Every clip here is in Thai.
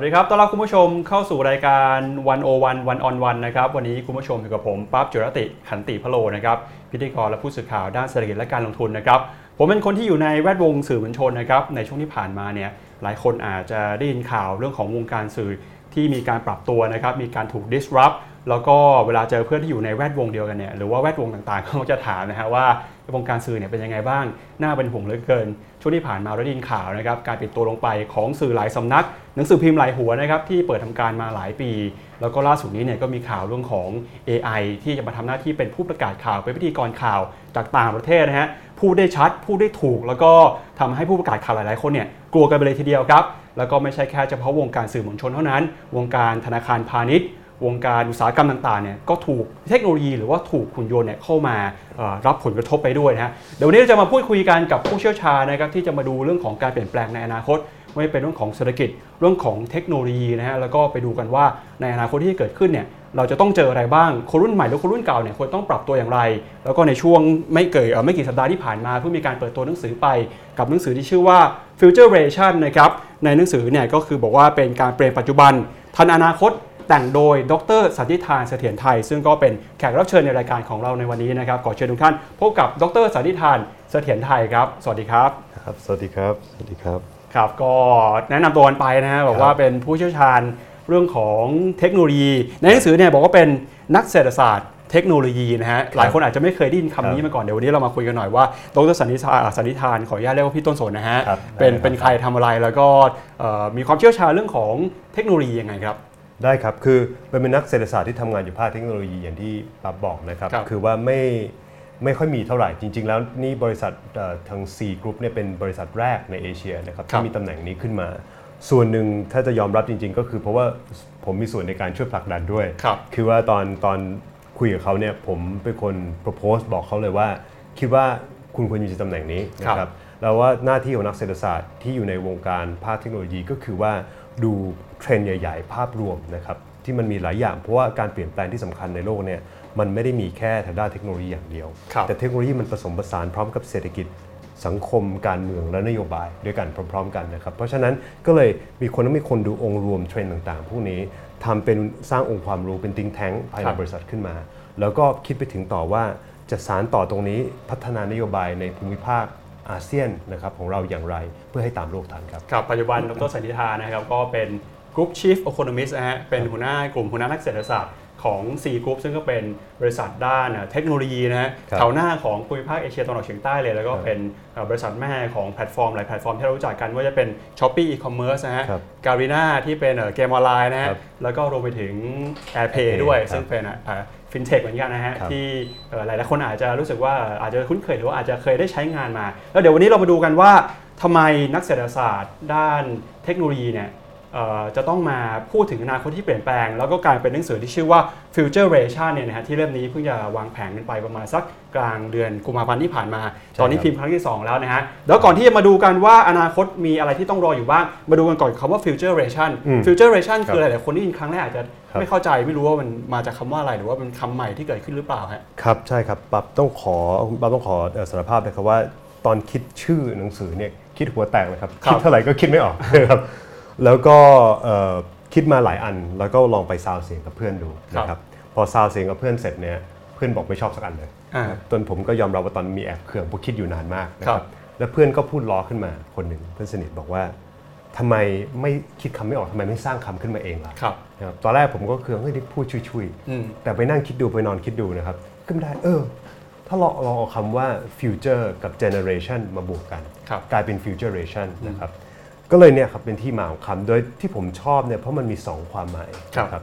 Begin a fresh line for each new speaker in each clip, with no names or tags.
ดีครับต้อนรับคุณผู้ชมเข้าสู่รายการ101 One on One นะครับวันนี้คุณผู้ชมอยู่กับผมปั๊บจุรติขันติพโลนะครับพิธีกรและผู้สื่อข่าวด้านเศรษฐกิจและการลงทุนนะครับผมเป็นคนที่อยู่ในแวดวงสื่อมวลชนนะครับในช่วงที่ผ่านมาเนี่ยหลายคนอาจจะได้ยินข่าวเรื่องของวงการสื่อที่มีการปรับตัวนะครับมีการถูก disrupt แล้วก็เวลาเจอเพื่อนที่อยู่ในแวดวงเดียวกันเนี่ยหรือว่าแวดวงต่างๆเขาจะถามนะฮะว่าวงการสื่อเนี่ยเป็นยังไงบ้างน่าเป็นห่วงเหลือเกินช่วงที่ผ่านมาเราได้ยินข่าวนะครับการปิดตัวลงไปของสื่อหลายสำนักหนังสือพิมพ์หลายหัวนะครับที่เปิดทำการมาหลายปีแล้วก็ล่าสุดนี้เนี่ยก็มีข่าวเรื่องของ AI ที่จะมาทำหน้าที่เป็นผู้ประกาศข่าวเป็นพิธีกรข่าวจากต่างประเทศนะฮะพูดได้ชัดพูดได้ถูกแล้วก็ทำให้ผู้ประกาศข่าวหลายๆคนเนี่ยกลัวกันไปเลยทีเดียวครับแล้วก็ไม่ใช่แค่เฉพาะวงการสื่อมวลชนเท่านั้นวงการธนาคารพาณิชย์วงการอุตสาหกรรมต่างๆเนี่ยก็ถูกเทคโนโลยีหรือว่าถูกหุ่นยนต์เนี่ยเข้ามารับผลกระทบไปด้วยนะฮะเดี๋ยววันนี้เราจะมาพูดคุยกันกับผู้เชี่ยวชาญนะครับที่จะมาดูเรื่องของการเปลี่ยนแปลงในอนาคตไม่ว่าเป็นเรื่องของเศรษฐกิจเรื่องของเทคโนโลยีนะฮะแล้วก็ไปดูกันว่าในอนาคตที่จะเกิดขึ้นเนี่ยเราจะต้องเจออะไรบ้างคนรุ่นใหม่หรือคนรุ่นเก่าเนี่ยควรต้องปรับตัวอย่างไรแล้วก็ในช่วงไม่กี่สัปดาห์ที่ผ่านมาเพิ่งมีการเปิดตัวหนังสือไปกับหนังสือที่ชื่อว่า Futuration นะครับในหนังสือเนี่ยก็คือบอกว่าเป็นการเปลี่ยนปัจจุบันทันอนาคตแต่งโดยดร.สันติธานเสถียรไทยซึ่งก็เป็นแขกรับเชิญในรายการของเราในวันนี้นะครับขอเชิญทุกท่านพบกับดร.สันติธานเสถียรไทยครับสวัสดีครับ
ครับสวัสดีครับสวัสดีครับ
ครับก็แนะนำตัวกันไปนะฮะบอกว่าเป็นผู้เชี่ยวชาญเรื่องของเทคโนโลยีในหนังสือเนี่ยบอกว่าเป็นนักเศรษฐศาสตร์เทคโนโลยีนะฮะหลายคนอาจจะไม่เคยได้ยินคำนี้มาก่อนเดี๋ยววันนี้เรามาคุยกันหน่อยว่าดร.สันติธานขออนุญาตเรียกว่าพี่ต้นสนนะฮะเป็นใครทำอะไรแล้วก็มีความเชี่ยวชาญเรื่องของเทคโนโลยียังไงครับ
ได้ครับคือเป็นนักเศรษฐศาสตร์ที่ทำงานอยู่ภาคเทคโนโลยีอย่างที่ปั๊บบอกนะครับคือว่าไม่ค่อยมีเท่าไหร่จริงๆแล้วนี่บริษัททาง C Group เนี่ยเป็นบริษัทแรกในเอเชียนะครับที่มีตำแหน่งนี้ขึ้นมาส่วนหนึ่งถ้าจะยอมรับจริงๆก็คือเพราะว่าผมมีส่วนในการช่วยผลักดันด้วยคือว่าตอนคุยกับเขาเนี่ยผมเป็นคน propose บอกเขาเลยว่าคิดว่าคุณควรอยู่ในตำแหน่งนี้นะครับแล้วว่าหน้าที่ของนักเศรษฐศาสตร์ที่อยู่ในวงการภาคเทคโนโลยีก็คือว่าดูเทรนด์ใหญ่ๆภาพรวมนะครับที่มันมีหลายอย่างเพราะว่าการเปลี่ยนแปลงที่สำคัญในโลกเนี่ยมันไม่ได้มีแค่ทางด้านเทคโนโลยีอย่างเดียวแต่เทคโนโลยีมันผสมผสานพร้อมกับเศรษฐกิจสังคมการเมืองและนโยบายด้วยกันพร้อมๆกันนะครับเพราะฉะนั้นก็เลยมีคนดูองค์รวมเทรนด์ต่างๆพวกนี้ทำเป็นสร้างองค์ความรู้เป็นthink tankภายในบริษัทขึ้นมาแล้วก็คิดไปถึงต่อว่าจะสานต่อตรงนี้พัฒนานโยบายในภูมิภาคอาเซียนนะครับของเราอย่างไรเพื่อให้ตามโลกทันครับ
ปัจจุบันดร.สันติธานนะครับก็เป็น Group Chief Economist นะฮะเป็นหัวหน้ากลุ่มหัวหน้านักเศรษฐศาสตร์ของ C Group ซึ่งก็เป็นบริษัทด้านเทคโนโลยีนะฮะแถวหน้าของภูมิภาคเอเชียตะวันออกเฉียงใต้เลยแล้วก็เป็นบริษัทแม่ของแพลตฟอร์มหลายแพลตฟอร์มที่เรารู้จักกันว่าจะเป็น Shopee e-commerce นะฮะ Garena ที่เป็นเกมออนไลน์นะฮะแล้วก็รวมไปถึง AirPay ด้วยซึ่งเป็นฟินเทคเหมือนกันนะฮะที่หลายๆคนอาจจะรู้สึกว่าอาจจะคุ้นเคยหรือว่าอาจจะเคยได้ใช้งานมาแล้วเดี๋ยววันนี้เรามาดูกันว่าทำไมนักเศรษฐศาสตร์ด้านเทคโนโลยีเนี่ยจะต้องมาพูดถึงอนาคตที่เปลี่ยนแปลงแล้วก็การเป็นหนังสือที่ชื่อว่า Futuration เนี่ยนะฮะที่เล่มนี้เพิ่งจะวางแผนกันไปประมาณสักกลางเดือนกุมภาพันธ์ที่ผ่านมาตอนนี้พิมพ์ครั้งที่2แล้วนะฮะแล้วก่อนที่จะมาดูกันว่าอนาคตมีอะไรที่ต้องรออยู่บ้างมาดูกันก่อนคำว่า Futuration คือหลายๆคนที่ยินครั้งแรกอาจจะไม่เข้าใจไม่รู้ว่ามันมาจากคำว่าอะไรหรือว่าเป็นคำใหม่ที่เกิดขึ้นหรือเปล่าฮะ
ครับใช่ครับปั๊บต้องขอสารภาพเลยครับว่าตอนคิดชื่อหนังสือเนี่ยคิดหัวแตกเลยครับคิดเท่าไหร่ก็คิดไม่ออกครับแล้วก็คิดมาหลายอันแล้วก็ลองไปซาวเสียงกับเพื่อนดูนะครับพอซาวเสียงกับเพื่อนเสร็จเนี่ยเพื่อนบอกไม่ชอบสักอันเลยจนผมก็ยอมรับว่าตอนมีแอบเคืองเพราะคิดอยู่นานมากนะครับแล้วเพื่อนก็พูดล้อขึ้นมาคนหนึ่งเพื่อนสนิทบอกว่าทำไมไม่คิดคำไม่ออกทำไมไม่สร้างคำขึ้นมาเองล่ะตอนแรกผมก็เคืองเฮ้ยพูดชุยๆแต่ไปนั่งคิดดูไปนอนคิดดูนะครับขึ้นได้ถ้าเราเอาคำว่า future กับ generation มาบวกกันกลายเป็น futuration นะครับก็เลยเนี่ยครับเป็นที่มาของคำโดยที่ผมชอบเนี่ยเพราะมันมี2ความหมายครับ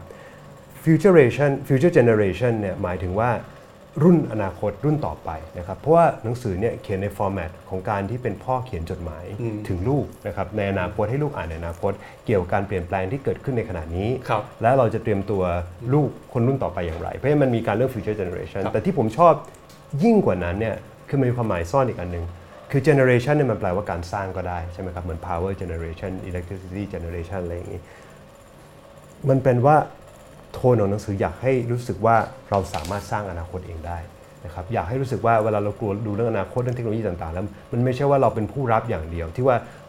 future generation เนี่ยหมายถึงว่ารุ่นอนาคตรุ่นต่อไปนะครับเพราะว่าหนังสือเนี่ยเขียนในฟอร์แมตของการที่เป็นพ่อเขียนจดหมายถึงลูกนะครับในอนาคตให้ลูกอ่านในอนาคตเกี่ยวกับการเปลี่ยนแปลงที่เกิดขึ้นในขณะนี้และเราจะเตรียมตัวลูกคนรุ่นต่อไปอย่างไรเพราะฉะนั้นมันมีการเรื่อง future generation แต่ที่ผมชอบยิ่งกว่านั้นเนี่ยคือมันมีความหมายซ่อนอีกอันนึงคือ generation เนี่ยมันแปลว่าการสร้างก็ได้ใช่ไหมครับเหมือน power generation electricity generation อะไรอย่างนี้มันเป็นว่าโทนของหนังสืออยากให้รู้สึกว่าเราสามารถสร้างอนาคตเองได้นะครับอยากให้รู้สึกว่าเวลาเรากลัวดูเรื่องอนาคตเรื่องเทคโนโลยีต่างๆแล้วมันไม่ใช่ว่าเราเป็นผู้รับอย่างเดียวที่ว่า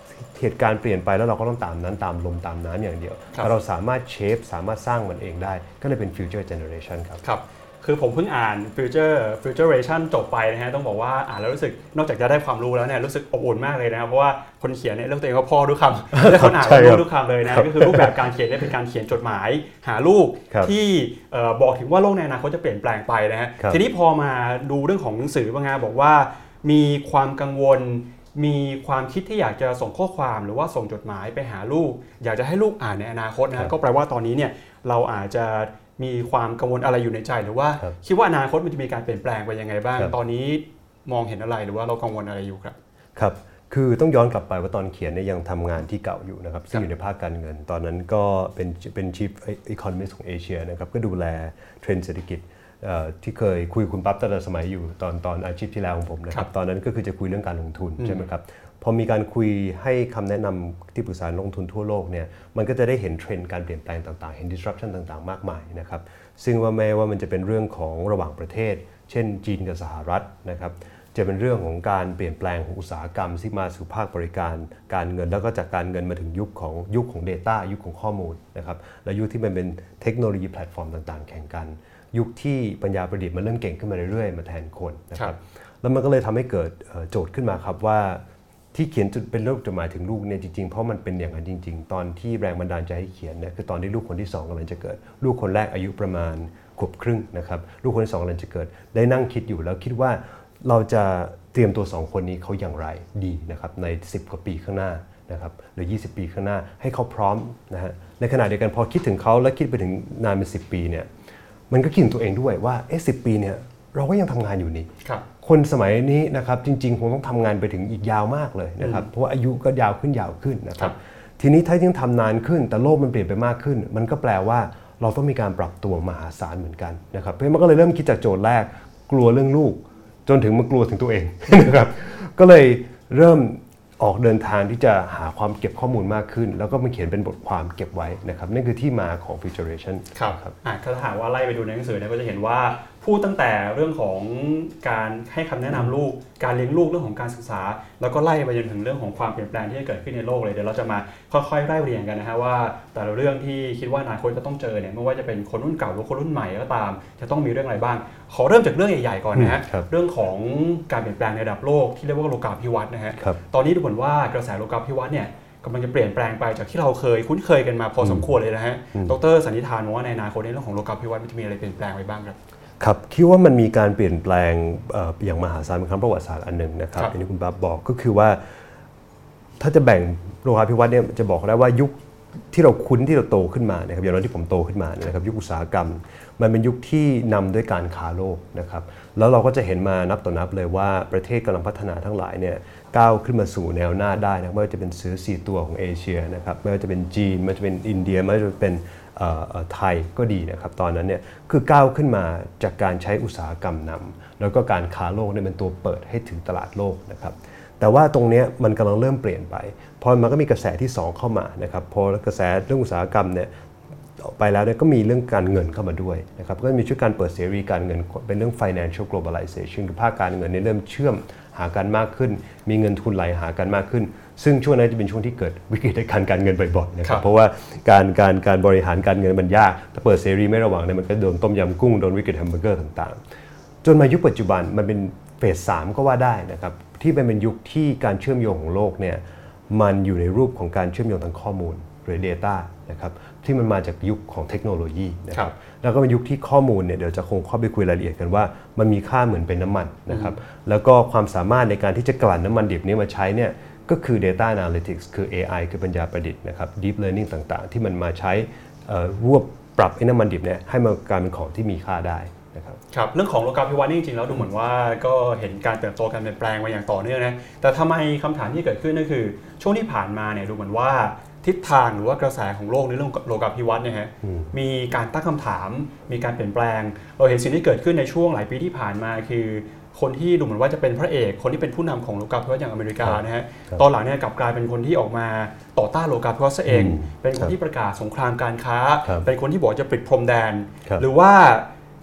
เหตุการณ์เปลี่ยนไปแล้วเราก็ต้องตามนั้นตามลมตามน้ำอย่างเดียวแต่เราสามารถเชฟสามารถสร้างมันเองได้ก็เลยเป็น future generation ครับ
คือผมเพิ่งอ่าน Futuration จบไปนะฮะต้องบอกว่าอ่านแล้วรู้สึกนอกจากจะได้ความรู้แล้วเนี่ยรู้สึกอบอุ่นมากเลยนะครับเพราะว่าคนเขียนเนี่ยเรียกตัวเองว่าพ่อทุกคำและคนอ่านก็รู้ทุกคำเลยนะก็คือรูปแบบการเขียนเนี่ยเป็นการเขียนจดหมายหาลูกที่บอกถึงว่าโลกในอนาคตจะเปลี่ยนแปลงไปนะฮะทีนี้พอมาดูเรื่องของหนังสือบ้างฮะบอกว่ามีความกังวลมีความคิดที่อยากจะส่งข้อความหรือว่าส่งจดหมายไปหาลูกอยากจะให้ลูกอ่านในอนาคตนะก็แปลว่าตอนนี้เนี่ยเราอาจจะมีความกังวลอะไรอยู่ในใจหรือว่าคิดว่าอนาคตมันจะมีการเปลี่ยนแปลงไปยังไงบ้างตอนนี้มองเห็นอะไรหรือว่าเรากังวลอะไรอยู่ครับ
ครับคือต้องย้อนกลับไปว่าตอนเขียนเนี่ยยังทำงานที่เก่าอยู่นะครับซึ่งอยู่ในภาคการเงินตอนนั้นก็เป็น Chief Economist ของเอเชียนะครับก็ดูแลเทรนด์เศรษฐกิจที่เคยคุยคุณปั๊บตั้งแต่สมัยอยู่ตอนอาชีพที่แล้วของผมนะครับตอนนั้นก็คือจะคุยเรื่องการลงทุนใช่ไหมครับพอมีการคุยให้คำแนะนำที่ปรึกษาลงทุนทั่วโลกเนี่ยมันก็จะได้เห็นเทรนด์การเปลี่ยนแปลงต่างๆเห็น disruption ต่างๆมากมายนะครับซึ่งว่าแม้ว่ามันจะเป็นเรื่องของระหว่างประเทศเช่นจีนกับสหรัฐนะครับจะเป็นเรื่องของการเปลี่ยนแปลงของอุตสาหกรรมที่มาสู่ภาคบริการการเงินแล้วก็จากการเงินมาถึงยุคของ Data ยุคของข้อมูลนะครับและยุคที่มันเป็นเทคโนโลยีแพลตฟอร์มต่างๆแข่งกันยุคที่ปัญญาประดิษฐ์มันเริ่มเก่งขึ้นมาเรื่อยๆมาแทนคนนะครับแล้วมันก็เลยทำให้เกิดโจทย์ขึ้นมาครับว่าที่เขียนเป็นรูปจดหมายถึงลูกเนี่ยจริงๆเพราะมันเป็นอย่างนั้นจริงๆตอนที่แรงบันดาลใจให้เขียนเนี่ยคือตอนที่ลูกคนที่2กำลังจะเกิดลูกคนแรกอายุประมาณขวบครึ่งนะครับลูกคนที่2กำลังจะเกิดได้นั่งคิดอยู่แล้วคิดว่าเราจะเตรียมตัว2คนนี้เขาอย่างไรดีนะครับใน10กว่าปีข้างหน้านะครับหรือ20ปีข้างหน้าให้เขาพร้อมนะฮะในขณะเดียวกันพอคิดถึงเขาและคิดไปถึงนานเป็น10ปีเนี่ยมันก็คิดถึงตัวเองด้วยว่า10 ปีเนี่ยเราก็ยังทำงานอยู่นี่คนสมัยนี้นะครับจริงๆคงต้องทำงานไปถึงอีกยาวมากเลยนะครับเพราะว่าอายุก็ยาวขึ้นนะครับทีนี้ถ้ายิ่งทำนานขึ้นแต่โลกมันเปลี่ยนไปมากขึ้นมันก็แปลว่าเราต้องมีการปรับตัวมหาศาลเหมือนกันนะครับเพราะมันก็เลยเริ่มคิดจากโจทย์แรกกลัวเรื่องลูกจนถึงมากลัวถึงตัวเองนะครับก็เลยเริ่มออกเดินทางที่จะหาความเก็บข้อมูลมากขึ้นแล้วก็มาเขียนเป็นบทความเก็บไว้นะครับนั่นคือที่มาของ Futuration
ครับถ้าหากว่าไล่ไปดูในหนังสือเนี่ยก็จะเห็นว่าพูดตั้งแต่เรื่องของการให้คำแนะนำลูกการเลี้ยงลูกเรื่องของการศึกษาแล้วก็ไล่ไปจนถึงเรื่องของความเปลี่ยนแปลงที่จะเกิดขึ้นในโลกเลยเดี๋ยวเราจะมาค่อยๆไล่เรียงกันนะฮะว่าแต่ละเรื่องที่คิดว่าอนาคตจะต้องเจอเนี่ยไม่ว่าจะเป็นคนรุ่นเก่าหรือคนรุ่นใหม่ก็ตามจะต้องมีเรื่องอะไรบ้างขอเริ่มจากเรื่องใหญ่ๆก่อนนะฮะเรื่องของการเปลี่ยนแปลงในระดับโลกที่เรียกว่าโลกาภิวัตน์นะฮะตอนนี้ดูเหมือนว่ากระแสโลกาภิวัตน์เนี่ยกำลังจะเปลี่ยนแปลงไปจากที่เราเคยคุ้นเคยกันมาพอสมควรเลยนะฮะดร.สันนิษฐานว่าในอนาคตในเรื่องของโลกาภิวัตน์มันจะมีอะไรเปลี่ยนแปลงไปบ้างครับ
ครับคิดว่ามันมีการเปลี่ยนแปลงอย่างมหาศาลเป็นครั้งประวัติศาสตร์อันหนึ่งนะครับอย่างที่คุณบ๊อบบอกก็คือว่าถ้าจะแบ่งโลกาภิวัตน์เนี่ยจะบอกได้ว่ายุคที่เราคุ้นที่เราโตขึ้นมานะครับอย่างที่ผมโตขึ้นมานะครับยุคอุตสาหกรรมมันเป็นยุคที่นำด้วยการค้าโลกนะครับแล้วเราก็จะเห็นมานับต่อนับเลยว่าประเทศกำลังพัฒนาทั้งหลายเนี่ยก้าวขึ้นมาสู่แนวหน้าได้นะไม่ว่าจะเป็นเสือ4ตัวของเอเชียนะครับไม่ว่าจะเป็นจีนไม่ว่าจะเป็นอินเดียไม่ว่าจะเป็นไทยก็ดีนะครับตอนนั้นเนี่ยคือก้าวขึ้นมาจากการใช้อุตสาหกรรมนำแล้วก็การค้าโลกเนี่ยเป็นตัวเปิดให้ถึงตลาดโลกนะครับแต่ว่าตรงนี้มันกำลังเริ่มเปลี่ยนไปพอมันก็มีกระแสที่2เข้ามานะครับพอกระแสเรื่องอุตสาหกรรมเนี่ยไปแล้วเนี่ยก็มีเรื่องการเงินเข้ามาด้วยนะครับก็มีช่วยการเปิดเสรีการเงินเป็นเรื่อง financial globalization คือภาคการเงินเนี่ยเริ่มเชื่อมหากันมากขึ้นมีเงินทุนไหลหากันมากขึ้นซึ่งช่วงนั้นจะเป็นช่วงที่เกิดวิกฤตการเงินบ่อยๆนะครับเพราะว่าการบริหารการเงินมันยากถ้าเปิดเสรีไม่ระวังเนี่ยมันก็โดนต้มยำกุ้งโดนวิกฤตแฮมเบอร์เกอร์ต่างๆจนมายุคปัจจุบันมันเป็นเฟส 3ก็ว่าได้นะครับที่เป็นยุคที่การเชื่อมโยงของโลกเนี่ยมันอยู่ในรูปของการเชื่อมโยงทางข้อมูลหรือ Data นะครับที่มันมาจากยุคของเทคโนโลยีนะครับแล้วก็เป็นยุคที่ข้อมูลเนี่ยเดี๋ยวจะคงเข้าไปคุยรายละเอียดกันว่ามันมีค่าเหมือนเป็นน้ำมันนะครับแล้วก็ความสามารถในการที่จะกลั่นน้ำมันดิบนี้มาใช้เนี่ยก็คือ Data Analytics คือ AI คือปัญญาประดิษฐ์นะครับ Deep Learning ต่างๆที่มันมาใช้รวบปรับไอ้น้ำมันดิบเนี่ยให้มันกลายเป็นของที่มีค่าได้
ครับเรื่องของโลกาภิวัตน์นี่จริงๆแล้วดูเหมือนว่าก็เห็นการเติบโตการเปลี่ยนแปลงมาอย่างต่อเนื่องนะแต่ทำไมคำถามที่เกิดขึ้นก็คือช่วงที่ผ่านมาเนี่ยดูเหมือนว่าทิศทางหรือว่ากระแสของโลกในเรื่องโลกาภิวัตน์เนี่ยฮะมีการตั้งคำถามมีการเปลี่ยนแปลงเราเห็นสิ่งที่เกิดขึ้นในช่วงหลายปีที่ผ่านมาคือคนที่ดูเหมือนว่าจะเป็นพระเอกคนที่เป็นผู้นำของโลกาภิวัตน์อย่างอเมริกานะฮะตอนหลังเนี่ยกลับกลายเป็นคนที่ออกมาต่อต้านโลกาภิวัตน์ซะเองเป็นคนที่ประกาศสงครามการค้าเป็นคนที่บอกจะปิดพรมแดนหรือว่า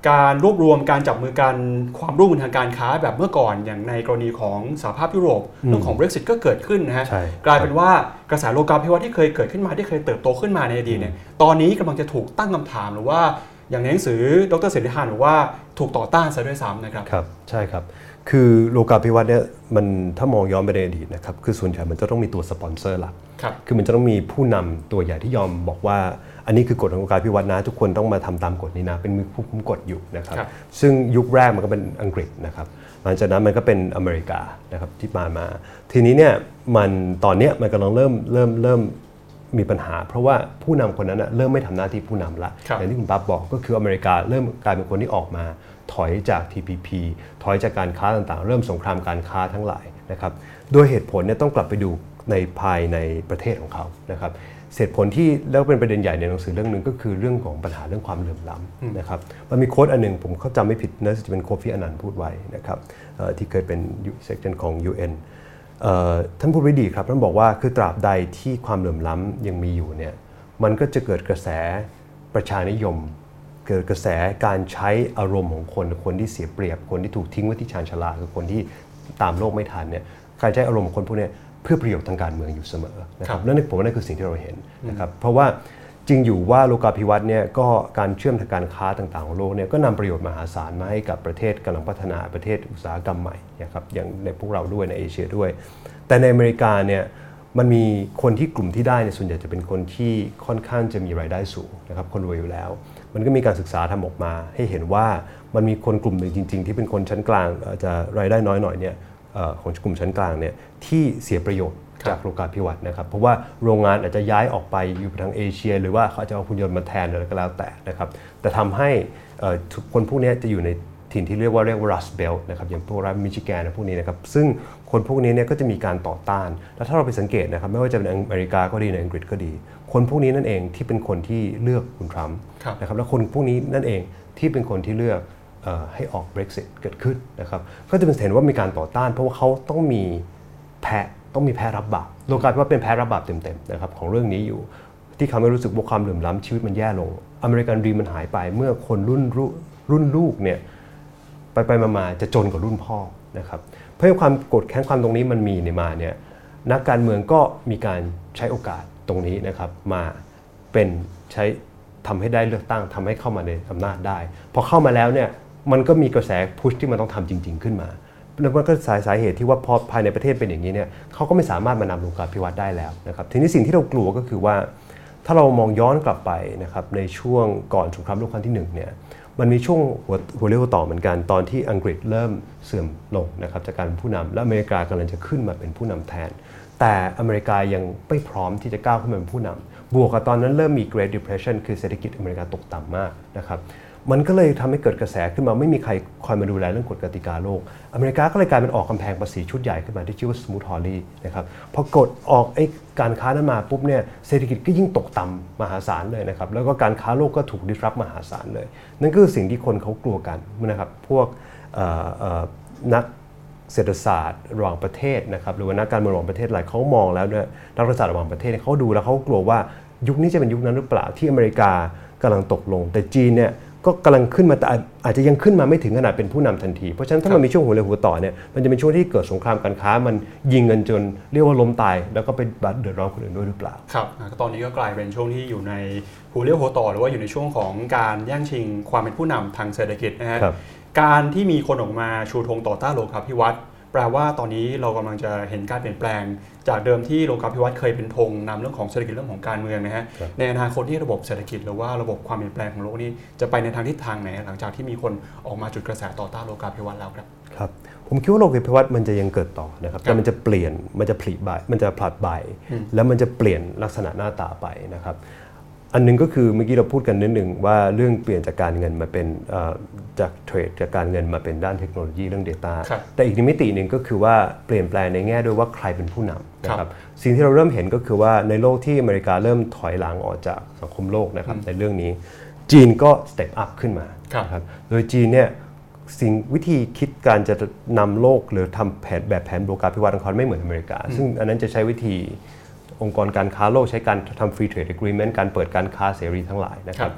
การรวบรวมการจับมือกันความร่วมมือทางการค้าแบบเมื่อก่อนอย่างในกรณีของสหภาพยุโรปเรื่องของ Brexit ก็เกิดขึ้นนะฮะกลายเป็นว่ากระแสโลกาภิวัตน์ที่เคยเกิดขึ้นมาที่เคยเติบโตขึ้นมาในอดีตเนี่ยตอนนี้กำลังจะถูกตั้งคำถามหรือว่าอย่างในหนังสือดร.เสรีหานบอกว่าถูกต่อต้านซะด้วยซ้ำนะครับ
ครับใช่ครับคือโลกาภิวัตน์เนี่ยมันถ้ามองย้อนไปในอดีตนะครับคือส่วนใหญ่มันจะต้องมีตัวสปอนเซอร์หลักคือมันจะต้องมีผู้นำตัวใหญ่ที่ยอมบอกว่าอันนี้คือกฎของโลกาภิวัตน์นะทุกคนต้องมาทำตามกฎนี้นะเป็นมือผู้คุมกฎอยู่นะครับซึ่งยุคแรกมันก็เป็นอังกฤษนะครับหลังจากนั้นมันก็เป็นอเมริกานะครับที่มาทีนี้เนี่ยมันตอนนี้มันกำลังเริ่มมีปัญหาเพราะว่าผู้นำคนนั้นเริ่มไม่ทำหน้าที่ผู้นำละอย่างที่คุณปั๊บบอกก็คืออเมริกาเริ่มกลายเป็นคนที่ออกมาถอยจาก TPP ถอยจากการค้าต่างๆเริ่มสงครามการค้าทั้งหลายนะครับโดยเหตุผลเนี่ยต้องกลับไปดูในภายในประเทศของเขานะครับเหตุผลที่แล้วเป็นประเด็นใหญ่ในหนังสือเรื่องนึงก็คือเรื่องของปัญหาเรื่องความเหลื่อมล้ำนะครับมันมีโค้ดอันนึงผมเข้าจำไม่ผิดน่าจะเป็นโคฟี อานันต์พูดไว้นะครับที่เคยเป็นเซกชันของ UNท่านพูดไว้ดีครับท่านบอกว่าคือตราบใดที่ความเหลื่อมล้ำยังมีอยู่เนี่ยมันก็จะเกิดกระแสประชานิยมเกิดกระแสการใช้อารมณ์ของคนที่เสียเปรียบคนที่ถูกทิ้งไว้ที่ชานชาลาคือคนที่ตามโลกไม่ทันเนี่ยการใช้อารมณ์ของคนพวกนี้เพื่อประโยชน์ทางการเมืองอยู่เสมอนะครับนั่นผมว่านั่นคือสิ่งที่เราเห็นนะครับเพราะว่าจริงอยู่ว่าโลกาภิวัตน์เนี่ยก็การเชื่อมทางการค้าต่างๆของโลกเนี่ยก็นำประโยชน์มหาศาลมาให้กับประเทศกำลังพัฒนาประเทศอุตสาหกรรมใหม่นะครับอย่างในพวกเราด้วยในเอเชียด้วยแต่ในอเมริกาเนี่ยมันมีคนที่กลุ่มที่ได้เนี่ยส่วนใหญ่จะเป็นคนที่ค่อนข้างจะมีรายได้สูงนะครับคนรวยอยู่แล้วมันก็มีการศึกษาทำออกมาให้เห็นว่ามันมีคนกลุ่มหนึ่งจริงๆที่เป็นคนชั้นกลางอาจจะรายได้น้อยหน่อยเนี่ยของกลุ่มชั้นกลางเนี่ยที่เสียประโยชน์จากโลกาภิวัตน์นะครับเพราะว่าโรงงานอาจจะย้ายออกไปอยู่ทางเอเชียหรือว่าเขาจะเอาหุ่นยนต์มาแทนอะไรก็แล้วแต่นะครับแต่ทำให้คนพวกนี้จะอยู่ในถิ่นที่เรียกว่า Rust Belt นะครับอย่างพวกรัฐมิชิแกนพวกนี้นะครับซึ่งคนพวกนี้เนี่ยก็จะมีการต่อต้านแล้วถ้าเราไปสังเกตนะครับไม่ว่าจะเป็นอเมริกาก็ดีในอังกฤษก็ดีคนพวกนี้นั่นเองที่เป็นคนที่เลือกคุณทรัมป์นะครับแล้วคนพวกนี้นั่นเองที่เป็นคนที่เลือกให้ออก Brexit เกิดขึ้นนะครับก็จะเป็นเห็นว่ามีการต่อต้านเพราะว่าเขาต้องมีแพ้รับบาปโลกาภิวัตน์เป็นแพ้รับบาปเต็มๆนะครับของเรื่องนี้อยู่ที่ทำให้รู้สึกว่าความเหลื่อมล้ำชีวิตมันแย่ลงอเมริกันดรีมมันหายไปเมื่อคนรุ่นลูกเนี่ยไปมาจะจนกว่ารุ่นพ่อนะครับเพราะความโกรธแค้นความตรงนี้มันมีมาเนี่ยนักการเมืองก็มีการใช้โอกาสตรงนี้นะครับมาเป็นใช้ทำให้ได้เลือกตั้งทำให้เข้ามาในอำนาจได้พอเข้ามาแล้วเนี่ยมันก็มีกระแสพุชที่มันต้องทำจริงๆขึ้นมาแล้วมันก็สาเหตุที่ว่าพอภายในประเทศเป็นอย่างนี้เนี่ยเขาก็ไม่สามารถมานำโลกาภิวัตน์ได้แล้วนะครับทีนี้สิ่งที่เรากลัวก็คือว่าถ้าเรามองย้อนกลับไปนะครับในช่วงก่อนสงครามโลกครั้งที่1เนี่ยมันมีช่วงหัวเรี่ยวหัวต่อเหมือนกันตอนที่อังกฤษเริ่มเสื่อมลงนะครับจากการเป็นผู้นำและอเมริกากำลังจะขึ้นมาเป็นผู้นำแทนแต่อเมริกายังไม่พร้อมที่จะก้าวขึ้นมาเป็นผู้นำบวกกับตอนนั้นเริ่มมี Great Depression คือเศรษฐกิจอเมริกาตกต่ำมากนะครับมันก็เลยทำให้เกิดกระแสขึ้นมาไม่มีใครคอยมาดูแลเรื่องกฎกติกาโลกอเมริกาก็เลยกลายเป็นออกกำแพงภาษีชุดใหญ่ขึ้นมาที่ชื่อว่า Smooth Hawley นะครับพอกดออกการค้านั้นมาปุ๊บเนี่ยเศรษฐกิจก็ยิ่งตกต่ำมหาศาลเลยนะครับแล้วก็การค้าโลกก็ถูก disrupt มหาศาลเลยนั่นคือสิ่งที่คนเขากลัวกันนะครับพวกนักเศรษฐศาสตร์ระหว่างประเทศนะครับหรือว่านักการเมืองระหว่างประเทศหลายเขามองแล้วเนี่ยนักรัฐศาสตร์ระหว่างประเทศเขาดูแล้วเขากลัวว่ายุคนี้จะเป็นยุคนั้นหรือเปล่าที่อเมริกากำลังตกลงแต่จีนเนี่ยก็กำลังขึ้นมาแต่อาจจะยังขึ้นมาไม่ถึงขนาดเป็นผู้นำทันทีเพราะฉะนั้นถ้ามันมีช่วงหัวเรือหัวต่อเนี่ยมันจะเป็นช่วงที่เกิดสงครามการค้ามันยิงกันจนเรียกว่าล้มตายแล้วก็ไปเดือดร้อนคนอื่นด้วยหรือเปล่า
ครับตอนนี้ก็กลายเป็นช่วงที่อยู่ในหัวเรือหัวต่อหรือว่าอยู่ในช่วงของการแย่งชิงความเป็นผู้นำทางเศรษฐกิจนะฮะการที่มีคนออกมาชูธงต่อต้านโลกาภิวัตน์แปลว่าตอนนี้เรากำลังจะเห็นการเปลี่ยนแปลงจากเดิมที่โลกาภิวัตน์เคยเป็นธงนำเรื่องของเศรษฐกิจเรื่องของการเมืองนะฮะในอนาคตที่ระบบเศรษฐกิจหรือว่าระบบความเปลี่ยนแปลงของโลกนี้จะไปในทางทิศทางไหนหลังจากที่มีคนออกมาจุดกระแสต่อต้านโลกาภิวัตน์แล้วครับ
ครับผมคิดว่าโลกาภิวัตน์มันจะยังเกิดต่อนะครับแต่มันจะเปลี่ยนมันจะผลิใบมันจะผลัดใบแล้วมันจะเปลี่ยนลักษณะหน้าตาไปนะครับอันนึงก็คือเมื่อกี้เราพูดกันนิดหนึ่งว่าเรื่องเปลี่ยนจากการเงินมาเป็นจากเทรดจากการเงินมาเป็นด้านเทคโนโลยีเรื่อง Data แต่อีกมิติหนึ่งก็คือว่าเปลี่ยนแปลงในแง่ด้วยว่าใครเป็นผู้นำนะครับสิ่งที่เราเริ่มเห็นก็คือว่าในโลกที่อเมริกาเริ่มถอยหลังออกจากสังคมโลกนะครับในเรื่องนี้จีนก็สเต็ปอัพขึ้นมาครับโดยจีนเนี่ยวิธีคิดการจะนำโลกหรือทำแผนโลกาภิวัตน์ของเขาไม่เหมือนอเมริกาซึ่งอันนั้นจะใช้วิธีองค์กรการค้าโลกใช้การทำ Free Trade Agreement การเปิดการค้าเสรีทั้งหลายนะครับ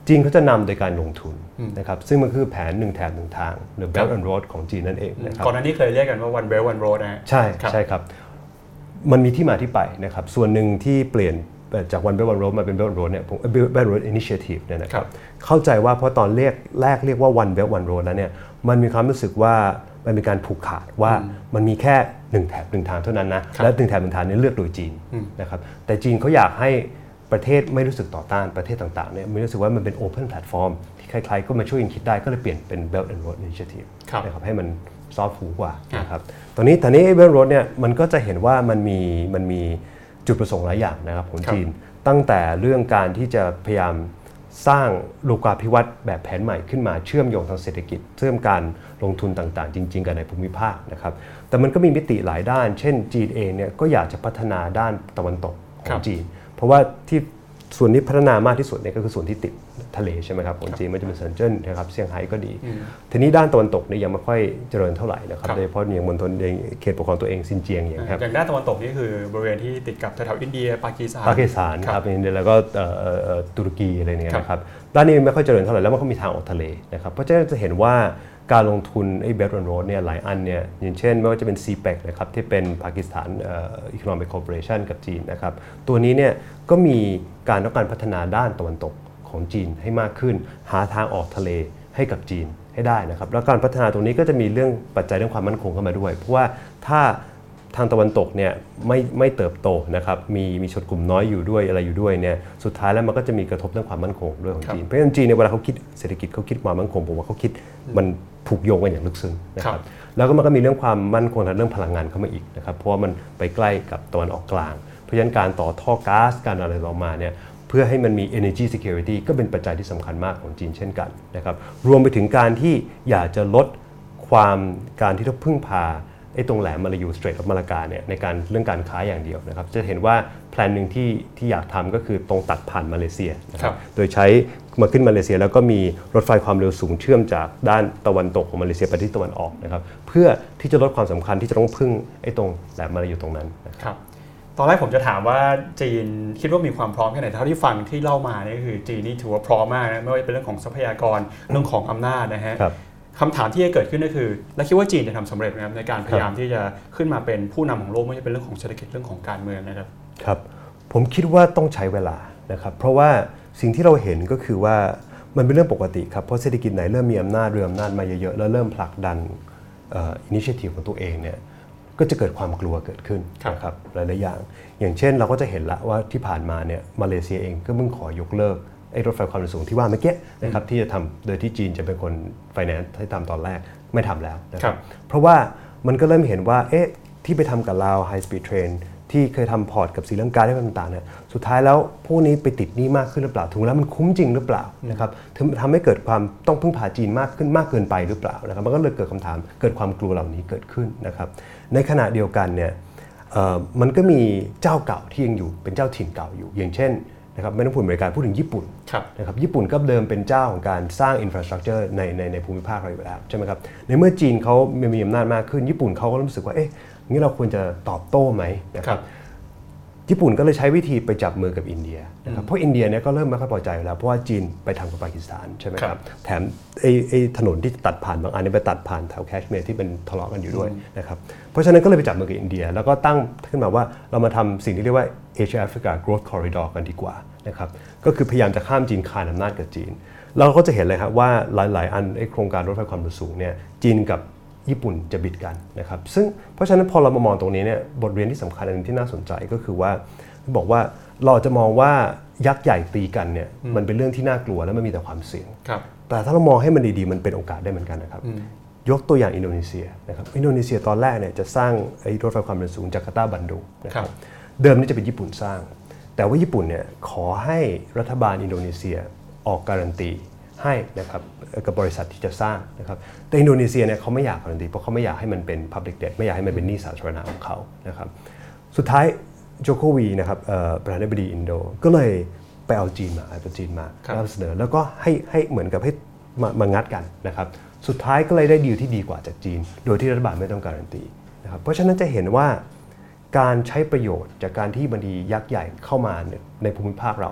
จีนเขาจะนำโดยการลงทุนนะครับซึ่งมันคือแผน1 แถบ 1 ทางหรือ Belt and Road ของจีนนั่นเองนะครับ
ก่อนหน้านี้เคยเรียกกันว่า One Belt One Road นะ
ใช่ครับมันมีที่มาที่ไปนะครับส่วนหนึ่งที่เปลี่ยนจาก One Belt One Road มาเป็น Belt and Road เนี่ยผม Belt and Road Initiative เนี่ยนะครับเข้าใจว่าเพราะตอนแรกเรียกว่า One Belt One Road แล้วเนี่ยมันมีความรู้สึกว่ามันเป็นการผูกขาดว่ามันมีแค่1 แถบ 1 ทางเท่านั้นนะและ1 แถบ 1 ทางนี้เลือกโดยจีนนะครับแต่จีนเขาอยากให้ประเทศไม่รู้สึกต่อต้านประเทศต่างๆเนี่ยไม่รู้สึกว่ามันเป็น Open Platform ที่ใครๆก็มาช่วยกันคิดได้ก็เลยเปลี่ยนเป็น Belt and Road Initiative นะครับให้มันซอฟต์หูกว่านะครับตอนนี้Belt and Road เนี่ยมันก็จะเห็นว่ามันมีจุดประสงค์หลายอย่างนะครับของจีนตั้งแต่เรื่องการที่จะพยายามสร้างโลกาภิวัตน์แบบแผนใหม่ขึ้นมาเชื่อมโยงทางเศรษฐกิจเชื่อมการลงทุนต่างๆจริงๆกันในภูมิภาคนะครับแต่มันก็มีมิติหลายด้านเช่นจีนเองเนี่ยก็อยากจะพัฒนาด้านตะวันตกของจีนเพราะว่าที่ส่วนนี้พัฒนามากที่สุดเนี่ยก็คือส่วนที่ติดทะเลใช่ไหมครับของจีนมันจะเป็นเซินเจิ้นนะครับเซี่ยงไฮ้ก็ดีทีนี้ด้านตะวันตกเนี่ยยังไม่ค่อยเจริญเท่าไหร่นะครับโดยเฉพาะอย่างมณฑลเขตปกครองตัวเองซินเจียงอย่างครับ
อย่างด้านตะวันตกนี่คือบริเวณที่ติดกับแถวๆอินเดียปากีสถาน
ครับอินเดียแล้วก็ตุรกีอะไรเนี่ยนะครับด้านนี้ไม่ค่อยเจริญเท่าไหร่แล้วมันก็มีทางออกทะเลนะครับเพราะฉะนั้นจะเห็นว่าการลงทุนBelt and Road เนี่ยหลายอันเนี่ยอย่างเช่นไม่ว่าจะเป็น CPEC นะครับที่เป็นปากีสถานEconomic Cooperation กับจีนนะครับตัวนี้เนี่ยก็มีการต้องการพัฒนาด้านตะวันตกของจีนให้มากขึ้นหาทางออกทะเลให้กับจีนให้ได้นะครับแล้วการพัฒนาตรงนี้ก็จะมีเรื่องปัจจัยเรื่องความมั่นคงเข้ามาด้วยเพราะว่าถ้าทางตะวันตกเนี่ยไม่เติบโตนะครับมีชนกลุ่มน้อยอยู่ด้วยอะไรอยู่ด้วยเนี่ยสุดท้ายแล้วมันก็จะมีกระทบเรื่องความมั่นคงด้วยของจีนเพราะฉะนั้นจีนในเวลาเขาคิดเศรษฐกิจเขาคิดความมั่นคงผมว่าเขาคิดมันผูกโยงกันอย่างลึกซึ้งนะครับแล้วก็มันก็มีเรื่องความมั่นคงทางเรื่องพลังงานเข้ามาอีกนะครับเพราะว่ามันไปใกล้กับตะวันออกกลางเพราะฉะนั้นการต่อท่อก๊าซการอะไรออกมาเนี่ยเพื่อให้มันมี energy security ก็เป็นปัจจัยที่สำคัญมากของจีนเช่นกันนะครับรวมไปถึงการที่อยากจะลดการที่ต้องพึ่งพาตรงแหลมมาลายูสเตรทออฟมาลากาเนี่ยในการเรื่องการค้าอย่างเดียวนะครับจะเห็นว่าแพลนหนึ่งที่อยากทำก็คือตรงตัดผ่านมาเลเซียนะครับโดยใช้มาขึ้นมาเลเซียแล้วก็มีรถไฟความเร็วสูงเชื่อมจากด้านตะวันตกของมาเลเซียไปที่ตะวันออกนะครับเพื่อที่จะลดความสำคัญที่จะต้องพึ่งตรงแหลมมาลายูตรงนั้นนะครับ
ตอนแรกผมจะถามว่าจีนคิดว่ามีความพร้อมแค่ไหนเท่าที่ฟังที่เล่ามาเนี่ยคือจีนนี่ถือว่าพร้อมมากนะไม่ว่าจะเป็นเรื่องของทรัพยากรเรื่องของอำนาจนะฮะคำถามที่จะเกิดขึ้นก็คือแล้วคิดว่าจีนจะทำสำเร็จไหมครับในการพยายามที่จะขึ้นมาเป็นผู้นำของโลกไม่ว่าจะเป็นเรื่องของเศรษฐกิจเรื่องของการเมืองนะครับ
ครับผมคิดว่าต้องใช้เวลานะครับเพราะว่าสิ่งที่เราเห็นก็คือว่ามันเป็นเรื่องปกติครับเพราะเศรษฐกิจไหนเริ่มมีอำนาจเรืออำนาจมาเยอะๆแล้วเริ่มผลักดันอินิชิทีฟของตัวเองเนี่ยก็จะเกิดความกลัวเกิดขึ้นนะครับหลายๆอย่างเช่นเราก็จะเห็นละว่าที่ผ่านมาเนี่ยมาเลเซียเองก็เพิ่งขอยกเลิกรถไฟความเร็วสูงที่ว่าเมื่อกี้นะครับที่จะทำโดยที่จีนจะเป็นคนไฟแนนซ์ให้ทำตอนแรกไม่ทำแล้วนะครับเพราะว่ามันก็เริ่มเห็นว่าที่ไปทำกับลาวไฮสปีดเทรนที่เคยทำพอร์ตกับศรีลังกาได้ต่างๆเนี่ยสุดท้ายแล้วพวกนี้ไปติดหนี้มากขึ้นหรือเปล่าถึงแล้วมันคุ้มจริงหรือเปล่านะครับทำให้เกิดความต้องพึ่งพาจีนมากขึ้นมากเกินไปหรือเปล่านะครับมันก็เลยเกิดคำถามเกิดความกลัวเหล่านี้เกิดขึ้นนะครับในขณะเดียวกันเนี่ยมันก็มีเจ้าเก่าที่ยังอยู่เป็นเจ้าถิ่นเก่าอยู่อย่างเช่นนะครับไม่ต้องพูดอเมริกาพูดถึงญี่ปุ่นนะครับญี่ปุ่นก็เดิมเป็นเจ้าของการสร้างอินฟราสตรัคเจอร์ในภูมิภาคเราอยู่แล้วใช่ไหมครับในเมื่อจีนเขามีอำนาจมากขึ้นญี่ปุ่นเขาก็รู้สึกว่างี้เราควรจะตอบโต้ไหมนะครับญี่ปุ่นก็เลยใช้วิธีไปจับมือกับอินเดียนะครับเพราะอินเดียเนี่ยก็เริ่มไม่ค่อยพอใจแล้วเพราะว่าจีนไปทำกับปากีสถานใช่ไหมครับแถมถนนที่ตัดผ่านบางอันนี้ไปตัดผ่านแถวแคชเมียร์ที่เป็นทะเลาะกันอยู่ด้วยนะครับเพราะฉะนั้นก็เลยไปจับมือกับอินเดียแล้วก็ตั้งขึ้นมาว่าเรามาทำสิ่งที่เรียกว่า Asia Africa Growth Corridor กันดีกว่านะครับก็คือพยายามจะข้ามจีนคานอำนาจกับจีนเราก็จะเห็นเลยครับว่าหลายอันโครงการรถไฟความเร็วสูงเนี่ยจีนกับญี่ปุ่นจะบิดกันนะครับซึ่งเพราะฉะนั้นพอเรามามองตรงนี้เนี่ยบทเรียนที่สำคัญอันนึงที่น่าสนใจก็คือว่าบอกว่าเราจะมองว่ายักษ์ใหญ่ตีกันเนี่ยมันเป็นเรื่องที่น่ากลัวและมันมีแต่ความเสี่ยงแต่ถ้าเรามองให้มันดีๆมันเป็นโอกาสได้เหมือนกันนะครับยกตัวอย่างอินโดนีเซียนะครับอินโดนีเซียตอนแรกเนี่ยจะสร้างรถไฟความเร็วสูงจาการ์ตาบันดุงนะครับเดิมนี่จะเป็นญี่ปุ่นสร้างแต่ว่าญี่ปุ่นเนี่ยขอให้รัฐบาลอินโดนีเซียออกการันตีให้นะครับกับบริษัทที่จะสร้างนะครับแต่อินโดนีเซียเนี่ยเขาไม่อยากการันตีเพราะเขาไม่อยากให้มันเป็น public debt ไม่อยากให้มันเป็นหนี้สาธารณะของเขานะครับสุดท้ายโจโควีนะครับประธานาธิบดีอินโดก็เลยไปเอาจีนมาแล้วเสนอแล้วก็ให้เหมือนกับให้มางัดกันนะครับสุดท้ายก็เลยได้ดีลที่ดีกว่าจากจีนโดยที่รัฐบาลไม่ต้องการันตีนะครับเพราะฉะนั้นจะเห็นว่าการใช้ประโยชน์จากการที่บางทียักษ์ใหญ่เข้ามาในภูมิภาคเราเนี่ย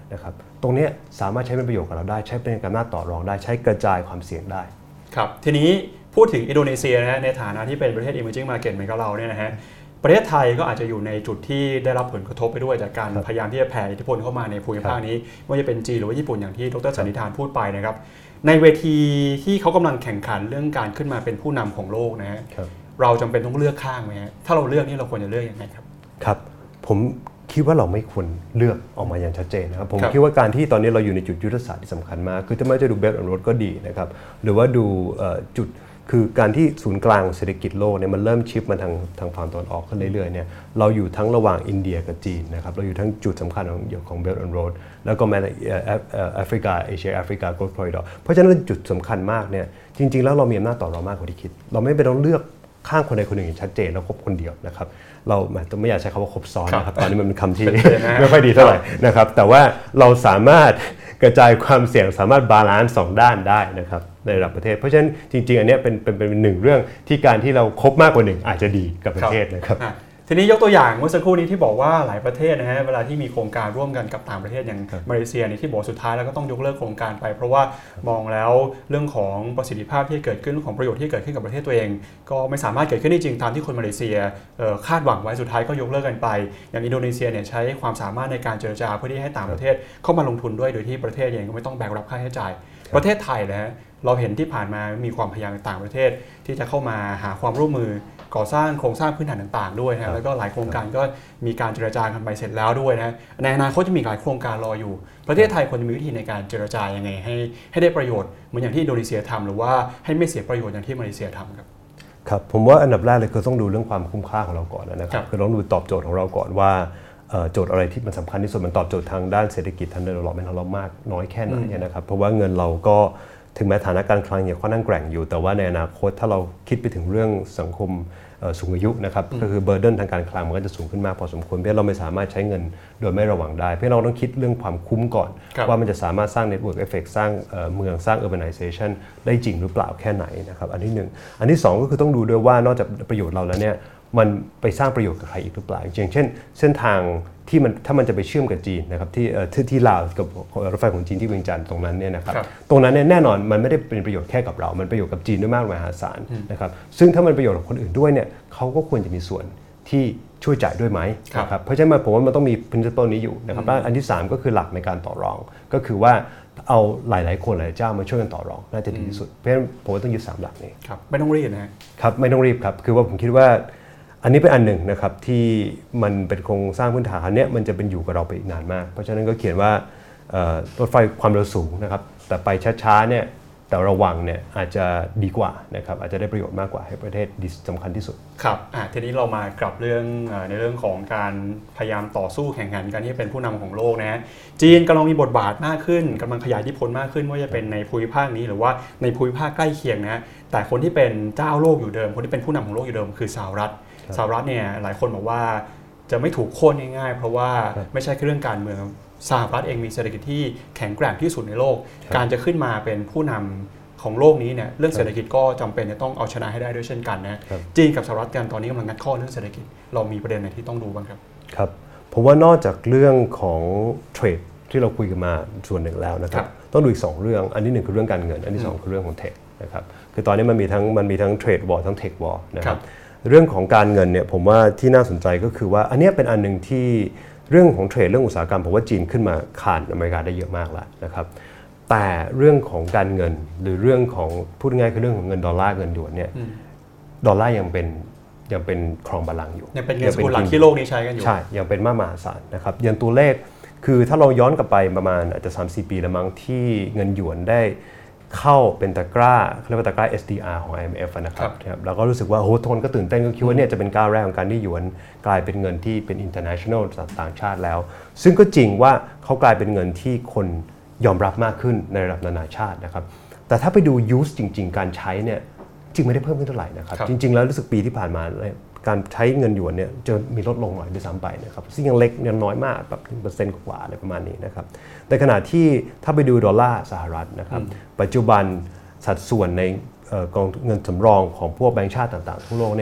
นะครับตรงนี้สามารถใช้เป็นประโยชน์กับเราได้ใช้เป็นการหน้าต่อรองได้ใช้กระจายความเสี่ยงได้
ครับทีนี้พูดถึงอินโดนีเซียนะฮะในฐานะที่เป็นประเทศ emerging market เหมือนกับเราเนี่ยนะฮะประเทศไทยก็อาจจะอยู่ในจุดที่ได้รับผลกระทบไปด้วยจากการพยายามที่จะแผ่อิทธิพลเข้ามาในภูมิภาคนี้ไม่ว่าจะเป็นจีนหรือว่าญี่ปุ่นอย่างที่ดร.สันนิธานพูดไปนะครับในเวทีที่เขากำลังแข่งขันเรื่องการขึ้นมาเป็นผู้นำของโลกนะฮะเราจำเป็นต้องเลือกข้างไหมฮะถ้าเราเลือกนี่เราควรจะเลือกยังไงครับ
ครับผมคิดว่าเราไม่ควรเลือกออกมาอย่างชัดเจนนะครับผมคิดว่าการที่ตอนนี้เราอยู่ในจุดยุทธศาสตร์ที่สำคัญมากคือถ้าไม่จะดู Belt and Road ก็ดีนะครับหรือว่าดูจุดคือการที่ศูนย์กลางเศรษฐกิจโลกเนี่ยมันเริ่มชิฟมาทางฝั่งตะวันออกขึ้นเรื่อยๆเนี่ยเราอยู่ทั้งระหว่างอินเดียกับจีนนะครับเราอยู่ทั้งจุดสำคัญของ Belt and Road แล้วก็แม้แต่แอฟริกาเอเชียแอฟริกา Growth Corridor เพราะฉะนั้นจุดสำคัญมากเนี่ยจริงๆแล้วเรามีอำนาจต่อรองมากกว่าที่คิดเราไม่ไปต้องเลือกข้างคนใดคนหนึ่งอย่างชัดเจนแล้วคบคนเดียวนะครับเราไม่อยากใช้คำว่าคบซ้อนนะครับตอนนี้มันเป็นคำที่ไม่ค่อยดีเท่าไหร่นะครับแต่ว่าเราสามารถกระจายความเสี่ยงสามารถบาลานซ์2ด้านได้นะครับในระดับประเทศเพราะฉะนั้นจริงๆอันนี้เป็นหนึ่งเรื่องที่การที่เราคบมากกว่าหนึ่งอาจจะดีกับประเทศนะครับ
ทีนี้ยกตัวอย่างเมื่อสักครู่นี้ที่บอกว่าหลายประเทศนะฮะเวลาที่มีโครงการร่วมกันกับต่างประเทศอย่างมาเลเซียนี่ที่บอกสุดท้ายแล้วก็ต้องยกเลิกโครงการไปเพราะว่ามองแล้วเรื่องของประสิทธิภาพที่เกิดขึ้นเรื่องของประโยชน์ที่เกิดขึ้นกับประเทศตัวเองก็ไม่สามารถเกิดขึ้นได้จริงตามที่คนมาเลเซียคาดหวังไว้สุดท้ายก็ยกเลิกกันไปอย่างอินโดนีเซียเนี่ยใช้ความสามารถในการเจรจาเพื่อที่ให้ต่างประเทศเข้ามาลงทุนด้วยโดยที่ประเทศเองก็ไม่ต้องแบกรับค่าใช้จ่ายประเทศไทยนะเราเห็นที่ผ่านมามีความพยายามในต่างประเทศที่จะเข้ามาหาความร่วมมือก่อสร้างโครงสร้างพื้นฐานต่างๆด้วยนะแล้วก็หลายโครงการก็มีการเจรจากันไปเสร็จแล้วด้วยนะในอนาคตจะมีหลายโครงการรออยู่ประเทศไทยควรจะมีวิธีในการเจรจายังไงให้ได้ประโยชน์เหมือนอย่างที่อินโดนีเซียทำหรือว่าให้ไม่เสียประโยชน์อย่างที่มาเลเซียทำครับ
ครับผมว่าอันดับแรกเลยคือต้องดูเรื่องความคุ้มค่าของเราก่อนนะครับคือต้องดูตอบโจทย์ของเราก่อนว่าโจทย์อะไรที่มันสำคัญที่สุดมันตอบโจทย์ทางด้านเศรษฐกิจทางด้าน development ของเรามากน้อยแค่ไหนนะครับเพราะว่าเงินเราก็ถึงแม้ฐานะการคลังยังค่อนข้างแกร่งอยู่แต่ว่าในอนาคตถ้าเราคิดไปถึงเรื่องสังคมสูงอายุนะครับก็คือเบอร์เดนทางการคลังมันก็จะสูงขึ้นมากพอสมควรเพราะเราไม่สามารถใช้เงินโดยไม่ระวังได้เพราะเราต้องคิดเรื่องความคุ้มก่อนว่ามันจะสามารถสร้าง network effect สร้างเมืองสร้าง urbanization ได้จริงหรือเปล่าแค่ไหนนะครับอันที่1อันที่2ก็คือต้องดูด้วยว่านอกจากประโยชน์เราแล้วเนี่ยมันไปสร้างประโยชน์กับใครอีกหรือเปล่าอย่างเช่นเส้นทางที่มันถ้ามันจะไปเชื่อมกับจีนนะครับที่ลาวกับรถไฟของจีนที่เวียงจันทร์ตรงนั้นเนี่ยนะครับตรงนั้นเนี่ยแน่นอนมันไม่ได้เป็นประโยชน์แค่กับเรามันประโยชน์กับจีนด้วยมากมายมหาศาลนะครับซึ่งถ้ามันประโยชน์กับคนอื่นด้วยเนี่ยเขาก็ควรจะมีส่วนที่ช่วยจ่ายด้วยไหมนะครับเพราะฉะนั้นผมว่ามันต้องมี principle นี้อยู่นะครับและอันที่3ก็คือหลักในการต่อรองก็คือว่าเอาหลายๆคนหลายเจ้ามาช่วยกันต่อรองน่าจะดีที่สุดเพราะฉะนั้นผมว่าต้องยึด3หลักนี้
ครับไม่ต้องรีบ
นะครับไม่ต้องรีบครับคือว่าผมคิดว่าอันนี้เป็นอันหนึ่งนะครับที่มันเป็นโครงสร้างพื้นฐานเนี่ยมันจะเป็นอยู่กับเราไปอีกนานมากเพราะฉะนั้นก็เขียนว่ารถไฟความเร็วสูงนะครับแต่ไปช้าๆเนี่ยแต่ระวังเนี่ยอาจจะดีกว่านะครับอาจจะได้ประโยชน์มากกว่าให้ประเทศสำคัญที่สุด
ครับทีนี้เรามากลับเรื่องในเรื่องของการพยายามต่อสู้แข่งขันกันที่เป็นผู้นำของโลกนะจีนกำลังมีบทบาทมากขึ้นกำลังขยายอิทธิพลมากขึ้นว่าจะเป็นในภูมิภาคนี้หรือว่าในภูมิภาคใกล้เคียงนะแต่คนที่เป็นเจ้าโลกอยู่เดิมคนที่เป็นผู้นำของโลกอยู่เดิมคือสหรัฐเนี่ยหลายคนบอกว่าจะไม่ถูกโค่นง่ายๆเพราะว่าไม่ใช่แค่เรื่องการเมืองสหรัฐเองมีเศรษฐกิจที่แข็งแกร่งที่สุดในโลกการจะขึ้นมาเป็นผู้นำของโลกนี้เนี่ยเรื่องเศรษฐกิจก็จำเป็นจะต้องเอาชนะให้ได้ด้วยเช่นกันนะจีนกับสหรัฐกันตอนนี้กำลังงัดข้อเรื่องเศรษฐกิจเรามีประเด็นไหนที่ต้องดูบ้างครับ
ครับผมว่านอกจากเรื่องของเทรดที่เราคุยกันมาส่วนหนึ่งแล้วนะครับต้องดูอีก2เรื่องอันที่1คือเรื่องการเงินอันที่2คือเรื่องของเทคนะครับคือตอนนี้มันมีทั้งเทรดวอร์ทั้งเทควอร์นะครับเรื่องของการเงินเนี่ยผมว่าที่น่าสนใจก็คือว่าอันนี้เป็นอันนึงที่เรื่องของเทรดเรื่องอุตสาหกรรมผมว่าจีนขึ้นมาคานอเมริกาได้เยอะมากแล้วนะครับแต่เรื่องของการเงินหรือเรื่องของพูดง่ายคือเรื่องของเงินดอลลาร์เงินหยวนเนี่ยดอลลาร์ยังเป็นครองบัลลังก์อยู่
ยังเป็นเงินสกุลหลักที่โลกนี้ใช้กันอยู่
ใช่ยังเป็นมหาศาลนะครับอย่างตัวเลขคือถ้าเราย้อนกลับไปประมาณอาจจะ 3-4 ปีแล้วมั้งที่เงินหยวนได้เข้าเป็นตะกร้าเรียกว่าตะกร้า SDR ของ IMF นะครับแล้วก็รู้สึกว่าโหทุกคนก็ตื่นเต้นก็คิดว่าเนี่ยจะเป็นก้าวแรกของการที่หยวนกลายเป็นเงินที่เป็น international ต่างชาติแล้วซึ่งก็จริงว่าเขากลายเป็นเงินที่คนยอมรับมากขึ้นในระดับนานาชาตินะครับแต่ถ้าไปดู use จริงๆการใช้เนี่ยจริงไม่ได้เพิ่มขึ้นเท่าไหร่นะครับจริงๆแล้วรู้สึกปีที่ผ่านมาการใช้เงินหยวนเนี่ยจะมีลดลงหน่อยด้วยซ้ำไปนะครับซึ่งยังเล็กยังน้อยมากแบบ1%กว่าอะไรประมาณนี้นะครับแต่ขณะที่ถ้าไปดูดอลลาร์สหรัฐนะครับปัจจุบันสัดส่วนในกองเงินสำรองของพวกแบงก์ชาติต่างๆทั่วโลกเนี่ย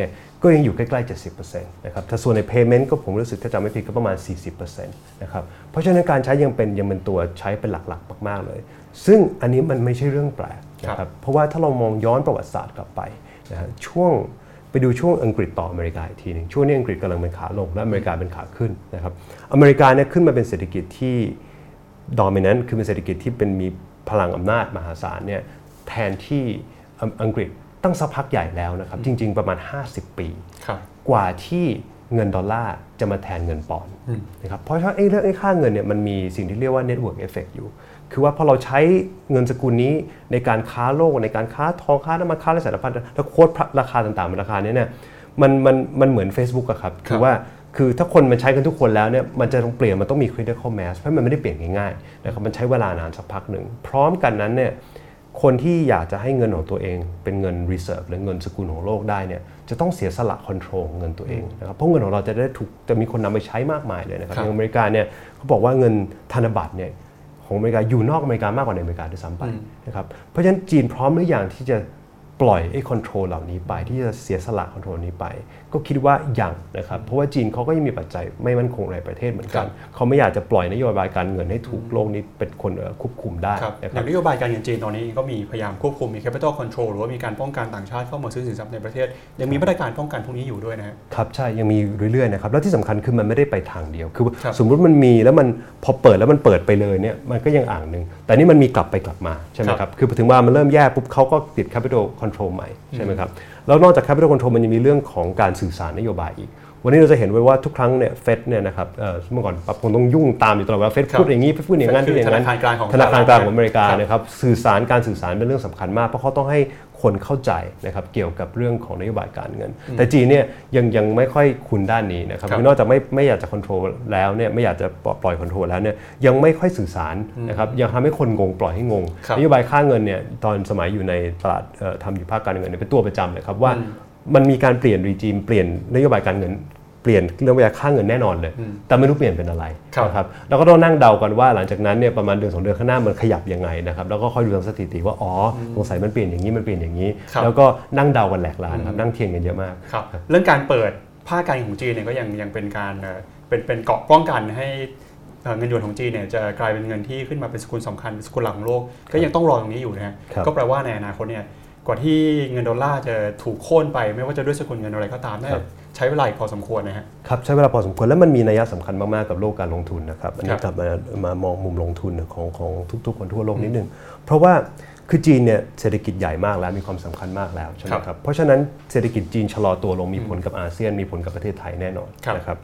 ก็ยังอยู่ใกล้ๆ 70% นะครับถ้าส่วนใน payment ก็ผมรู้สึกถ้าจำไม่ผิดก็ประมาณ 40% นะครับเพราะฉะนั้นการใช้ยังเป็นตัวใช้เป็นหลักๆมากๆเลยซึ่งอันนี้มันไม่ใช่เรื่องแปลกนะครับเพราะว่าถ้าเรามองย้อนประวัติศาสตร์กลับไปนะฮะไปดูช่วงอังกฤษต่ออเมริกาอีกทีนึงช่วงนี้อังกฤษกำลังเป็นขาลงและอเมริกาเป็นขาขึ้นนะครับอเมริกาเนี่ยขึ้นมาเป็นเศรษฐกิจที่ dominant คือเป็นเศรษฐกิจที่มีพลังอำนาจมหาศาลเนี่ยแทนที่อังกฤษตั้งสักพักใหญ่แล้วนะครับจริงๆประมาณ50 ปีกว่าที่เงินดอลลาร์จะมาแทนเงินปอนด์นะครับเพราะฉะนั้นเรื่องค่าเงินเนี่ยมันมีสิ่งที่เรียกว่า network effect อยู่คือว่าพอเราใช้เงินสกุลนี้ในการค้าโลกในการค้าทองค้าน้ำมันค้าอะไรสารพัดแล้วโค้ดราคาต่างๆเป็นราคาเนี่ยมันเหมือน Facebook อะครับคือถ้าคนมันใช้กันทุกคนแล้วเนี่ยมันจะต้องเปลี่ยนมันต้องมี critical mass เพราะมันไม่ได้เปลี่ยนง่ายๆนะครับมันใช้เวลานานสักพักหนึ่งพร้อมกันนั้นเนี่ยคนที่อยากจะให้เงินของตัวเองเป็นเงิน reserve หรือเงินสกุลของโลกได้เนี่ยจะต้องเสียสละ control เงินตัวเองนะครับเพราะเงินของเราจะมีคนนำไปใช้มากมายเลยนะครับในอเมริกาเนี่ยเขาบอกว่าเงินธนบัตรเนี่ยของอเมริกาอยู่นอกอเมริกามากกว่าในอเมริกาด้วยซ้ำไปนะครับเพราะฉะนั้นจีนพร้อมหรือยังที่จะปล่อยไอ้คอนโทรลเหล่านี้ไปที่จะเสียสละคอนโทรลนี้ไปก็คิดว่ายังนะครับเพราะว่าจีนเขาก็ยังมีปัจจัยไม่มั่นคงในประเทศเหมือนกันเขาไม่อยากจะปล่อยนโยบายการเงินให้ถูกโลกนี้เป็นคนควบคุมได้
อย่างนโยบายการเงินจีนตอนนี้ก็มีพยายามควบคุมมี capital control หรือว่ามีการป้องกันต่างชาติเข้ามาซื้อสินทรัพย์ในประเทศยังมีมาตรการป้องกันพวกนี้อยู่ด้วยนะครับ
ใช่ยังมีเรื่อยๆนะครับแล้วที่สำคัญคือมันไม่ได้ไปทางเดียวคือสมมติมันมีแล้วมันพอเปิดแล้วมันเปิดไปเลยเนี่ยมันก็ยังอ่างนึงแต่นี่มันมีกลับไปกลับมาใช่ไหมครับคือถึงว่ามันเริ่มแย่ปุ๊บเขาก็ติด capital control ใหม่ใช่ไหมครับแล้วนอกจาก capital control มันยังมีเรื่องของการสื่อสารนโยบายอีกวันนี้เราจะเห็นไว้ว่าทุกครั้งเนี่ยเฟดเนี่ยนะครับเมื่อก่อนผมต้องยุ่งตามอยู่ตลอดว่าเฟดพูดอย่างนี้พูดอย่างนั้นพูดอย่างนั้นธนาคารกลางของอเมริกานะครับการสื่อสารเป็นเรื่องสำคัญมากเพราะเขาต้องให้คนเข้าใจนะครับเกี่ยวกับเรื่องของนโยบายการเงินแต่จีนเนี่ยยังไม่ค่อยคุ้นด้านนี้นะครับนอกจากไม่อยากจะคอนโทรลแล้วเนี่ยไม่อยากจะปล่อยคอนโทรลแล้วเนี่ยยังไม่ค่อยสื่อสารนะครับยังทำให้คนงงปล่อยให้งงนโยบายค่าเงินเนี่ยตอนสมัยอยู่ในตลาดทำอยู่ภาคการเงินเป็นตัวประจำเลยครับว่ามันมีการเปลี่ยนรีจิมเปลี่ยนนโยบายการเงินเปลี่ยนเรื่องค่าเงินแน่นอนเลยแต่ไม่รู้เปลี่ยนเป็นอะไรนะครับแล้วก็ต้องนั่งเดากันว่าหลังจากนั้นเนี่ยประมาณเดือน2 เดือนข้างหน้ามันขยับยังไงนะครับแล้วก็ค่อยดูทางสถิติว่าสงสัยมันเปลี่ยนอย่างนี้มันเปลี่ยนอย่างนี้แล้วก็นั่งเดากันแหลกลานครับนั่งเทียงกันเยอะมาก
เรื่องการเปิดภาคการเงินของจีนเนี่ยก็ยังเป็นการเป็นเกราะป้องกันให้เงินหยวนของจีนเนี่ยจะกลายเป็นเงินที่ขึ้นมาเป็นสกุลสำคัญสกุลหลักของโลกก็ยังต้องรอตรงนี้อยู่นะก็แปลว่าในอนาคตเนี่ยกว่าที่เงินดอลลาร์จะถูกโค่นไปไม่ว่าจะด้วยสกุลเงินอะไรก็ตามใช้เวลาพอสมควรนะฮะ
ครับใช้เวลาพอสมควรและมันมีนัยสำคัญมากๆกับโลกการลงทุนนะครับอันนี้กลับมามองมุมลงทุนของทุกๆคนทั่วโลกนิดนึงเพราะว่าคือจีนเนี่ยเศรษฐกิจใหญ่มากแล้วมีความสำคัญมากแล้วใช่ไหมครับเพราะฉะนั้นเศรษฐกิจจีนชะลอตัวลงมีผลกับอาเซียนมีผลกับประเทศไทยแน่นอนนะครับ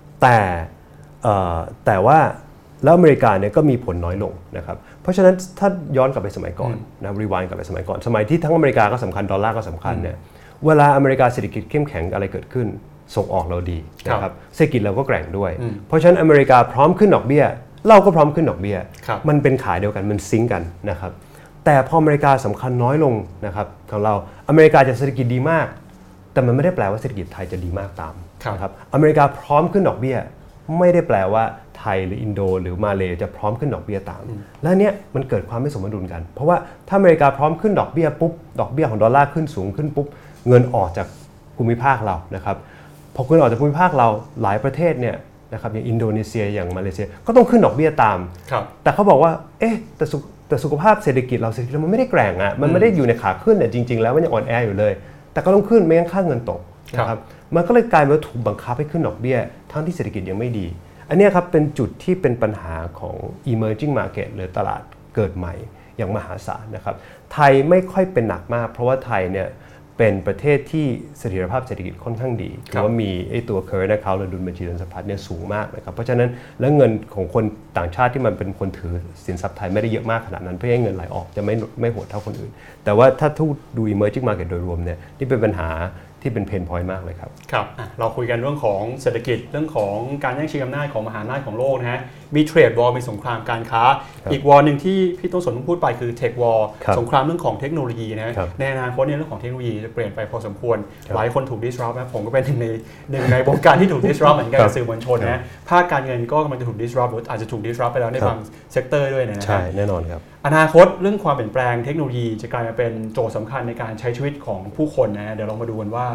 แต่ว่าแล้วอเมริกาเนี่ยก็มีผลน้อยลงนะครับเพราะฉะนั้นถ้าย้อนกลับไปสมัยก่อนนะรีไวน์กลับไปสมัยก่อนสมัยที่ทั้งอเมริกาก็สำคัญดอลลาร์ก็สำคัญเนี่ยเวลาอเมริกาเศรษฐกิจเข้มแข็งอะไรเกิดขึ้นส่งออกเราดีนะครับเศรษฐกิจเราก็แกร่งด้วยเพราะฉะนั้นอเมริกาพร้อมขึ้นดอกเบี้ยเราก็พร้อมขึ้นดอกเบี้ยมันเป็นขายเดียวกันมันซิงก์กันนะครับแต่พออเมริกาสำคัญน้อยลงนะครับของเราอเมริกาจะเศรษฐกิจดีมากแต่มันไม่ได้แปลว่าเศรษฐกิจไทยจะดีมากตามนะครับอเมริกาพร้อมขึ้นดอกเบี้ยไม่ได้แปลว่าไทยหรืออินโดหรือมาเลจะพร้อมขึ้นดอกเบี้ยตามและเนี้ยมันเกิดความไม่สมดุลกันเพราะว่าถ้าอเมริกาพร้อมขึ้นดอกเบี้ยปุ๊บดอกเบี้ยของดอลลาร์ขึ้นสูงขึ้นปุ๊บเงินออกจากภูมิภาคเรานะครับพอเงินออกจากภูมิภาคเราหลายประเทศเนี่ยนะครับอย่างอินโดนีเซียอย่างมาเลเซียก็ต้องขึ้นดอกเบี้ยตามแต่เขาบอกว่าแต่สุขภาพเศรษฐกิจเรามันไม่ได้แกร่งอ่ะมันไม่ได้อยู่ในขาขึ้นเนี่ยจริงๆแล้วมันยังอ่อนแออยู่เลยแต่ก็ต้องขึ้นไม่งั้นค่าเงินตกนะครับมันก็เลยกลายเป็นว่าถูกบังคับให้ขึ้นดอกเบี้ยทั้งที่เศรษฐกิจยังไม่ดีอันนี้ครับเป็นจุดที่เป็นปัญหาของ emerging market หรือตลาดเกิดใหม่อย่างมหาศาลนะครับไทยไม่ค่อยเป็นหนักมากเพราะว่าไทยเนี่ยเป็นประเทศที่เสถียรภาพเศรษฐกิจค่อนข้างดีคือว่ามีไอ้ตัว current account หรือดุลบัญชีเงินสะพัดเนี่ยสูงมากนะครับเพราะฉะนั้นแล้วเงินของคนต่างชาติที่มันเป็นคนถือสินทรัพย์ไทยไม่ได้เยอะมากขนาดนั้นเพื่อให้เงินไหลออกจะไม่โหดเท่าคนอื่นแต่ว่าถ้าดู emerging market โดยรวมเนี่ยนี่เป็นปัญหาที่เป็นเพนพอยต์มากเลยครับ
ครับเราคุยกันเรื่องของเศรษฐกิจเรื่องของการแย่งชิงอำนาจของมหาอำนาจของโลกนะฮะมีเทรดวอร์มีสงครามการค้าอีกวอร์หนึ่งที่พี่ต้นสนพูดไปคือเทควอร์สงครามเรื่องของเทคโนโลยีนะในอนาคตเนี่ยเรื่องของเทคโนโลยีจะเปลี่ยนไปพอสมควรหลายคนถูก disrupt นะผมก็เป็นหนึ่งในวงการที่ถูก disrupt เหมือนกันสื่อมวลชนนะภาคการเงินก็กำลังจะถูก disrupt หรืออาจจะถูก disrupt ไปแล้วในบางเซกเตอร์ด้วยนะ
ใช่แน่นอนครับ
อนาคตเรื่องความเปลี่ยนแปลงเทคโนโลยีจะกลายมาเป็นโจทย์สำคัญในการใช้ชีวิตของผู้คนนะเดี๋ยวเรามาดูกันว่า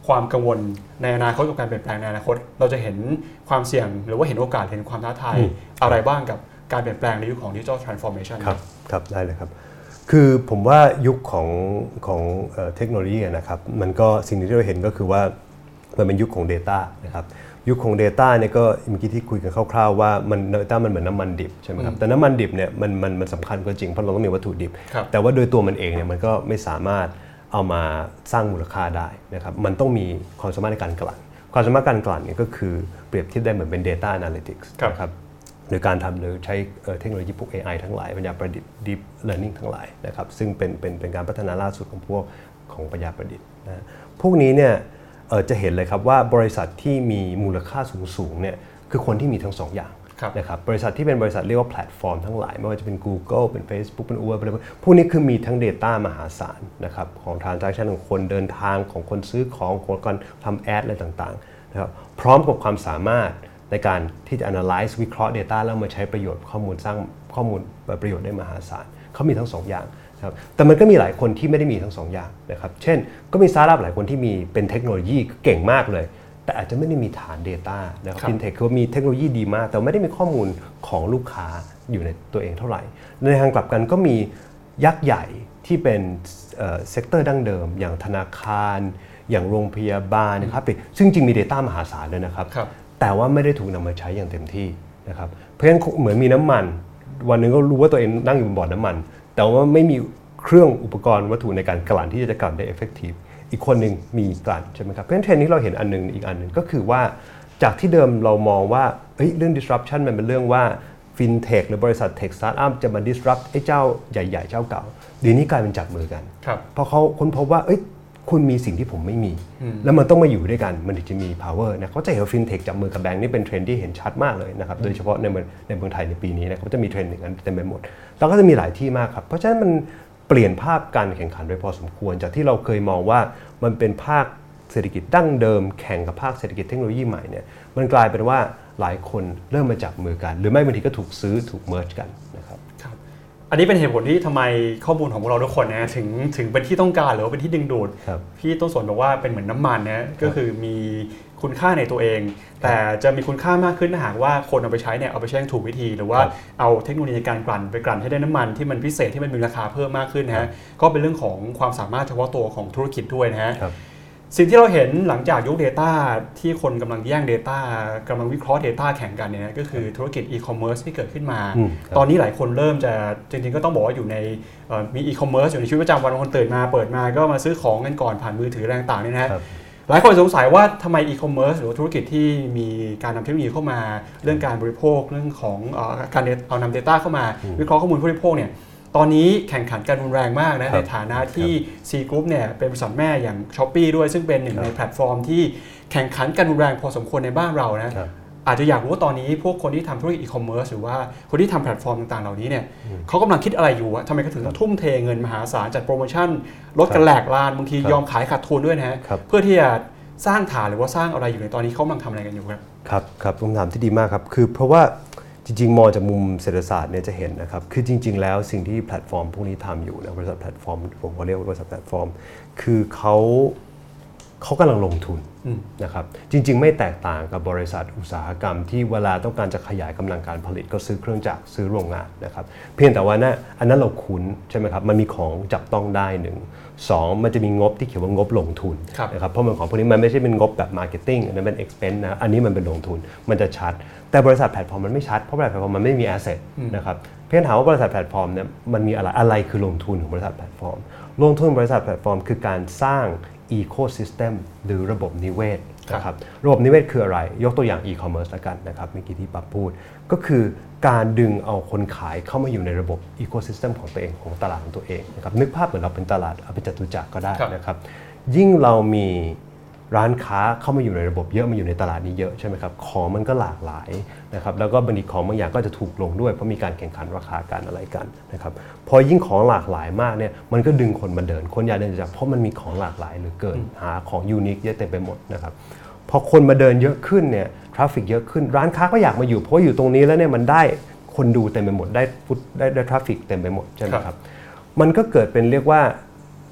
ความกังวลในอนาคตกับการเปลี่ยนแปลงในอนาคตเราจะเห็นความเสี่ยงหรือว่าเห็นโอกาสเห็นความท้าทายอะไรบ้างกับการเปลี่ยนแปลงในยุคของ Digital Transformation
ครับได้เลยครับคือผมว่ายุคของเทคโนโลยีนะครับมันก็สิ่งที่เราเห็นก็คือว่ามันเป็นยุคของ Data นะครับยุคของ Data เนี่ยก็เมื่อกี้ที่คุยกันคร่าวๆว่ามัน Data มันเหมือนน้ำมันดิบใช่ไหมครับแต่น้ำมันดิบเนี่ยมันสำคัญก็จริงเพราะเราต้องมีวัตถุดิบแต่ว่าโดยตัวมันเองเนี่ยมันก็ไม่สามารถเอามาสร้างมูลค่าได้นะครับมันต้องมีความสามารถในการกลั่นความสามารถการกลั่นเนี่ยก็คือเปรียบเทียบได้เหมือนเป็น Data Analytics นะครับโดยการทำโดยใช้เทคโนโลยีพวก AI ทั้งหลายปัญญาประดิษฐ์ Deep Learning ทั้งหลายนะครับซึ่งเป็นการพัฒนาล่าสุดของพวกของปัญญาประดิษฐ์นะพวกนี้เนี่ยจะเห็นเลยครับว่าบริษัทที่มีมูลค่าสูงเนี่ยคือคนที่มีทั้งสองอย่างนะครับบริษัทที่เป็นบริษัทเรียกว่าแพลตฟอร์มทั้งหลายไม่ว่าจะเป็น Google เป็น Facebook เป็น Uber อะไรพวกนี้คือมีทั้ง Data มหาศาลนะครับของ Transaction ของคนเดินทางของคนซื้อของคนทำแอดอะไรต่างๆนะครับพร้อมกับความสามารถในการที่จะ analyze วิเคราะห์ Data แล้วมาใช้ประโยชน์ข้อมูลสร้างข้อมูลประโยชน์ได้มหาศาลเขามีทั้ง2 อย่างนะครับแต่มันก็มีหลายคนที่ไม่ได้มีทั้ง2 อย่างนะครับเช่นก็มีสตาร์ทอัพหลายคนที่มีเป็นเทคโนโลยีเก่งมากเลยแต่อาจจะไม่ได้มีฐาน Data นะครับฟินเทคคือมีเทคโนโลยีดีมากแต่ไม่ได้มีข้อมูลของลูกค้าอยู่ในตัวเองเท่าไหร่ในทางกลับกันก็มียักษ์ใหญ่ที่เป็นเซกเตอร์ดั้งเดิมอย่างธนาคารอย่างโรงพยาบาลนะครับซึ่งจริงมี Data มหาศาลเลยนะครับแต่ว่าไม่ได้ถูกนำมาใช้อย่างเต็มที่นะครับเพราะฉะนั้นเหมือนมีน้ำมันวันหนึ่งก็รู้ว่าตัวเองนั่งอยู่บนบ่อน้ำมันแต่ว่าไม่มีเครื่องอุปกรณ์วัตถุในการกลั่นที่จะกลั่นได้ effective อีกคนหนึ่งมีกลั่นใช่ไหมครับเพราะฉะนั้นเทรนด์นี้เราเห็นอันนึงอีกอันนึงก็คือว่าจากที่เดิมเรามองว่าเรื่อง disruption มันเป็นเรื่องว่า fintech หรือบริษัท tech startup จะมา disrupt ไอ้เจ้าใหญ่ๆเจ้าเก่าเดี๋ยวนี้กลายเป็นจับมือกันเพราะเขาค้นพบว่าคุณมีสิ่งที่ผมไม่มีแล้วมันต้องมาอยู่ด้วยกันมันถึงจะมี power นะเขาจะเห็นว่า fintech จับมือกับแบงก์นี่เป็นเทรนด์ที่เห็นชัดมากเลยนะครับโดยเฉพาะในเมืองไทยในปีนี้นะเขาจะมีเทรนด์อย่างนั้นเต็มไปหมดแล้วก็จะมีหลายที่มากครับเพราะฉะนั้นมันเปลี่ยนภาพการแข่งขันไปพอสมควรจากที่เราเคยมองว่ามันเป็นภาคเศรษฐกิจดั้งเดิมแข่งกับภาคเศรษฐกิจเทคโนโลยีใหม่เนี่ยมันกลายเป็นว่าหลายคนเริ่มมาจับมือกันหรือไม่บางทีก็ถูกซื้อถูก merge กันนะครับ
อันนี้เป็นเหตุผลที่ทำไมข้อมูลของพวกเราทุกคนนะถึงเป็นที่ต้องการหรือว่าเป็นที่ดึงดูดพี่ต้นสนบอกว่าเป็นเหมือนน้ำมันนะก็คือมีคุณค่าในตัวเองแต่จะมีคุณค่ามากขึ้นถ้าหากว่าคนเอาไปใช้เนี่ยเอาไปใช้ถูกวิธีหรือว่าเอาเทคโนโลยีในการกลั่นให้ได้น้ำมันที่มันพิเศษที่มันมีราคาเพิ่มมากขึ้นนะฮะก็เป็นเรื่องของความสามารถเฉพาะตัวของธุรกิจด้วยนะฮะสิ่งที่เราเห็นหลังจากยุค Data ที่คนกำลังแย่ง Data กำลังวิเคราะห์ Data แข่งกันเนี่ยก็คือธุรกิจ e-commerce ที่เกิดขึ้นมาตอนนี้หลายคนเริ่มจะจริงๆก็ต้องบอกว่าอยู่ในมี e-commerce อยู่ในชีวิตประจำวันคนตื่นมาเปิดมาก็มาซื้อของกันก่อนผ่านมือถืออะไรต่างๆเนี่ยนะฮะหลายคนสงสัยว่าทำไม e-commerce หรือธุรกิจที่มีการนำเทคโนโลยีเข้ามาเรื่องการบริโภคเรื่องของการเอานำ Data เข้ามาวิเคราะห์ข้อมูลผู้บริโภคเนี่ยตอนนี้แข่งขันกันรุนแรงมากนะในฐานะที่ C Group เนี่ยเป็นบริษัทแม่อย่าง Shopee ด้วยซึ่งเป็นหนึ่งในแพลตฟอร์มที่แข่งขันกันรุนแรงพอสมควรในบ้านเรานะอาจจะอยากรู้ว่าตอนนี้พวกคนที่ทำธุรกิจ e-commerce หรือว่าคนที่ทำแพลตฟอร์มต่างๆเหล่านี้เนี่ยเขากำลังคิดอะไรอยู่ทำไมเขาถึงต้องทุ่มเทเงินมหาศาลจัดโปรโมชั่นลดกันแหลกลานบางทียอมขายขาดทุนด้วยนะฮะเพื่อที่จะสร้างฐานหรือว่าสร้างอะไรอยู่ในตอนนี้เขากำลังทำอะไรกันอยู่
ครับครับคำถามที่ดีมากครับคือเพราะว่าจริงๆมองจากมุมเศรษฐศาสตร์เนี่ยจะเห็นนะครับคือจริงๆแล้วสิ่งที่แพลตฟอร์มพวกนี้ทำอยู่นะบริษัทแพลตฟอร์มผมเรียกว่าบริษัทแพลตฟอร์มคือเขากำลังลงทุนนะครับจริงๆไม่แตกต่างกับบริษัทอุตสาหกรรมที่เวลาต้องการจะขยายกำลังการผลิตก็ซื้อเครื่องจักรซื้อโรงงานนะครับเพียงแต่ว่าอันนั้นเราคุ้นใช่ไหมครับมันมีของจับต้องได้1 2มันจะมีงบที่เขียนว่างบลงทุนนะครับเพราะมันของพวกนี้มันไม่ใช่เป็นงบแบบ marketing อันนั้นเป็น expense นะอันนี้มันเป็นลงทุนมันจะชัดแต่บริษัทแพลตฟอร์มมันไม่ชัดเพราะบริษัทแพลตฟอร์มมันไม่มี asset นะครับเพียงถามว่าบริษัทแพลตฟอร์มเนี่ยมันมีอะไรคือลงทุนของบริษัทแพลตฟอร์มลงทุนบริษัทแพลตฟอร์มคือการสร้าง ecosystem หรือระบบนิเวศนะครับระบบนิเวศคืออะไรยกตัวอย่าง e-commerce ละกันนะครับเมื่อกี้ที่ปั๊บพูดก็คือการดึงเอาคนขายเข้ามาอยู่ในระบบ ecosystem ของตัวเองของตลาดของตัวเองนะครับนึกภาพเหมือนเราเป็นตลาดเอาเป็นจตุจักรก็ได้นะครับยิ่งเรามีร้านค้าเข้ามาอยู่ในระบบเยอะมาอยู่ในตลาดนี้เยอะใช่ไหมครับของมันก็หลากหลายนะครับแล้วก็บางทีของบางอย่างก็จะถูกลงด้วยเพราะมีการแข่งขันราคากันอะไรกันนะครับพอยิ่งของหลากหลายมากเนี่ยมันก็ดึงคนมาเดินคนอยากเดินจากเพราะมันมีของหลากหลายเหลือเกินหาของยูนิคเยอะเต็มไปหมดนะครับพอคนมาเดินเยอะขึ้นเนี่ยทราฟฟิกเยอะขึ้นร้านค้าก็อยากมาอยู่เพราะอยู่ตรงนี้แล้วเนี่ยมันได้คนดูเต็มไปหมดได้ทราฟฟิกเต็มไปหมดใช่ไหมครับมันก็เกิดเป็นเรียกว่า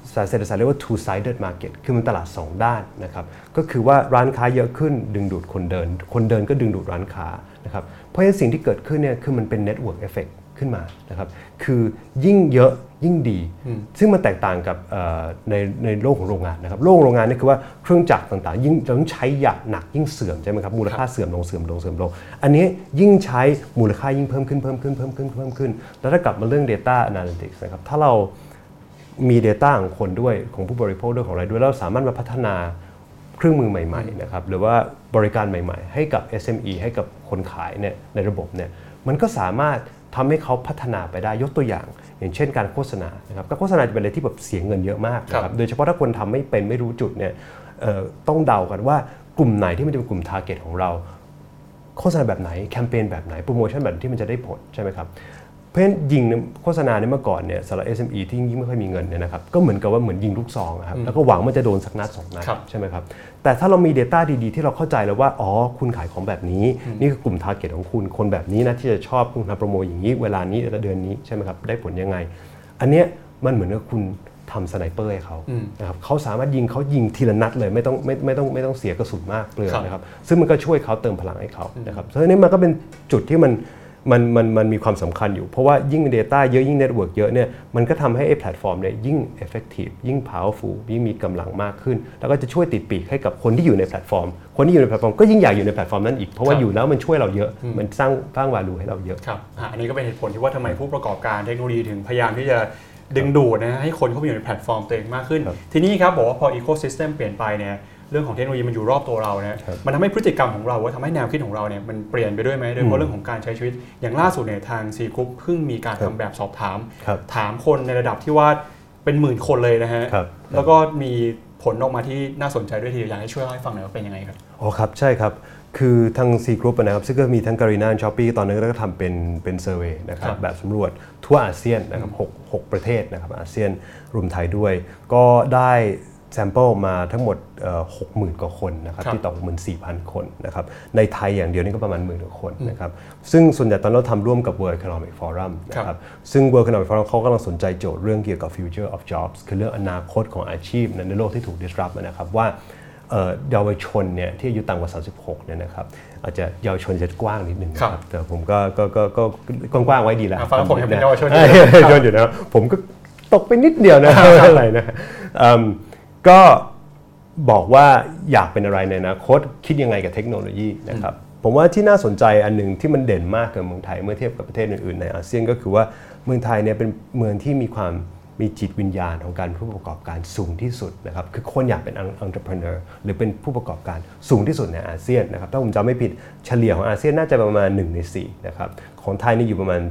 เศรษฐศาสตร์เรียกว่า two sided market คือมันตลาด2ด้านนะครับก็คือว่าร้านค้าเยอะขึ้นดึงดูดคนเดินก็ดึงดูดร้านค้านะครับเพราะฉะนั้นสิ่งที่เกิดขึ้นเนี่ยคือมันเป็น network effect ขึ้นมานะครับคือยิ่งเยอะยิ่งดีซึ่งมันแตกต่างกับในโลกของโรงงานนะครับโลกโรงงานนี่คือว่าเครื่องจักรต่างๆยิ่งเราต้องใช้หนักยิ่งเสื่อมใช่ไหมครับมูลค่าเสื่อมลงอันนี้ยิ่งใช้มูลค่ายิ่งเพิ่มขึ้นแล้วถ้ากลับมาเรื่อง data analytics นะครับถ้าเรามี data ของคนด้วยของผู้บริโภคด้วยของอะไรด้วยแล้วเราสามารถมาพัฒนาเครื่องมือใหม่ๆนะครับหรือว่าบริการใหม่ๆให้กับ SME ให้กับคนขายเนี่ยในระบบเนี่ยมันก็สามารถทำให้เขาพัฒนาไปได้ยกตัวอย่างเช่นการโฆษณานะครับการโฆษณาจะเป็นอะไรที่แบบเสียเงินเยอะมากนะครับโดยเฉพาะถ้าคนทำไม่เป็นไม่รู้จุดเนี่ยต้องเดากันว่ากลุ่มไหนที่มันจะเป็นกลุ่ม target ของเราโฆษณาแบบไหนแคมเปญแบบไหนโปรโมชั่นแบบที่มันจะได้ผลใช่ไหมครับเพราะฉะนั้นยิงโฆษณาในเมื่อก่อนเนี่ยสำหรับ SME ที่ยิ่งไม่ค่อยมีเงินเนี่ยนะครับก็เหมือนกับว่าเหมือนยิงลูกซองครับแล้วก็หวังมันจะโดนสักนัด2 นัดใช่ไหมครับแต่ถ้าเรามี Data ดีๆที่เราเข้าใจแล้วว่าอ๋อคุณขายของแบบนี้นี่คือกลุ่ม Target ของคุณคนแบบนี้นะที่จะชอบคุณทำโปรโมทอย่างนี้เวลานี้เดือนนี้ใช่ไหมครับได้ผลยังไงอันเนี้ยมันเหมือนกับคุณทำสไนเปอร์ให้เขานะครับเขาสามารถยิงทีละนัดเลยไม่ต้องเสียกระสุนมากเปลืองนะครับซึ่งมันก็ช่วยเขาเติมพลังให้เขานะครับเพราะฉะนั้นมันก็เป็นจุดที่มันมีความสำคัญอยู่เพราะว่ายิ่ง Data เยอะยิ่ง Network เยอะเนี่ยมันก็ทำให้ไอ้แพลตฟอร์มเนี่ยยิ่ง Effective ยิ่ง Powerful ยิ่งมีกำลังมากขึ้นแล้วก็จะช่วยติดปีกให้กับคนที่อยู่ในแพลตฟอร์มคนที่อยู่ในแพลตฟอร์มก็ยิ่งอยากอยู่ในแพลตฟอร์มนั้นอีกเพราะว่าอยู่แล้วมันช่วยเราเยอะมันสร้าง value ให้เราเยอะ
ครับอันนี้ก็เป็นเหตุผลที่ว่าทำไมผู้ประกอบการเทคโนโลยีถึงพยายามที่จะดึงดูดนะให้คนเข้าไปอยู่ในแพลตฟอร์มตัวเองมากขึ้นทีนี้ครับบอกว่าพอ Ecosystem เปลี่ยนไปเนี่ยเรื่องของเทคโนโลยีมันอยู่รอบตัวเราเนี่ยมันทำให้พฤติกรรมของเราว่าทำให้แนวคิดของเราเนี่ยมันเปลี่ยนไปด้วยไหมโดยเฉพาะเรื่องของการใช้ชีวิตอย่างล่าสุดเนี่ยทาง C Group เพิ่งมีการทำแบบสอบถามคนในระดับที่ว่าเป็นหมื่นคนเลยนะฮะแล้วก็มีผลออกมาที่น่าสนใจด้วยทีเดียวอยากให้ช่วยเล่าให้ฟังหน่อยว่าเป็นยังไงครับ
อ๋อครับใช่ครับคือทาง C Group นะครับซึ่งก็มีทั้ง Garena และ Shopee ตอนนั้นก็ทำเป็นเซอร์เวย์นะครับแบบสำรวจทั่วอาเซียนนะครับ6ประเทศนะครับอาเซียนรวมไทยด้วยก็ได้แซมเปิลมาทั้งหมด 60,000 กว่าคนนะครับที่ต่อ 64,000 คนนะครับในไทยอย่างเดียวนี่ก็ประมาณ 10,000 กว่าคนนะครับซึ่งส่วนใหญ่ตอนเราทำร่วมกับ World Economic Forum นะครับซึ่ง World Economic Forum เขากำลังสนใจโจทย์เรื่องเกี่ยวกับ Future of Jobs คือเรื่องอนาคตของอาชีพในโลกที่ถูก disrupt นะครับว่าเยาวชนเนี่ยที่อายุต่ำกว่า36เนี่ยนะครับอาจจะเยาวชนจะกว้างนิดนึงนะครับแต่ผมก็กว้างไว้ดีแล้ว
ฟังผมยังเป็นเยาวชน
อยู่นะผมก็ตกไปนิดเดียวนะอะไรนะก็บอกว่าอยากเป็นอะไรในอนาคตคิดยังไงกับเทคโนโลยีนะครับผมว่าที่น่าสนใจอันหนึ่งที่มันเด่นมากกับเมืองไทยเมื่อเทียบกับประเทศอื่นๆในอาเซียนก็คือว่าเมืองไทยเนี่ยเป็นเมืองที่มีจิตวิญญาณของการผู้ประกอบการสูงที่สุดนะครับคือคนอยากเป็น entrepreneur หรือเป็นผู้ประกอบการสูงที่สุดในอาเซียนนะครับถ้าผมจำไม่ผิดเฉลี่ยของอาเซียนน่าจะประมาณ1 ใน 4นะครับของไทยนี่อยู่ประมาณ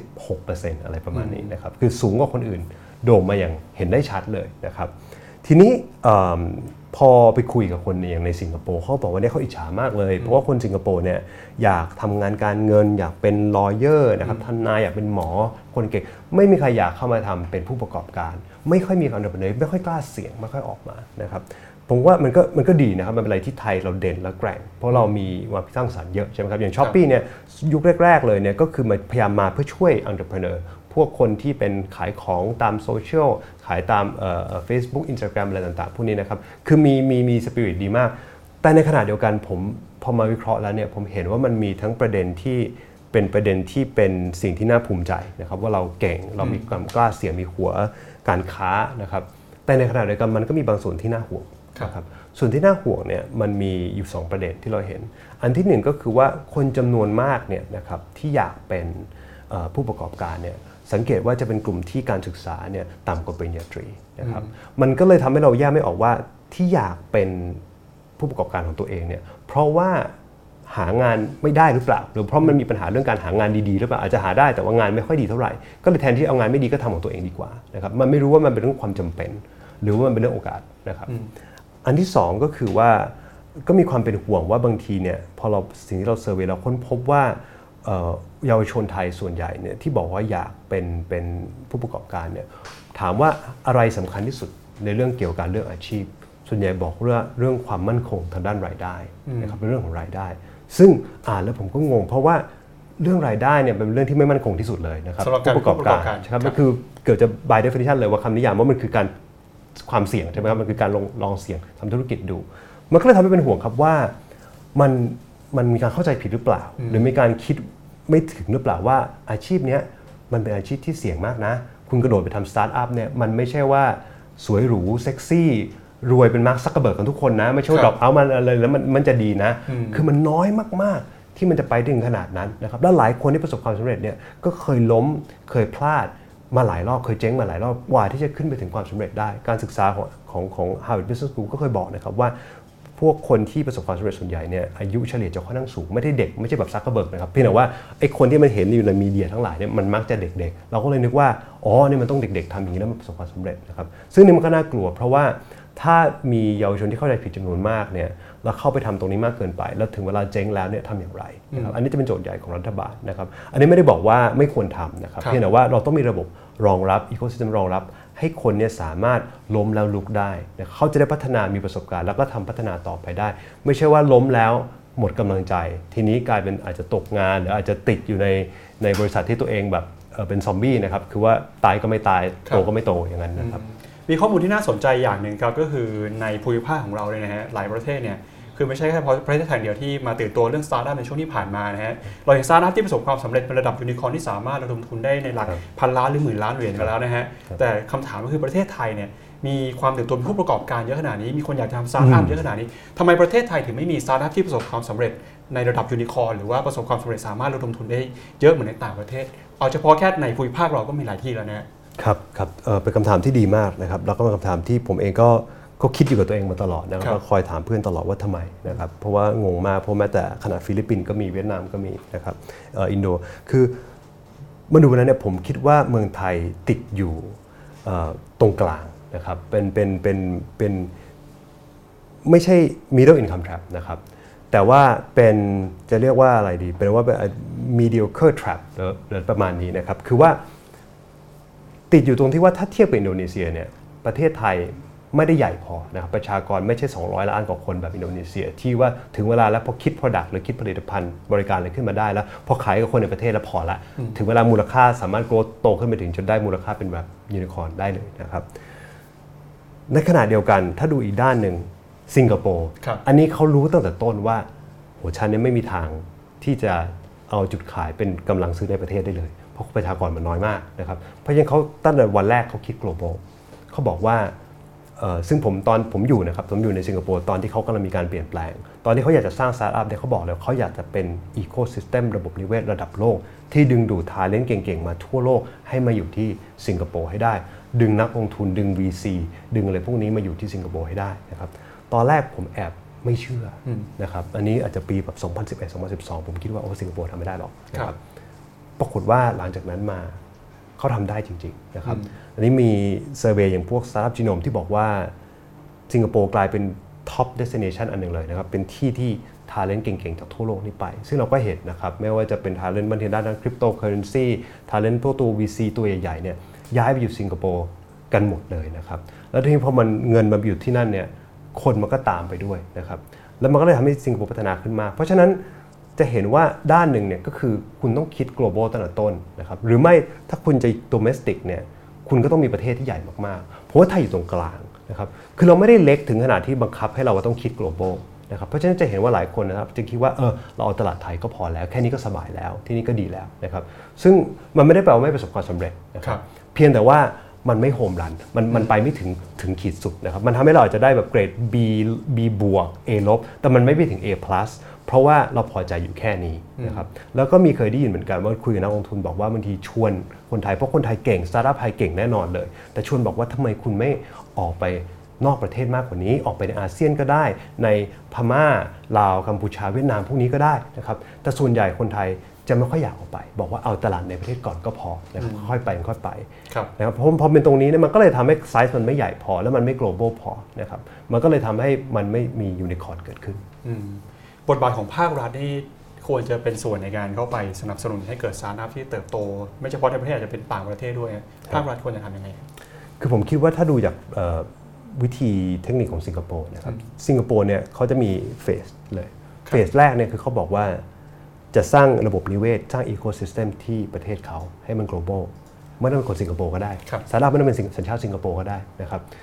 36% อะไรประมาณนี้นะครับคือสูงกว่าคนอื่นโด่งมาอย่างเห็นได้ชัดเลยนะครับทีนี้พอไปคุยกับคนอย่างในสิงคโปร์เขาบอกว่าเนี่ยเขาอิจฉามากเลยเพราะว่าคนสิงคโปร์เนี่ยอยากทำงานการเงินอยากเป็นลอเยอร์นะครับทนายอยากเป็นหมอคนเก่งไม่มีใครอยากเข้ามาทำเป็นผู้ประกอบการไม่ค่อยมีentrepreneurไม่ค่อยกล้าเสี่ยงไม่ค่อยออกมานะครับผมว่ามันก็ดีนะครับมันเป็นอะไรที่ไทยเราเด่นและแกร่งเพราะเรามีความสร้างสรรค์เยอะใช่ไหมครับอย่าง Shopee เนี่ยยุคแรกๆเลยเนี่ยก็คือพยายามมาเพื่อช่วยentrepreneurพวกคนที่เป็นขายของตามโซเชียลขายตามFacebook Instagram อะไรต่างๆพวกนี้นะครับคือมีสปิริตดีมากแต่ในขณะเดียวกันผมพอมาวิเคราะห์แล้วเนี่ยผมเห็นว่ามันมีทั้งประเด็นที่เป็นสิ่งที่น่าภูมิใจนะครับว่าเราเก่งเรามีความกล้าเสี่ยงมีหัวการค้านะครับแต่ในขณะเดียวกันมันก็มีบางส่วนที่น่าห่วงนะครับส่วนที่น่าห่วงเนี่ยมันมีอยู่2ประเด็นที่เราเห็นอันที่1ก็คือว่าคนจำนวนมากเนี่ยนะครับที่อยากเป็นผู้ประกอบการเนี่ยสังเกตว่าจะเป็นกลุ่มที่การศึกษาเนี่ยต่ำกว่าปริญญาตรีนะครับมันก็เลยทำให้เราแยกไม่ออกว่าที่อยากเป็นผู้ประกอบการของตัวเองเนี่ยเพราะว่าหางานไม่ได้หรือเปล่าหรือเพราะมันมีปัญหาเรื่องการหางานดีๆหรือเปล่าอาจจะหาได้แต่ว่างานไม่ค่อยดีเท่าไหร่ก็เลยแทนที่เอางานไม่ดีก็ทำของตัวเองดีกว่านะครับมันไม่รู้ว่ามันเป็นเรื่องความจำเป็นหรือว่ามันเป็นเรื่องโอกาสนะครับอันที่2ก็คือว่าก็มีความเป็นห่วงว่าบางทีเนี่ยพอเราสิ่งที่เราเซอร์เวย์เราค้นพบว่าเยาวชนไทยส่วนใหญ่เนี่ยที่บอกว่าอยากเป็นผู้ประกอบการเนี่ยถามว่าอะไรสำคัญที่สุดในเรื่องเกี่ยวกับเรื่องอาชีพส่วนใหญ่บอกเรื่องความมั่นคงทางด้านรายได้นะครับเป็นเรื่องของรายได้ซึ่งอ่านแล้วผมก็งงเพราะว่าเรื่องรายได้เนี่ยเป็นเรื่องที่ไม่มั่นคงที่สุดเลยนะครับ
ผู้ประกอบการ
ครับก็คือเกิดจะ by definition เลยว่าคำนิยามว่ามันคือการความเสี่ยงใช่ไหมครับมันคือการลองเสี่ยงทำธุรกิจดูมันก็เลยทำให้เป็นห่วงครับว่ามันมีการเข้าใจผิดหรือเปล่าหรือมีการคิดไม่ถึงหรือเปล่าว่าอาชีพนี้มันเป็นอาชีพที่เสี่ยงมากนะคุณกระโดดไปทำสตาร์ทอัพเนี่ยมันไม่ใช่ว่าสวยหรูเซ็กซี่รวยเป็นมาร์คซักเคอร์เบิร์กกันทุกคนนะไม่ใช่ดรอปเอามันอะไรแล้วมันจะดีนะคือมันน้อยมากๆที่มันจะไปถึงขนาดนั้นนะครับแล้วหลายคนที่ประสบความสำเร็จเนี่ยก็เคยล้มเคยพลาดมาหลายรอบเคยเจ๊งมาหลายรอบกว่าที่จะขึ้นไปถึงความสำเร็จได้การศึกษาของ Harvard Business School ก็เคยบอกนะครับว่าพวกคนที่ประสบความสำเร็จส่วนใหญ่เนี่ยอายุเฉลี่ยจะค่อนข้างสูงไม่ได้เด็กไม่ใช่แบบซักเคอร์เบิร์กนะครับเพียงแต่ว่าไอ้คนที่มันเห็นอยู่ในมีเดียทั้งหลายเนี่ยมันมักจะเด็กๆเราก็เลยนึกว่าอ๋อนี่มันต้องเด็กๆทำอย่างนี้แล้วมันประสบความสำเร็จนะครับซึ่งนี่มันก็น่ากลัวเพราะว่าถ้ามีเยาวชนที่เข้าใจผิดจำนวนมากเนี่ยแล้วเข้าไปทำตรงนี้มากเกินไปแล้วถึงเวลาเจ๊งแล้วเนี่ยทำอย่างไรนะครับอันนี้จะเป็นโจทย์ใหญ่ของรัฐบาลนะครับอันนี้ไม่ได้บอกว่าไม่ควรทำนะครับเพียงแต่ว่าเราต้องมีระบบรองรับอีโคซิสเต็มรองรับให้คนเนี่ยสามารถล้มแล้วลุกได้เขาจะได้พัฒนามีประสบการณ์แล้วก็ทำพัฒนาต่อไปได้ไม่ใช่ว่าล้มแล้วหมดกำลังใจทีนี้กลายเป็นอาจจะตกงานหรืออาจจะติดอยู่ในบริษัทที่ตัวเองแบบเป็นซอมบี้นะครับคือว่าตายก็ไม่ตายโตก็ไม่โตอย่างนั้นนะครับ
มีข้อมูลที่น่าสนใจอย่างหนึ่งครับก็คือในภูมิภาคของเราเลยนะฮะหลายประเทศเนี่ยคือไม่ใช่แค่ประเทศไทยเดียวที่มาตื่นตัวเรื่องสตาร์ทอัพในช่วงที่ผ่านมานะฮะเราเห็นสตาร์ทอัพที่ประสบความสำเร็จเป็นระดับยูนิคอร์นที่สามารถระดมทุนได้ในหลักพันล้านหรือหมื่นล้านเหรียญกันแล้วนะฮะแต่คำถามก็คือประเทศไทยเนี่ยมีความตื่นตัวผู้ประกอบการเยอะขนาดนี้มีคนอยากทำสตาร์ทอัพเยอะขนาดนี้ทำไมประเทศไทยถึงไม่มีสตาร์ทอัพที่ประสบความสำเร็จในระดับยูนิคอร์นหรือว่าประสบความสำเร็จสามารถระดมทุนได้เยอะเหมือนในต่างประเทศเอาเฉพาะแค่ในภูมิภาคเราก็มีหลายที่แล้วนะครับ
เป็นคำถามที่ดีมากนะครับแล้วก็เป็นคำถามที่ผมเองก็คิดอยู่กับตัวเองมาตลอดนะครับก็คอยถามเพื่อนตลอดว่าทำไมนะครับเพราะว่างงมากเพราะแม้แต่ขนาดฟิลิปปินส์ก็มีเวียดนามก็มีนะครับอินโดคือมาดูนั้นเนี่ยผมคิดว่าเมืองไทยติดอยู่ตรงกลางนะครับเป็นไม่ใช่ middle income trap นะครับแต่ว่าเป็นจะเรียกว่าอะไรดีเป็นว่าเป็น mediocre trap หรือประมาณนี้นะครับคือว่าติดอยู่ตรงที่ว่าถ้าเทียบกับอินโดนีเซียเนี่ยประเทศไทยไม่ได้ใหญ่พอนะครับประชากรไม่ใช่200ล้านกว่าคนแบบอินโดนีเซียที่ว่าถึงเวลาแล้วพอคิด product หรือคิดผลิตภัณฑ์บริการอะไรขึ้นมาได้แล้วพอขายกับคนในประเทศแล้วพอละถึงเวลามูลค่าสามารถโตขึ้นไปถึงจนได้มูลค่าเป็นแบบยูนิคอร์นได้เลยนะครับในขณะเดียวกันถ้าดูอีกด้านหนึ่งสิงคโปร์อันนี้เขารู้ตั้งแต่ต้นว่าโหฉันเนี่ยไม่มีทางที่จะเอาจุดขายเป็นกำลังซื้อในประเทศได้เลยเพราะประชากรมันน้อยมากนะครับเพราะฉะนั้นเขาตั้งแต่วันแรกเขาคิด global เขาบอกว่าซึ่งผมอยู่นะครับผมอยู่ในสิงคโปร์ตอนที่เขากำลังมีการเปลี่ยนแปลงตอนที่เขาอยากจะสร้างสตาร์ทอัพเนี่ยเขาบอกเลยเขาอยากจะเป็นอีโคซิสเต็มระบบนิเวศระดับโลกที่ดึงดูดทาเลนต์เก่งๆมาทั่วโลกให้มาอยู่ที่สิงคโปร์ให้ได้ดึงนักลงทุนดึง VC ดึงอะไรพวกนี้มาอยู่ที่สิงคโปร์ให้ได้นะครับตอนแรกผมแอบไม่เชื่อนะครับอันนี้อาจจะปีแบบ2011-2012ผมคิดว่าสิงคโปร์ทำไม่ได้หรอกนะครับปรากฏว่าหลังจากนั้นมาเขาทำได้จริงๆนะครับอันนี้มีเซอร์เวย์อย่างพวก Startup Genome ที่บอกว่าสิงคโปร์กลายเป็น Top Destination อันหนึ่งเลยนะครับเป็นที่ที่ Talent เก่งๆจากทั่วโลกนี่ไปซึ่งเราก็เห็นนะครับไม่ว่าจะเป็น Talent บางทีด้านคริปโตเคอเรนซี Talent พวกตัว VC ตัวใหญ่ๆเนี่ยย้ายไปอยู่สิงคโปร์กันหมดเลยนะครับแล้วทีนี้พอมันเงินมาอยู่ที่นั่นเนี่ยคนมันก็ตามไปด้วยนะครับแล้วมันก็เลยทำให้สิงคโปร์พัฒนาขึ้นมากเพราะฉะนั้นจะเห็นว่าด้านหนึ่งเนี่ยก็คือคุณต้องคิด global ตั้งแต่ต้นนะครับหรือไม่ถ้าคุณจะ domestic เนี่ยคุณก็ต้องมีประเทศที่ใหญ่มากๆเพราะว่าไทยอยู่ตรงกลางนะครับคือเราไม่ได้เล็กถึงขนาดที่บังคับให้เราต้องคิด global นะครับเพราะฉะนั้นจะเห็นว่าหลายคนนะครับจะคิดว่าเราเอาตลาดไทยก็พอแล้วแค่นี้ก็สบายแล้วที่นี่ก็ดีแล้วนะครับซึ่งมันไม่ได้แปลว่าไม่ประสบความสำเร็จนะครับเพียงแต่ว่ามันไม่โฮมรันมันไปไม่ถึงขีดสุดนะครับมันทำให้เราอาจจะได้แบบเกรด B บวก A ลบแต่มันไม่ไปถึง A+ เพราะว่าเราพอใจอยู่แค่นี้นะครับแล้วก็มีเคยได้ยินเหมือนกันว่าคุยกับนักลงทุนบอกว่าบางทีชวนคนไทยเพราะคนไทยเก่งสตาร์ทอัพไทยเก่งแน่นอนเลยแต่ชวนบอกว่าทำไมคุณไม่ออกไปนอกประเทศมากกว่านี้ออกไปในอาเซียนก็ได้ในพม่าลาวกัมพูชาเวียดนามพวกนี้ก็ได้นะครับแต่ส่วนใหญ่คนไทยจะไม่ค่อยอยากออกไปบอกว่าเอาตลาดในประเทศก่อนก็พอนะครับค่อยไปนะครับเพราะพอเป็นตรงนี้เนี่ยมันก็เลยทำให้ไซส์มันไม่ใหญ่พอแล้วมันไม่ global พอนะครับมันก็เลยทำให้มันไม่มียูนิคอร์นเกิดขึ้น
บทบาทของภาครัฐที่ควรจะเป็นส่วนในการเข้าไปสนับสนุนให้เกิดสตาร์ทอัพที่เติบโตไม่เฉพาะในประเทศอาจจะเป็นต่างประเทศด้วยภาครัฐควรจะทำยังไง
คือผมคิดว่าถ้าดูจากวิธีเทคนิคของสิงคโปร์นะครับสิงคโปร์เนี่ยเขาจะมีเฟสเลยเฟสแรกเนี่ยคือเขาบอกว่าจะสร้างระบบนิเวศสร้างอีโคซิสเต็มที่ประเทศเขาให้มัน global ไม่ต้องเป็นคนสิงคโปร์ก็ได้สตาร์ทอัพไม่ต้องเป็นสัญชาติสิงคโปร์ก็ได้นะครับ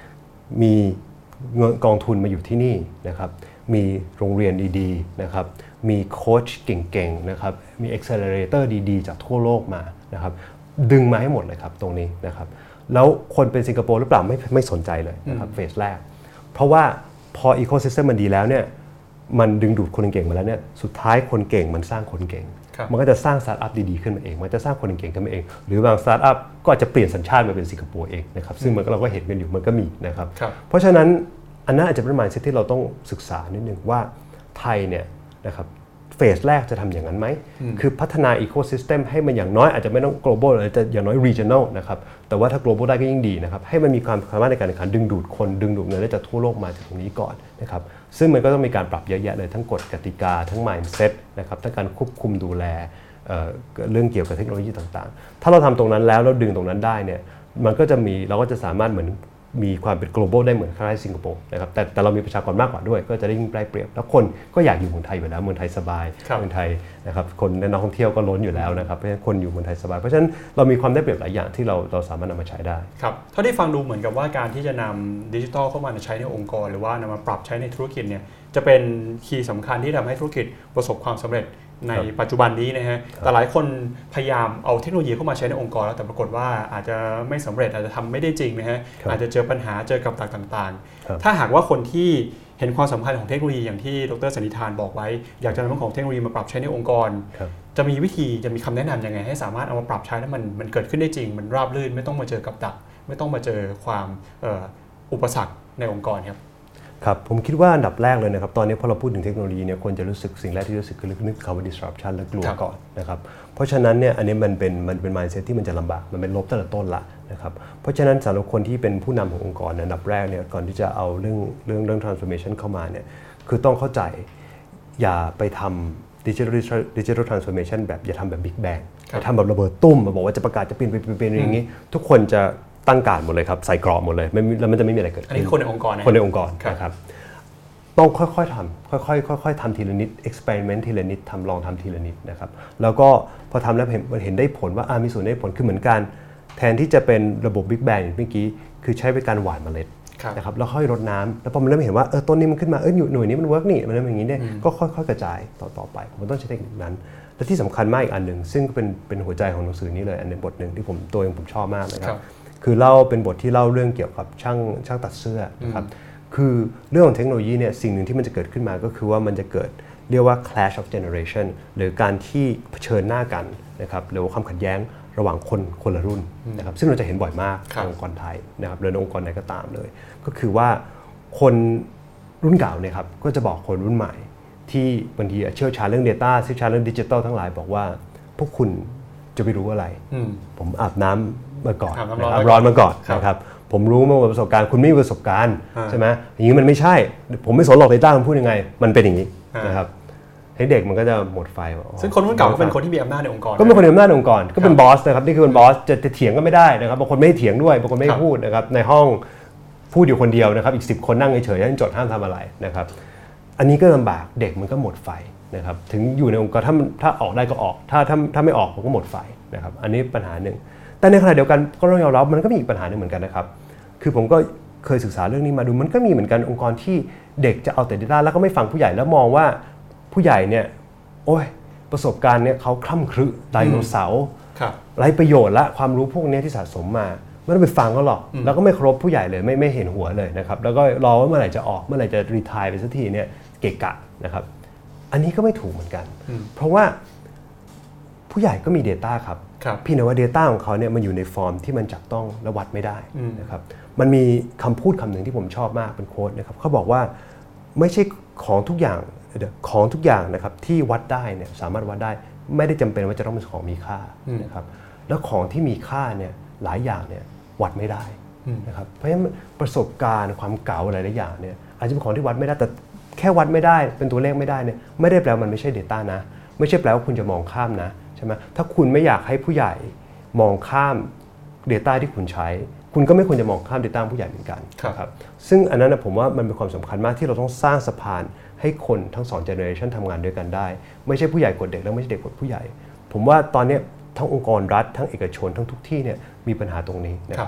มีกองทุนมาอยู่ที่นี่นะครับมีโรงเรียนดีๆนะครับมีโค้ชเก่งๆนะครับมี accelerator ดีๆจากทั่วโลกมานะครับดึงมาให้หมดเลยครับตรงนี้นะครับแล้วคนเป็นสิงคโปร์หรือเปล่าไม่สนใจเลยนะครับเฟสแรกเพราะว่าพอ ecosystem มันดีแล้วเนี่ยมันดึงดูดคนเก่งมาแล้วเนี่ยสุดท้ายคนเก่งมันสร้างคนเก่งมันก็จะสร้างสตาร์ทอัพดีๆขึ้นมาเองมันจะสร้างคนเก่งขึ้นมาเองหรือบางสตาร์ทอัพก็อาจจะเปลี่ยนสัญชาติมาเป็นสิงคโปร์เองนะครับซึ่งเราก็เห็นกันอยู่มันก็มีนะครับเพราะฉะนั้นอันนั้นอาจจะเป็น mindset ที่เราต้องศึกษานิดนึงว่าไทยเนี่ยนะครับเฟสแรกจะทำอย่างนั้นไหมคือพัฒนา ecosystem ให้มันอย่างน้อยอาจจะไม่ต้อง global อาจจะอย่างน้อย regional นะครับแต่ว่าถ้า global ได้ก็ยิ่งดีนะครับให้มันมีความสามารถในการแข่งขันดึงดูดคนดึงดูดเงินได้จากทั่วโลกมาจากตรงนี้ก่อนนะครับซึ่งมันก็ต้องมีการปรับเยอะแยะเลยทั้งกฎกติกาทั้ง mindset นะครับทั้งการควบคุมดูแลเรื่องเกี่ยวกับเทคโนโลยีต่างๆถ้าเราทำตรงนั้นแล้วดึงตรงนั้นได้เนี่ยมันก็จะมีเราก็จะสามารถเหมือนมีความเป็น global ได้เหมือนคล้ายสิงคโปร์นะครับแต่เรามีประชากรมากกว่าด้วยก็จะได้ยิ่งได้เปรียบแล้วคนก็อยากอยู่เมืองไทยอยู่แล้วเมืองไทยสบายเมืองไทยนะครับคนนักท่องเที่ยวก็ล้นอยู่แล้วนะครับเพราะฉะนั้นคนอยู่เมืองไทยสบายเพราะฉะนั้นเรามีความได้เปรียบหลายอย่างที่เราสามารถนำมาใช้ได้
ครับเท่าที่ฟังดูเหมือนกับว่าการที่จะนำดิจิทัลเข้ามาใช้ในองค์กรหรือว่านำมาปรับใช้ในธุรกิจเนี่ยจะเป็นคีย์สำคัญที่ทำให้ธุรกิจประสบความสำเร็จในปัจจุบันนี้นะฮะแต่หลายคนพยายามเอาเทคโนโลยีเข้ามาใช้ในองค์กรแล้วแต่ปรากฏว่าอาจจะไม่สำเร็จอาจจะทำไม่ได้จริงนะฮะอาจจะเจอปัญหาเจอกับดักต่างๆถ้าหากว่าคนที่เห็นความสำคัญของเทคโนโลยีอย่างที่ดร.สันนิธานบอกไว้อยากจะนำเรื่องของเทคโนโลยีมาปรับใช้ในองค์กรจะมีวิธีจะมีคำแนะนำยังไงให้สามารถเอามาปรับใช้แล้วมันเกิดขึ้นได้จริงมันราบรื่นไม่ต้องมาเจอกับดักไม่ต้องมาเจอความอุปสรรคในองค์กรครับ
ครับผมคิดว่าอันดับแรกเลยนะครับตอนนี้พอเราพูดถึงเทคโนโลยีเนี่ยคนจะรู้สึกสิ่งแรกที่รู้สึกคือนึกคำว่า disruption และกลัวก่อนนะครับเพราะฉะนั้นเนี่ยอันนี้มันเป็น mindset ที่มันจะลำบากมันเป็นลบตั้งแต่ต้นละนะครับเพราะฉะนั้นสำหรับคนที่เป็นผู้นำขององค์กรอันดับแรกเนี่ยก่อนที่จะเอาเรื่อง transformation เข้ามาเนี่ยคือต้องเข้าใจอย่าไปทำ digital transformation แบบอย่าทำแบบ big bang อย่าทำแบบระเบิดตุ้มบอกว่าจะประกาศจะเปลี่ยนอย่างนี้ทุกคนจะตั้งการหมดเลยครับใส่กรอบหมดเลยแล้วมันจะไม่มีอะไรเกิดขึ้น
อันนี้คนในองค์กร
คนในองค์กรนะครับต้องค่อยๆทำค่อยๆทำทีละนิด experiment ทีละนิดลองทำทีละนิดนะครับแล้วก็พอทำแล้วเห็นได้ผลว่ามีส่วนได้ผลคือเหมือนกันแทนที่จะเป็นระบบ Big Bang อย่างเมื่อกี้คือใช้เป็นการหว่านเมล็ดนะครับแล้วค่อยรดน้ำแล้วพอมันเริ่มเห็นว่าต้นนี้มันขึ้นมาหน่วยนี้มันเวิร์กนี่มันเริ่มอย่างนี้เนี่ยก็ค่อยๆกระจายต่อไปผมต้องใช้เทคนิคนั้นและที่สำคัญมากอีกอันหนึ่งซึ่งเป็นหัวใจของหนังสือนี้เลยอันนึงบทหนึ่งที่ผมชอบมากนะครับคือเป็นบทที่เล่าเรื่องเกี่ยวกับช่างตัดเสื้อนะครับคือเรื่องของเทคโนโลยีเนี่ยสิ่งหนึ่งที่มันจะเกิดขึ้นมาก็คือว่ามันจะเกิดเรียกว่า clash of generation หรือการที่เผชิญหน้ากันนะครับหรือว่าความขัดแย้งระหว่างคนละรุ่นนะครับซึ่งเราจะเห็นบ่อยมากในองค์กรไทยนะครับหรือในองค์กรไหนก็ตามเลยก็คือว่าคนรุ่นเก่าเนี่ยครับก็จะบอกคนรุ่นใหม่ที่บางทีเชี่ยวชาญเรื่อง Data เชี่ยวชาญเรื่องดิจิทัลทั้งหลายบอกว่าพวกคุณจะไปรู้อะไรผมอาบน้ำมาก่อนร้อนมาก่อนนะครับผมรู้มาประสบการณ์คุณไม่มีประสบการณ์ใช่ไหมอย่างนี้มันไม่ใช่ผมไม่สนหรอก Data มันพูดยังไงมันเป็นอย่างนี้นะครับให้เด็กมันก็จะหมดไฟ
ซึ่งคนรุ่นเก่าก็เป็นคนที่มีอำนาจในองค์กร
ก็เป็นคนมีอำนาจในองค์กรก็เป็นบอสนะครับนี่คือเป็นบอสจะเถียงก็ไม่ได้นะครับบางคนไม่เถียงด้วยบางคนไม่พูดนะครับในห้องพูดอยู่คนเดียวนะครับอีก10คนนั่งเฉยๆจดห้ามทำอะไรนะครับอันนี้ก็ลำบากเด็กมันก็หมดไฟนะครับถึงอยู่ในองค์กรถ้าออกได้ก็ออกถ้าไม่ออกมันก็หมดไฟนะครับอันนี้ปัญหาหนึ่งแต่ในขณะเดียวกันก็ต้องยอมรับมันก็มีอีกปัญหาหนึ่งเหมือนกันนะครับคือผมก็เคยศึกษาเรื่องนี้มาดูมันก็มีเหมือนกันองค์กรที่เด็กจะเอาแต่ Data แล้วก็ไม่ฟังผู้ใหญ่แล้วมองว่าผู้ใหญ่เนี่ยโอ้ยประสบการณ์เนี่ยเขาคล่ำครึไดโนเสาร์ไร้ประโยชน์ละความรู้พวกนี้ที่สะสมมาไม่ต้องไปฟังเขาหรอกแล้วก็ไม่เคารพผู้ใหญ่เลยไม่เห็นหัวเลยนะครับแล้วก็รอว่าเมื่อไหร่จะออกเมื่อไหร่จะรีไทร์ไปสักทีเนี่ยเกะกะนะครับอันนี้ก็ไม่ถูกเหมือนกันเพราะว่าผู้ใหญ่ก็มี Data ครับพี่แต่ว่า Data ของเขาเนี่ยมันอยู่ในฟอร์มที่มันจับต้องและวัดไม่ได้นะครับมันมีคำพูดคำหนึ่งที่ผมชอบมากเป็นโค้ดนะครับเขาบอกว่าไม่ใช่ของทุกอย่างนะครับที่วัดได้เนี่ยสามารถวัดได้ไม่ได้จำเป็นว่าจะต้องเป็นของมีค่านะครับแล้วของที่มีค่าเนี่ยหลายอย่างเนี่ยวัดไม่ได้นะครับเพราะฉะนั้นประสบการณ์ความเก๋าหลายๆอย่างเนี่ยอาจจะเป็นของที่วัดไม่ได้แต่แค่วัดไม่ได้เป็นตัวเลขไม่ได้เนี่ยไม่ได้แปลว่ามันไม่ใช่ Data นะไม่ใช่แปลว่าคุณจะมองข้ามนะใช่ไหมถ้าคุณไม่อยากให้ผู้ใหญ่มองข้าม Data ที่คุณใช้คุณก็ไม่ควรจะมองข้าม Data ผู้ใหญ่เหมือนกันครับซึ่งอันนั้นผมว่ามันเป็นความสำคัญมากที่เราต้องสร้างสะพานให้คนทั้ง2 generation ทำงานด้วยกันได้ไม่ใช่ผู้ใหญ่กดเด็กแล้วไม่ใช่เด็กกดผู้ใหญ่ผมว่าตอนนี้ทั้งองค์กรรัฐทั้งเอกชนทั้งทุกที่เนี่ยมีปัญหาตรงนี้นะครับ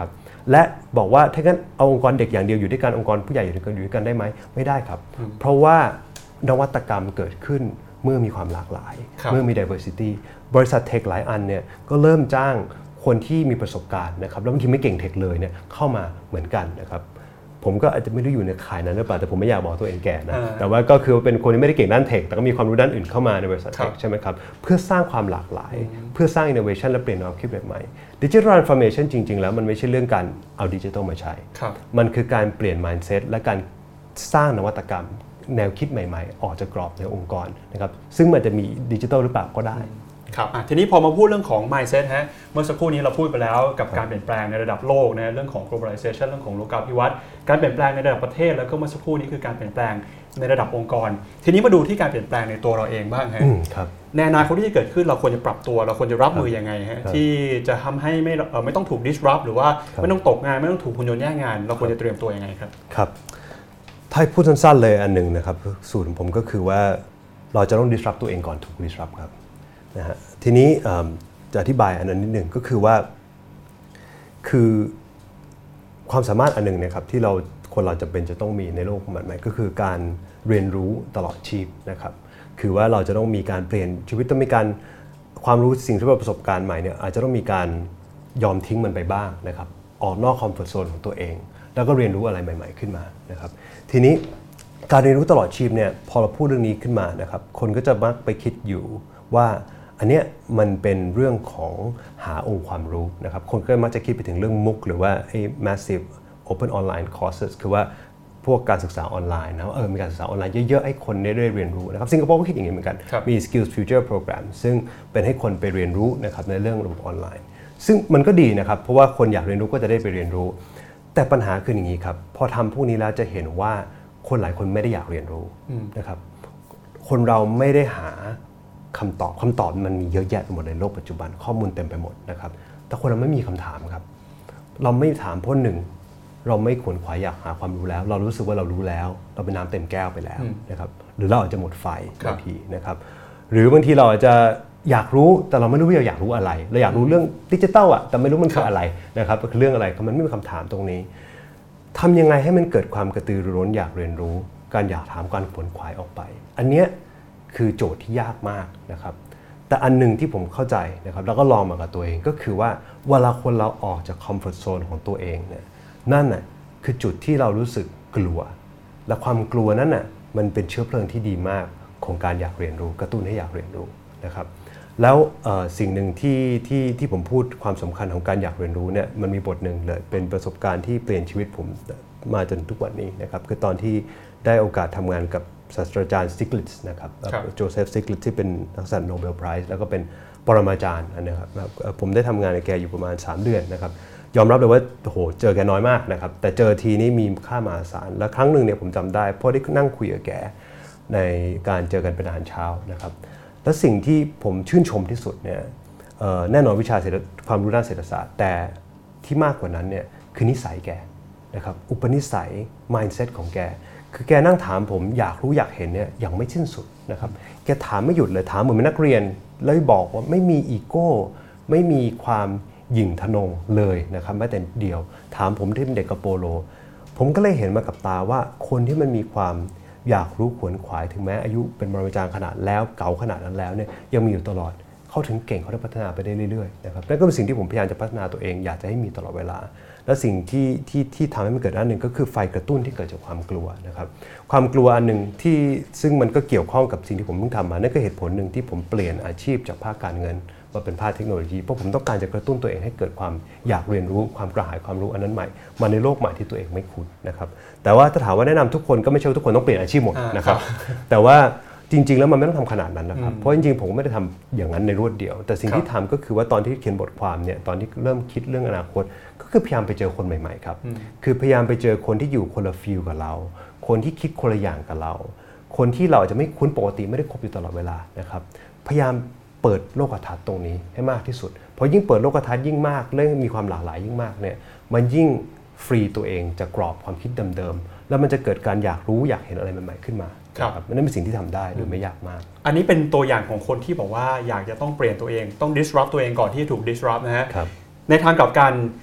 และบอกว่าถ้างั้นเอาองค์กรเด็กอย่างเดียวอยู่ด้วยกันองค์กรผู้ใหญ่อยู่ด้วยกันได้ไหมไม่ได้ครับเพราะว่านวัตกรรมเกิดขึ้นเมื่อมีความหลากหลายเมื่อมี diversity บริษัทเทคหลายอันเนี่ยก็เริ่มจ้างคนที่มีประสบการณ์นะครับแล้วบางทีไม่เก่งเทคเลยเนี่ยเข้ามาเหมือนกันนะครับผมก็อาจจะไม่ได้อยู่ในข่ายนั้นหรือเปล่าแต่ผมไม่อยากบอกตัวเองแก่นะแต่ว่าก็คือเป็นคนที่ไม่ได้เก่งด้านเทคแต่ก็มีความรู้ด้านอื่นเข้ามาในบริษัทเทคใช่ไหมครับเพื่อสร้างความหลากหลายเพื่อสร้าง innovation และเปลี่ยนแนวคิดแบบใหม่ Digital Transformation จริงๆแล้วมันไม่ใช่เรื่องการเอาดิจิทัลมาใช้มันคือการเปลี่ยน mindset และการสร้างนวัตกรรมแนวคิดใหม่ๆออกจากกรอบในองค์กรนะครับซึ่งมันจะมีดิจิทัลหรือเปล่าก็ได้
ครับทีนี้พอมาพูดเรื่องของ mindset ฮะเมื่อสักครู่นี้เราพูดไปแล้วกับการเปลี่ยนแปลงในระดับโลกนะเรื่องของ globalization เรื่องของโลกาภิวัตน์การเปลี่ยนแปลงในระดับประเทศแล้วก็เมื่อสักครู่นี้คือการเปลี่ยนแปลงในระดับองค์กรทีนี้มาดูที่การเปลี่ยนแปลงในตัวเราเองบ้างฮะในอนาคตที่จะเกิดขึ้นเราควรจะปรับตัวเราควรจะรับมือยังไงฮะที่จะทำให้ไม่ต้องถูก disrupt หรือว่าไม่ต้องตกงานไม่ต้องถูกหุ่นยนต์แย่งงานเราควรจะเตรียมตัวยังไงครับ
ครับถ้าพูดสั้นๆเลยอันหนึ่งนะครับสูตรของผมก็คือว่าเราจะต้อง disrupt ตัวเองก่อนถูก disrupt ครับนะฮะทีนี้จะอธิบายอันนั้นนิดหนึ่งก็คือว่าคือความสามารถอันหนึ่งนะครับที่คนเราจำเป็นจะต้องมีในโลกใหม่ก็คือการเรียนรู้ตลอดชีพนะครับคือว่าเราจะต้องมีการเปลี่ยนชีวิตต้องมีการความรู้สิ่งที่ประสบการณ์ใหม่เนี่ยอาจจะต้องมีการยอมทิ้งมันไปบ้างนะครับออกนอกคอมฟอร์ทโซนของตัวเองแล้วก็เรียนรู้อะไรใหม่ๆขึ้นมานะครับทีนี้การเรียนรู้ตลอดชีพเนี่ยพอเราพูดเรื่องนี้ขึ้นมานะครับคนก็จะมักไปคิดอยู่ว่าอันเนี้ยมันเป็นเรื่องของหาองค์ความรู้นะครับคนก็มักจะคิดไปถึงเรื่องมุกหรือว่าไอ้ massive open online courses คือว่าพวกการศึกษาออนไลน์นะมีการศึกษาออนไลน์เยอะๆให้คนได้เรียนรู้นะครับสิงคโปร์ก็คิดอย่างนี้เหมือนกันมี Skills Future Program ซึ่งเป็นให้คนไปเรียนรู้นะครับในเรื่องระบบออนไลน์ซึ่งมันก็ดีนะครับเพราะว่าคนอยากเรียนรู้ก็จะได้ไปเรียนรู้แต่ปัญหาคืออย่างนี้ครับพอทำพวกนี้แล้วจะเห็นว่าคนหลายคนไม่ได้อยากเรียนรู้นะครับคนเราไม่ได้หาคำตอบมันมีเยอะแยะไปหมดในโลกปัจจุบันข้อมูลเต็มไปหมดนะครับแต่คนเราไม่มีคำถามครับเราไม่ถามเพราะหนึ่งเราไม่ขวนขวายอยากหาความรู้แล้วเรารู้สึกว่าเรารู้แล้วเราเป็นน้ำเต็มแก้วไปแล้วนะครับหรือเราอาจจะหมดไฟบางทีนะครับหรือบางทีเราอาจจะอยากรู้แต่เราไม่รู้ว่าเราอยากรู้อะไรเราอยากรู้เรื่องดิจิทัลแต่ไม่รู้มันคืออะไรนะครับคือเรื่องอะไรมันไม่มีคำถามตรงนี้ทำยังไงให้มันเกิดความกระตือรือร้นอยากเรียนรู้การอยากถามการขวนขวายออกไปอันเนี้ยคือโจทย์ที่ยากมากนะครับแต่อันหนึ่งที่ผมเข้าใจนะครับแล้วก็ลองมากับตัวเองก็คือว่าเวลาคนเราออกจากคอมฟอร์ทโซนของตัวเองเนี่ยนั่นน่ะคือจุดที่เรารู้สึกกลัวและความกลัวนั้นน่ะมันเป็นเชื้อเพลิงที่ดีมากของการอยากเรียนรู้กระตุ้นให้อยากเรียนรู้นะครับแล้วสิ่งหนึ่งที่ผมพูดความสำคัญของการอยากเรียนรู้เนี่ยมันมีบทหนึ่งเลยเป็นประสบการณ์ที่เปลี่ยนชีวิตผมมาจนทุกวันนี้นะครับคือตอนที่ได้โอกาสทำงานกับศาสตราจารย์สติกลิตส์นะครับโจเซฟสติกลิตส์ที่เป็นนักสันโนเบลไพรส์แล้วก็เป็นปรมาจารย์นะครับผมได้ทำงานกับแกอยู่ประมาณ3 เดือนนะครับยอมรับเลยว่าโหเจอแกน้อยมากนะครับแต่เจอทีนี้มีค่ามหาศาลและครั้งหนึ่งเนี่ยผมจำได้เพราะได้นั่งคุยกับแกในการเจอกันเป็นอาหารเช้านะครับและสิ่งที่ผมชื่นชมที่สุดเนี่ยแน่นอนวิชาความรู้ด้านเศรษฐศาสตร์แต่ที่มากกว่านั้นเนี่ยคือนิสัยแกนะครับอุปนิสัย mindset ของแกคือแกนั่งถามผมอยากรู้อยากเห็นเนี่ยอย่างไม่สิ้นสุดนะครับแกถามไม่หยุดเลยถามเหมือนเป็นนักเรียนแล้วบอกว่าไม่มีอีโก้ไม่มีความหยิ่งทะนงเลยนะครับแม้แต่เดียวถามผมที่เป็นเด็กกระโปโลผมก็เลยเห็นมากับตาว่าคนที่มันมีความอยากรู้ขวนขวายถึงแม้อายุเป็นปรมาจารย์ขนาดแล้วเก่าขนาดนั้นแล้วเนี่ยยังมีอยู่ตลอดเขาถึงเก่งเขาได้พัฒนาไปได้เรื่อยๆนะครับนั่นก็เป็นสิ่งที่ผมพยายามจะพัฒนาตัวเองอยากจะให้มีตลอดเวลาและสิ่งที่ทำให้มันเกิดอันหนึ่งก็คือไฟกระตุ้นที่เกิดจากความกลัวนะครับความกลัวอันหนึ่งที่ซึ่งมันก็เกี่ยวข้องกับสิ่งที่ผมเพิ่งทำมานั่นก็เหตุผลหนึ่งที่ผมเปลี่ยนอาชีพจากภาคการเงินมาเป็นภาคเทคโนโลยีเพราะผมต้องการจะกระตุ้นตัวเองให้เกิดความอยากเรียนรู้ความกระหายความรู้อันนั้นใหม่มาในโลกใหม่ที่ตัวเองไม่คุ้นนะครับแต่ว่าถ้าถามว่าแนะนำทุกคนก็ไม่ใช่ทุกคนต้องเปลี่ยนอาชีพหมดนะครับแต่ว่าจริงๆแล้วมันไม่ต้องทำขนาดนั้นนะครับเพราะจริงๆผมไม่ได้ทำอย่างนั้นในรวดเดียวแต่สิ่งที่ทำก็คือว่าตอนที่เขียนบทความเนี่ยตอนที่เริ่มคิดเรื่องอนาคตก็คือพยายามไปเจอคนใหม่ๆครับคือพยายามไปเจอคนที่อยู่คนละฟีลกับเราคนที่คิดคนละอย่างกับเราคนที่เราอาจจะไม่คุ้นปกติไม่ได้คบอยู่ตลอดเวลานะครับพยายามเปิดโลกทัศน์ตรงนี้ให้มากที่สุดเพราะยิ่งเปิดโลกทัศน์ยิ่งมากเรื่องมีความหลากหลายยิ่งมากเนี่ยมันยิ่งฟรีตัวเองจากกรอบความคิดเดิมๆแล้วมันจะเกิดการอยากรู้อยากเห็นอะไรใหม่ๆขึ้นมาครับนั่นเป็นสิ่งที่ทำได้โดยไม่ยากมาก
อันนี้เป็นตัวอย่างของคนที่บอกว่าอยากจะต้องเปลี่ยนตัวเองต้อง disrupt ตัวเองก่อนที่จะถูก disrupt นะฮะในทางกลับกัน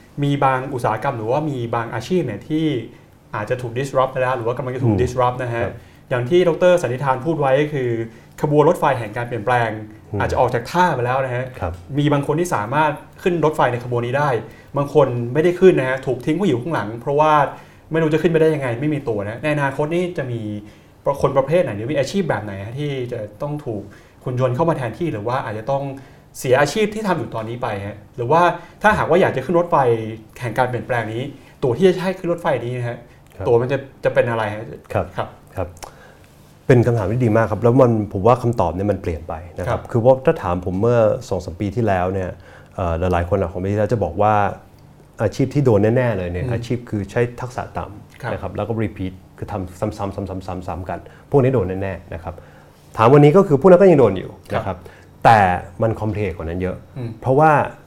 มีบางอุตสาหกรรมหรือว่ามีบางอาชีพเนี่ยที่อาจจะถูก disrupt ไปแล้วหรือว่ากำลังจะถูก disrupt นะฮะอย่างที่ดร.สันนิธานพูดไว้คือขบวนรถไฟแห่งการเปลี่ยนแปลงอาจจะออกจากท่าไปแล้วนะฮะมีบางคนที่สามารถขึ้นรถไฟในขบวนนี้ได้บางคนไม่ได้ขึ้นนะฮะถูกทิ้งไว้อยู่ข้างหลังเพราะว่าไม่รู้จะขึ้นไปได้ยังไงไม่มีตัวนะในอนาคตนี่จะมีคนประเภทไหนหรือมีอาชีพแบบไหนที่จะต้องถูกหุ่นยนต์เข้ามาแทนที่หรือว่าอาจจะต้องเสียอาชีพที่ทำอยู่ตอนนี้ไปฮะหรือว่าถ้าหากว่าอยากจะขึ้นรถไฟแห่งการเปลี่ยนแปลงนี้ตัวที่จะใช้ขึ้นรถไฟนี้นะฮะตัวมันจะเป็นอะไรฮะ
ครับเป็นคำถามที่ดีมากครับแล้วผมว่าคำตอบเนี่ยมันเปลี่ยนไปนะครับคือว่าถ้าถามผมเมื่อ 2-3 ปีที่แล้วเนี่ยหลายคนของปีที่แล้วจะบอกว่าอาชีพที่โดนแน่ๆเลยเนี่ยอาชีพคือใช้ทักษะต่ำนะครับแล้วก็ repeat คือทำซ้ำๆกันพวกนี้โดนแน่ๆนะครับถามวันนี้ก็คือพวกนั้นก็ยังโดนอยู่นะครับแต่มันคอมเพล็กซ์กว่านั้นเยอะเพราะว่า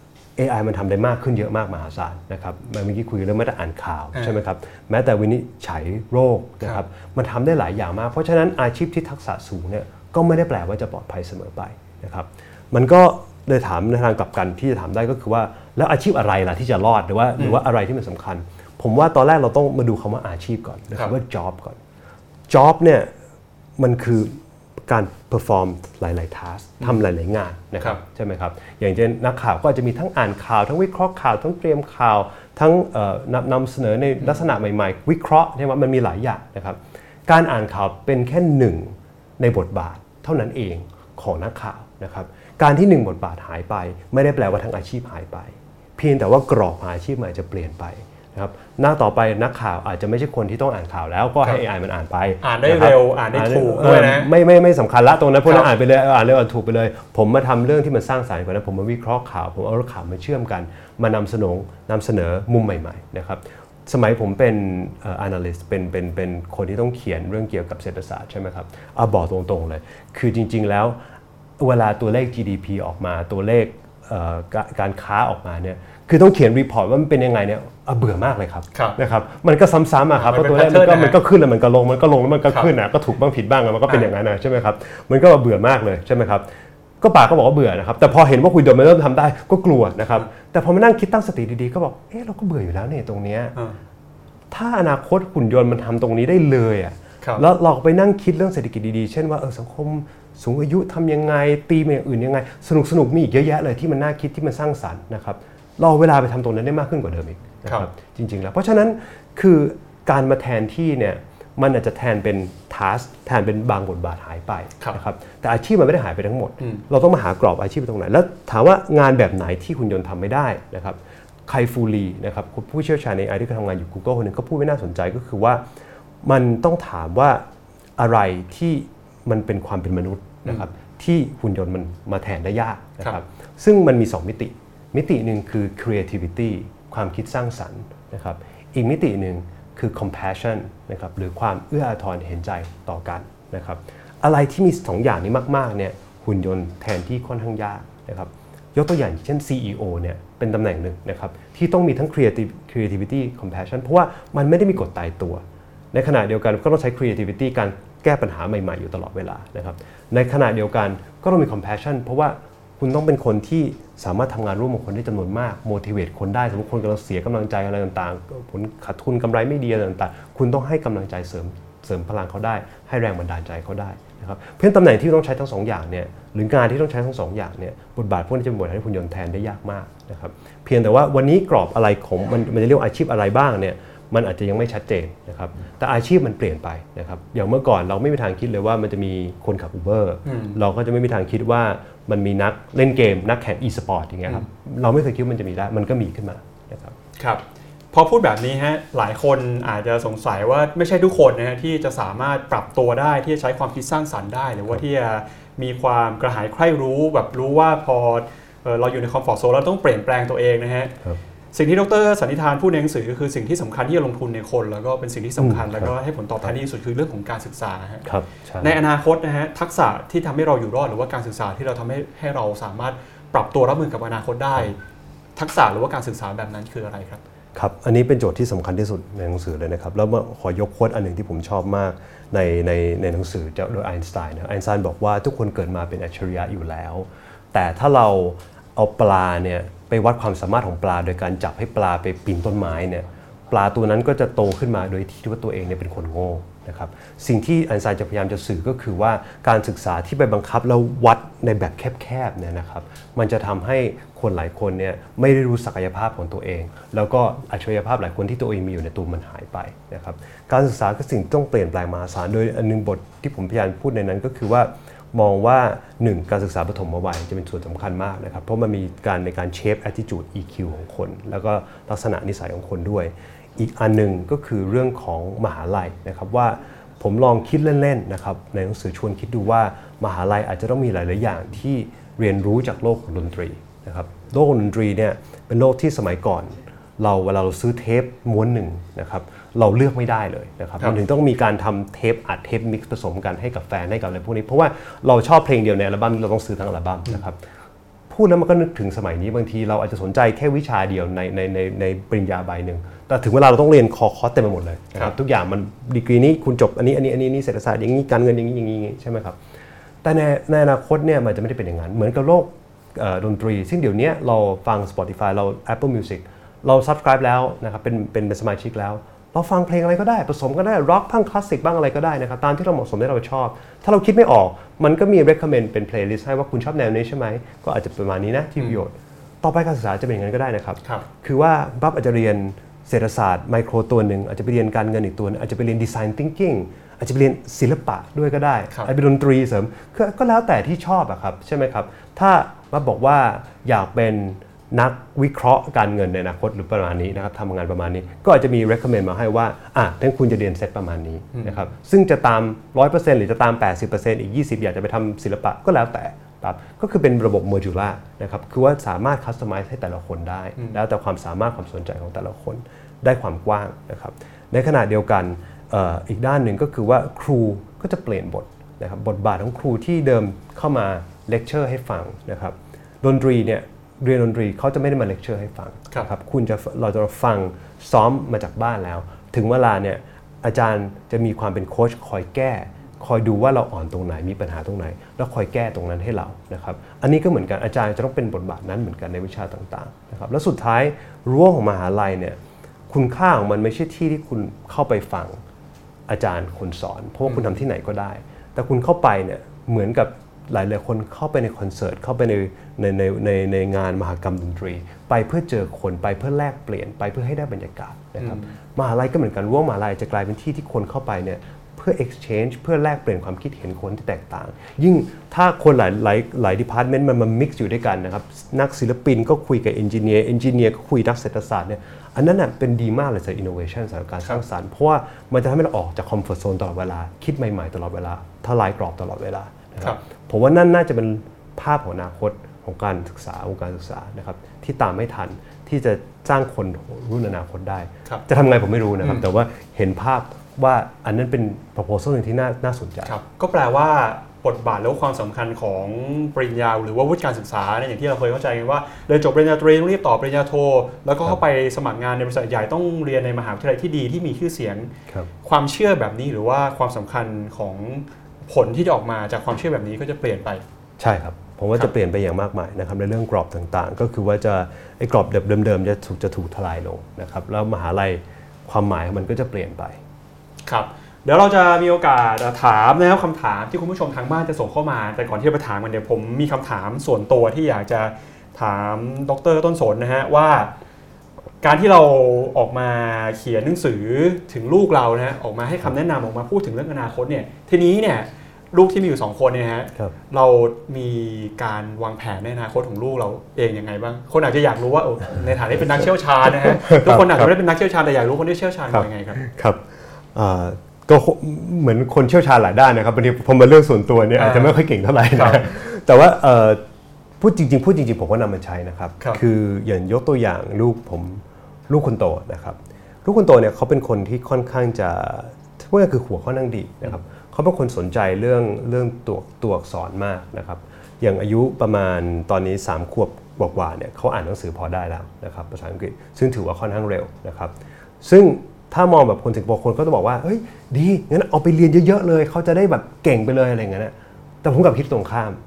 AI มันทำได้มากขึ้นเยอะมากมหาศาลนะครับเมื่อกี้คุยเรื่องแม้แต่อ่านข่าวใช่ไหมครับแม้แต่วินิจฉัยโรคนะครับมันทำได้หลายอย่างมากเพราะฉะนั้นอาชีพที่ทักษะสูงเนี่ยก็ไม่ได้แปลว่าจะปลอดภัยเสมอไปนะครับมันก็เลยถามในทางกลับกันที่จะถามได้ก็คือว่าแล้วอาชีพอะไรล่ะที่จะรอดหรือว่าอะไรที่มันสำคัญผมว่าตอนแรกเราต้องมาดูคำว่าอาชีพก่อนนะครับว่า job ก่อน job เนี่ยมันคือการ perform หลายๆ task ทำหลายๆงานนะครับใช่ไหมครับอย่างเช่นนักข่าวก็จะมีทั้งอ่านข่าวทั้งวิเคราะห์ข่าวทั้งเตรียมข่าวทั้งนำเสนอในลักษณะใหม่ๆวิเคราะห์ใช่ไหมมันมีหลายอย่างนะครับการอ่านข่าวเป็นแค่หนึ่งในบทบาทเท่านั้นเองของนักข่าวนะครับการที่1บทบาทหายไปไม่ได้แปลว่าทั้งอาชีพหายไปเพียงแต่ว่ากรอบอาชีพมันอาจจะเปลี่ยนไปนะครับหน้าต่อไปนักข่าวอาจจะไม่ใช่คนที่ต้องอ่านข่าวแล้วก็ให้ AI มันอ่านไป
อ่านได้เร็วอ่านได้ถูกด้วยนะ
ไม่สำคัญละตรงนั้นพวกนั้นอ่านไปเลยอ่านเร็วอ่านถูกไปเลยผมมาทำเรื่องที่มันสร้างสรรค์กว่านั้นผมมาวิเคราะห์ข่าวผมเอาข่าวมาเชื่อมกันมานำเสนอมุมใหม่ๆนะครับสมัยผมเป็น analyst เป็นคนที่ต้องเขียนเรื่องเกี่ยวกับเศรษฐศาสตร์ใช่ไหมครับบอกตรงๆเลยคือจริงๆแล้วเวลาตัวเลข GDP ออกมาตัวเลขการค้าออกมาเนี่ยคือต้องเขียนรีพอร์ตว่ามันเป็นยังไงเนี่ยเบื่อมากเลยครับนะครับมันก็ซ้ำๆครับเพราะตัวเลขมันก็ขึ้นแล้วมันก็ลงแล้วมันก็ขึ้นก็ถูกบ้างผิดบ้างมันก็เป็นอย่างนั้นนะใช่ไหมครับมันก็เบื่อมากเลยใช่ไหมครับก็ปากก็บอกว่าเบื่อนะครับแต่พอเห็นว่าคุยโดนมันเริ่มทำได้ก็กลัวนะครับแต่พอมานั่งคิดตั้งสติดีๆก็บอกเราก็เบื่ออยู่แล้วเนี่ยตรงเนี้ยถ้าอนาคตหุ่นยนต์มันทำตรงนี้ได้เลยแล้วเราไปนั่งคิดเรื่องเศรษฐกิจดีๆเช่นว่าสังคมสูงอายุทำยังไงตีมอย่างอื่นยังไงสนุกมีอีกเยอะแยะเลยที่มันน่าคิดที่มันสร้างสรรค์นะครับเราเวลาไปทำตรงนั้นได้มากขึ้นกว่าเดิมอีกนะครับจริงๆแล้วเพราะฉะนั้นคือการมาแทนที่เนี่ยมันอาจจะแทนเป็นทัสแทนเป็นบางบทบาทหายไปนะครับแต่อาชีพมันไม่ได้หายไปทั้งหมดเราต้องมาหากรอบอาชีพตรงไหนแล้วถามว่างานแบบไหนที่หุ่นยนต์ทำไม่ได้นะครับไคฟูลีนะครับผู้เชี่ยวชาญในAIที่ทำงานอยู่ Google คนนึงก็พูดไว้น่าสนใจก็คือว่ามันต้องถามว่าอะไรที่มันเป็นความเป็นมนุษย์นะครับที่หุ่นยนต์มันมาแทนได้ยากนะครับซึ่งมันมี2มิติหนึ่งคือ creativity ความคิดสร้างสรรค์นะครับอีกมิติหนึ่งคือ compassion นะครับหรือความเอื้ออาทรเห็นใจต่อกันนะครับอะไรที่มี2อย่างนี้มากๆเนี่ยหุ่นยนต์แทนที่ค่อนข้างยากนะครับยกตัวอย่างเช่น CEO เนี่ยเป็นตำแหน่งหนึ่งนะครับที่ต้องมีทั้ง creativity compassion เพราะว่ามันไม่ได้มีกฎตายตัวในขณะเดียวกันก็ต้องใช้ creativity การแก้ปัญหาใหม่ๆอยู่ตลอดเวลานะครับในขณะเดียวกันก็ต้องมี compassion เพราะว่าคุณต้องเป็นคนที่สามารถทำงานร่วมกับคนได้จำนวนมาก motivate คนได้สมมติคนกำลังเสียกำลังใจอะไรต่างๆผลขาดทุนกำไรไม่ดีอะไรต่างๆคุณต้องให้กำลังใจเสริมพลังเขาได้ให้แรงบันดาลใจเขาได้นะครับเพื่อตำแหน่งที่ต้องใช้ทั้ง2อย่างเนี่ยหรืองานที่ต้องใช้ทั้ง2อย่างเนี่ยบทบาทพวกนี้จะเป็นบทบาทที่หุ่นยนต์แทนได้ยากมากนะครับเพียงแต่ว่าวันนี้กรอบอะไรของมันจะเรียกอาชีพอะไรบ้างเนี่ยมันอาจจะยังไม่ชัดเจนนะครับแต่อาชีพมันเปลี่ยนไปนะครับอย่างเมื่อก่อนเราไม่มีทางคิดเลยว่ามันจะมีคนขับ Uber เราก็จะไม่มีทางคิดว่ามันมีนักเล่นเกมนักแข่ง e-sport อย่างเงี้ยครับเราไม่เคยคิดว่ามันจะมีได้มันก็มีขึ้นมานะครับ
ครับพอพูดแบบนี้ฮะหลายคนอาจจะสงสัยว่าไม่ใช่ทุกคนนะฮะที่จะสามารถปรับตัวได้ที่จะใช้ความคิดสร้างสรรค์ได้หรือว่าที่จะมีความกระหายใคร่รู้แบบรู้ว่าพอเราอยู่ในคอมฟอร์ตโซนเราต้องเปลี่ยนแปลงตัวเองนะฮะสิ่งที่ดร.สันนิธานพูดในหนังสือก็คือสิ่งที่สำคัญที่จะลงทุนในคนแล้วก็เป็นสิ่งที่สำคัญแล้วก็ให้ผลตอบแทนที่สุดคือเรื่องของการศึกษาในอนาคตนะฮะทักษะที่ทำให้เราอยู่รอดหรือว่าการศึกษาที่เราทำให้เราสามารถปรับตัวรับมือกับอนาคตได้ทักษะหรือว่าการศึกษาแบบนั้นคืออะไรครับ
ครับอันนี้เป็นโจทย์ที่สำคัญที่สุดในหนังสือเลยนะครับแล้วขอยกโค้ดอันหนึ่งที่ผมชอบมากในหนังสือโดยไอน์สไตน์นะไอน์สไตน์บอกว่าทุกคนเกิดมาเป็นอัจฉริยะอยู่แล้วแต่ถ้าเราเอาปลาเนี่ยไปไปวัดความสามารถของปลาโดยการจับให้ปลาไปปีนต้นไม้เนี่ยปลาตัวนั้นก็จะโตขึ้นมาโดยที่ว่าตัวเองเนี่ยเป็นคนโง่นะครับสิ่งที่ไอน์สไตน์จะพยายามจะสื่อก็คือว่าการศึกษาที่ไปบังคับแล้ววัดในแบบแคบๆเนี่ยนะครับมันจะทำให้คนหลายคนเนี่ยไม่ได้รู้ศักยภาพของตัวเองแล้วก็อัจฉริยภาพหลายคนที่ตัวเองมีอยู่ในตัวมันหายไปนะครับการศึกษาคือสิ่งต้องเปลี่ยนแปลงมหาศาลโดยอันนึงบทที่ผมพยายามพูดในนั้นก็คือว่ามองว่า 1. การศึกษาปฐมวัยจะเป็นส่วนสำคัญมากนะครับเพราะมันมีการในการเชฟ attitude EQ ของคนแล้วก็ลักษณะนิสัยของคนด้วยอีกอันหนึ่งก็คือเรื่องของมหาลัยนะครับว่าผมลองคิดเล่นๆนะครับในหนังสือชวนคิดดูว่ามหาลัยอาจจะต้องมีหลายๆอย่างที่เรียนรู้จากโลกของดนตรีนะครับโลกของดนตรีเนี่ยเป็นโลกที่สมัยก่อนเวลาเราซื้อเทปม้วนหนึ่งนะครับเราเลือกไม่ได้เลยนะครับมันถึงต้องมีการทำเทปอัดเทปมิกซ์ผสมกันให้กับแฟนให้กับอะไรพวกนี้เพราะว่าเราชอบเพลงเดียวในอัลบั้มเราต้องซื้อทั้งอัลบั้มนะครับพูดแล้วมันก็นึกถึงสมัยนี้บางทีเราอาจจะสนใจแค่วิชาเดียวในปริญญาใบหนึ่งแต่ถึงเวลาเราต้องเรียนคอร์สเต็มไปหมดเลยนะครับทุกอย่างมันดีกรีนี้คุณจบอันนี้เศรษฐศาสตร์อย่างนี้การเงินอย่างนี้ใช่ไหมครับแต่ในอนาคตเนี่ยมันจะไม่ได้เป็นอย่างนั้นเหมือนกับโลกดนตรีซึ่งเดี๋ยวนี้เราฟัง Spotify เรา Apple Music เรา subscribe แล้วนะครับเป็นสมาชิกแล้วเราฟังเพลงอะไรก็ได้ผสมก็ได้ร็อกทั้งคลาสสิกบ้างอะไรก็ได้นะครับตามที่เราเหมาะสมที่เราชอบถ้าเราคิดไม่ออกมันก็มี recommend เป็น playlist ให้ว่าคุณชอบแนวนี้ใช่ไหมก็อาจจะประมาณนี้นะที่ประโยชน์ต่อไปการศึกษาจะเป็นอย่างนั้นก็ได้นะครับคือว่าปั๊บอาจจะเรียนเศรษฐศาสตร์ไมโครตัวหนึ่งอาจจะไปเรียนการเงินอีกตัวนึงอาจจะไปเรียน design thinking อาจจะไปเรียนศิลปะด้วยก็ได้อาจจะเป็นดนตรีเสริมก็แล้วแต่ที่ชอบอะครับใช่ไหมครับถ้าปั๊บบอกว่าอยากเป็นนักวิเคราะห์การเงินในอนาคตหรือประมาณนี้นะครับทำงานประมาณนี้ก็อาจจะมี recommend มาให้ว่าทั้งคุณจะเรียนเซตประมาณนี้นะครับซึ่งจะตาม 100% หรือจะตาม 80% อีก 20% อยากจะไปทำศิลปะก็แล้วแต่ครับก็คือเป็นระบบ modular นะครับคือว่าสามารถ customize ให้แต่ละคนได้แล้วแต่ความสามารถความสนใจของแต่ละคนได้ความกว้างนะครับในขณะเดียวกันอีกด้านหนึ่งก็คือว่าครูก็จะเปลี่ยนบทนะครับบทบาทของครูที่เดิมเข้ามาเลคเชอร์ให้ฟังนะครับดนตรีเนี่ยเรียนดนตรีเขาจะไม่ได้มาเลคเชอร์ให้ฟังครับเราจะฟังซ้อมมาจากบ้านแล้วถึงเวลาเนี่ยอาจารย์จะมีความเป็นโค้ชคอยแก้คอยดูว่าเราอ่อนตรงไหนมีปัญหาตรงไหนแล้วคอยแก้ตรงนั้นให้เรานะครับอันนี้ก็เหมือนกันอาจารย์จะต้องเป็นบทบาทนั้นเหมือนกันในวิชาต่างๆนะครับแล้วสุดท้ายรั้วของมหาลัยเนี่ยคุณค่าของมันไม่ใช่ที่ที่คุณเข้าไปฟังอาจารย์คนสอนเพราะว่าคุณทำที่ไหนก็ได้แต่คุณเข้าไปเนี่ยเหมือนกับหลายๆคนเข้าไปในคอนเสิร์ตเข้าไปในงานมหกรรมดนตรีไปเพื่อเจอคนไปเพื่อแลกเปลี่ยนไปเพื่อให้ได้บรรยากาศนะครับมหาลัยก็เหมือนกันรั้วมหาลัยจะกลายเป็นที่ที่คนเข้าไปเนี่ยเพื่อ exchange เพื่อแลกเปลี่ยนความคิดเห็นคนที่แตกต่างยิ่งถ้าคนหลาย department มัน mix อยู่ด้วยกันนะครับนักศิลปินก็คุยกับ engineer ก็คุยนักเศรษฐศาสตร์เนี่ยอันนั้นน่ะเป็นดีมากเลยสำหรับ innovation สำหรับการสร้างสรรค์เพราะว่ามันจะทำให้เราออกจาก comfort zone ตลอดเวลาคิดใหม่ๆตลอดเวลาทลายกรอบตลอดเวลานะครับผมว่านั่นน่าจะเป็นภาพของอนาคตของการศึกษาวงการศึกษานะครับที่ตามไม่ทันที่จะสร้างคนรุ่นอนาคตได้จะทำไงผมไม่รู้นะครับแต่ว่าเห็นภาพว่าอันนั้นเป็น proposal หนึ่งที่น่าสนใจ
ก็แปลว่าบทบาทและความสำคัญของปริญญาหรือว่าวุฒิการศึกษาเนี่ยอย่างที่เราเคยเข้าใจกันว่าเรียนจบปริญญาตรีต้องรีบต่อปริญญาโทแล้วก็เข้าไปสมัครงานในบริษัทใหญ่ต้องเรียนในมหาวิทยาลัยที่ดีที่มีชื่อเสียงความเชื่อแบบนี้หรือว่าความสำคัญของผลที่จะออกมาจากความเชื่อแบบนี้ก็จะเปลี่ยนไป
ใช่ครับผมว่าจะเปลี่ยนไปอย่างมากมายนะครับในเรื่องกรอบต่างๆก็คือว่าไอ้กรอบเดิมๆจะถูกทลายลงนะครับแล้วมหาลัยความหมายมันก็จะเปลี่ยนไป
ครับเดี๋ยวเราจะมีโอกาสถามนะครับคำถามที่คุณผู้ชมทางบ้านจะส่งเข้ามาแต่ก่อนที่จะไปถามกันเดี๋ยวผมมีคำถามส่วนตัวที่อยากจะถามดร.ต้นสนนะฮะว่าการที่เราออกมาเขียนหนังสือถึงลูกเรานะฮะออกมาให้คำแนะนำออกมาพูดถึงเรื่องอนาคตเนี่ยทีนี้เนี่ยลูกที่มีอยู่2คนเนี่ยฮะเรามีการวางแผนในอนาคตของลูกเราเองยังไงบ้างคนอาจจะอยากรู้ว่าในฐานะที่เป็นนักเชี่ยวชาญนะฮะทุกคนอาจจะไม่ได้เป็นนักเชี่ยวชาญแต่อยากรู้คนที่เชี่ยวชาญเป็นยังไงครับ
ครับก็เหมือนคนเชี่ยวชาญหลายด้านนะครับบางทีผมมาเรื่องส่วนตัวเนี่ยอาจจะไม่ค่อยเก่งเท่าไหร่นะแต่ว่าพูดจริงผมก็นำมาใช้นะครับคืออย่างยกตัวอย่างลูกคนโตนะครับลูกคนโตเนี่ยเขาเป็นคนที่ค่อนข้างจะพูดง่ายๆคือหัวเขานั่งดีนะครับเขาเป็นคนสนใจเรื่องตัวอักษรมากนะครับอย่างอายุประมาณตอนนี้3 ขวบกว่าเนี่ยเขาอ่านหนังสือพอได้แล้วนะครับภาษาอังกฤษซึ่งถือว่าค่อนข้างเร็วนะครับซึ่งถ้ามองแบบคนสิงคโปร์คนก็จะบอกว่าเฮ้ยดีงั้นเอาไปเรียนเยอะๆเลยเขาจะได้แบบเก่งไปเลยอะไรอย่างเงี้ยแต่ผมกลับคิดตรงข้ามผ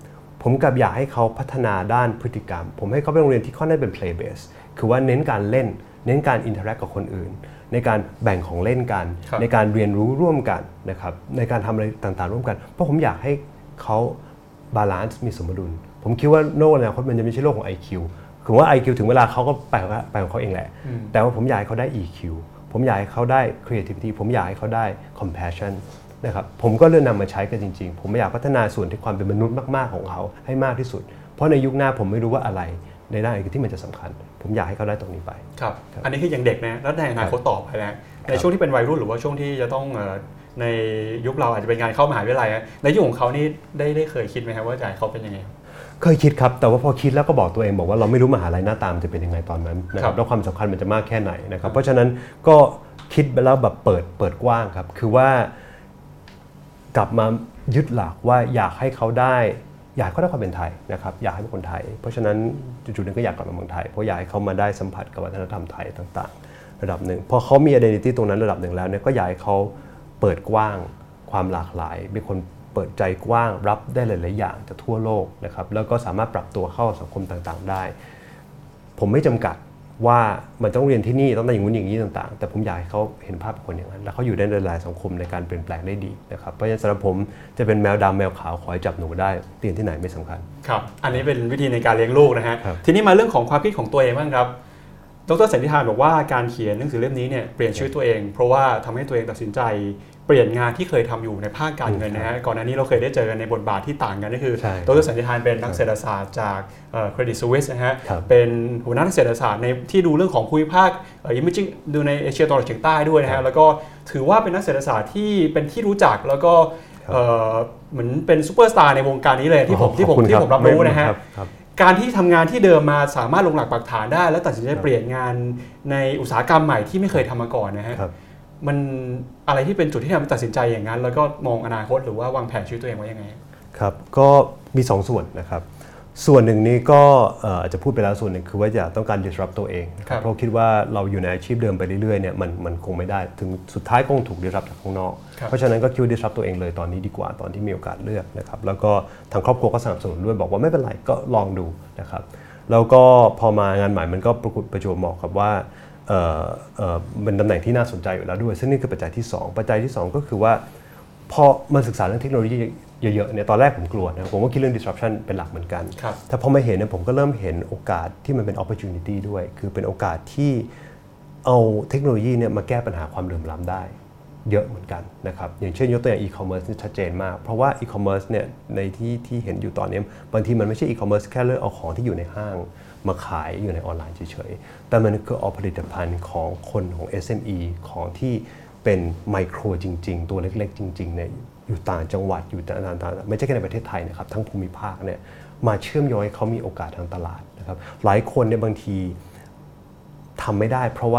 ผมกับอยากให้เขาพัฒนาด้านพฤติกรรมผมให้เขาไปโรงเรียนที่ค่อนข้างเป็น play base คือว่าเน้นการเล่นเน้นการ interact กับคนอื่นในการแบ่งของเล่นกันในการเรียนรู้ร่วมกันนะครับในการทำอะไรต่างๆร่วมกันเพราะผมอยากให้เขาบาลานซ์มีสมดุลผมคิดว่าโลกอนาคตมันจะไม่ใช่โลกของ IQ คือว่า IQ ถึงเวลาเขาก็ไปของเขาเองแหละแต่ว่าผมอยากให้เขาได้ EQ ผมอยากให้เขาได้ creativity ผมอยากให้เขาได้ compassion นะครับผมก็เลือกนำมาใช้กันจริงๆผมอยากพัฒนาส่วนที่ความเป็นมนุษย์มากๆของเขาให้มากที่สุดเพราะในยุคหน้าผมไม่รู้ว่าอะไรในด้านที่มันจะสำคัญผมอยากให้เขาได้ตรงนี้ไป
ครับอันนี้คือยังเด็กนะแล้วในอนาคตต่อไปนะในช่วงที่เป็นวัยรุ่นหรือว่าช่วงที่จะต้องในยุคเราอาจจะเป็นงานเข้ามหาวิทยาลัยในยุคของเขานี่ได้เคยคิดไหมครับว่าจะให้เขาเป็นยังไง
เคยคิดครับแต่ว่าพอคิดแล้วก็บอกตัวเองบอกว่าเราไม่รู้มหาลัยหน้าตามันจะเป็นยังไงตอนนั้นนะครับแล้วความสำคัญมันจะมากแค่ไหนนะครับเพราะฉะนั้นก็คิดไปแล้วแบบเปิดกว้างครับคือว่ากลับมายึดหลักว่าอยากให้เขาได้ความเป็นไทยนะครับอยากให้เป็นคนไทยเพราะฉะนั้นจุดๆนึงก็อยากกลับมาเมืองไทยเพราะอยากให้เขามาได้สัมผัสกับวัฒนธรรมไทยต่างๆระดับหนึ่งพอเขามี identity ตรงนั้นระดับหนึ่งแล้วเนี่ยก็อยากให้เขาเปิดกว้างความหลากหลายเป็นคนเปิดใจกว้างรับได้หลายๆอย่างจากทั่วโลกนะครับแล้วก็สามารถปรับตัวเข้าสังคมต่างๆได้ผมไม่จำกัดว่ามันต้องเรียนที่นี่ต้องอย่างนู้นอย่างนี้ต่างๆแต่ผมอยากให้เขาเห็นภาพคนอย่างนั้นแล้วเขาอยู่ได้ในหลายสังคมในการเปลี่ยนแปลงได้ดีนะครับเพราะฉะนั้นสำหรับผมจะเป็นแมวดำแมวขาวขอให้จับหนูได้เรียนที่ไหนไม่สำคัญ
ครับอันนี้เป็นวิธีในการเลี้ยงลูกนะฮะทีนี้มาเรื่องของความคิดของตัวเองบ้างครับดร.สันติธานบอกว่าการเขียนหนังสือเล่มนี้เนี่ยเปลี่ยนชีวิตตัวเองเพราะว่าทำให้ตัวเองตัดสินใจเปลี่ยนงานที่เคยทำอยู่ในภาคการเงินนะฮะก่อนหน้านี้เราเคยได้เจอกันในบทบาทที่ต่างกันก็คือดร.สันติธานเป็นนักเศรษฐศาสตร์จากเครดิตสวิสนะฮะเป็นหัวหน้าเศรษฐศาสตร์ในที่ดูเรื่องของภูมิภาคimaging ดูในเอเชียตะวันออกเฉียงใต้ด้วยนะฮะแล้วก็ถือว่าเป็นนักเศรษฐศาสตร์ที่เป็นที่รู้จักแล้วก็เหมือนเป็นซูเปอร์สตาร์ในวงการนี้เลยที่ผมรับรู้นะฮะการที่ทำงานที่เดิมมาสามารถลงหลักปักฐานได้แล้วตัดสินใจเปลี่ยนงานในอุตสาหกรรมใหม่ที่ไม่เคยทำมาก่อนนะฮะมันอะไรที่เป็นจุดที่ทำให้ตัดสินใจอย่างนั้นแล้วก็มองอนาคตหรือว่าวางแผนชีวิตตัวเองไว้ยังไง
ครับก็มี2ส่วนนะครับส่วนหนึ่งนี้ก็อาจจะพูดไปแล้วส่วนหนึ่งคือว่าอยากต้องการ disrupt ตัวเองเพราะคิดว่าเราอยู่ในอาชีพเดิมไปเรื่อยๆเนี่ยมันคงไม่ได้ถึงสุดท้ายก็คงถูก disrupt จากข้างนอกเพราะฉะนั้นก็คิด disrupt ตัวเองเลยตอนนี้ดีกว่าตอนที่มีโอกาสเลือกนะครับแล้วก็ทางครอบครัวก็สนับสนุนด้วยบอกว่าไม่เป็นไรก็ลองดูนะครับแล้วก็พอมางานใหม่มันก็ประจวบเหมาะกับว่าเป็นตำแหน่งที่น่าสนใจอยู่แล้วด้วยซึ่งนี่คือปัจจัยที่2ปัจจัยที่2ก็คือว่าพอมาศึกษาเรื่องเทคโนโลยีเยอะๆเนี่ยตอนแรกผมกลัวนะผมก็คิดเรื่อง disruption เป็นหลักเหมือนกันแต่พอมาเห็นเนี่ยผมก็เริ่มเห็นโอกาสที่มันเป็น opportunity ด้วยคือเป็นโอกาสที่เอาเทคโนโลยีเนี่ยมาแก้ปัญหาความเหลื่อมล้ำได้เยอะเหมือนกันนะครับอย่างเช่นยกตัวอย่าง e-commerce นี่ชัดเจนมากเพราะว่า e-commerce เนี่ยในที่เห็นอยู่ตอนนี้บางทีมันไม่ใช่ e-commerce แค่เรื่องเอาของที่อยู่ในห้างมาขายอยู่ในออนไลน์เฉยๆแต่มันคือเอาผลิตภัณฑ์ของคนของ SME ของที่เป็นไมโครจริงๆตัวเล็กๆจริงๆเนี่ยอยู่ต่างจังหวัดอยู่ต่างๆไม่ใช่แค่ในประเทศไทยนะครับทั้งภูมิภาคเนี่ยมาเชื่อมโยงให้เขามีโอกาสทางตลาดนะครับหลายคนเนี่ยบางทีทำไม่ได้เพราะว่า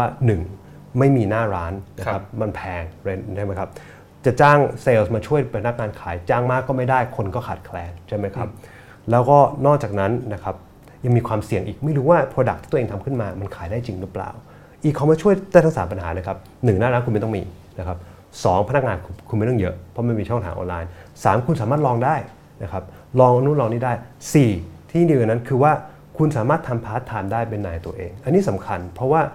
1ไม่มีหน้าร้านนะครับมันแพงใช่ไหมครับจะจ้างเซลส์มาช่วยเป็นพนักงานขายจ้างมากก็ไม่ได้คนก็ขาดแคลนใช่ไหมครับแล้วก็นอกจากนั้นนะครับยังมีความเสี่ยงอีกไม่รู้ว่า Product ที่ตัวเองทำขึ้นมามันขายได้จริงหรือเปล่า e-commerce ช่วยได้ทั้ง3ปัญหานะครับ1หน้าร้านคุณไม่ต้องมีนะครับ2พนักงานคุณไม่ต้องเยอะเพราะมันมีช่องทางออนไลน์3คุณสามารถลองได้นะครับลองนู่นลองนี่ได้4ที่ดีกว่านั้นคือว่าคุณสามารถทำพาร์ทไทม์ได้เป็นนายตัวเองอันนี้สำคัญเพราะว่า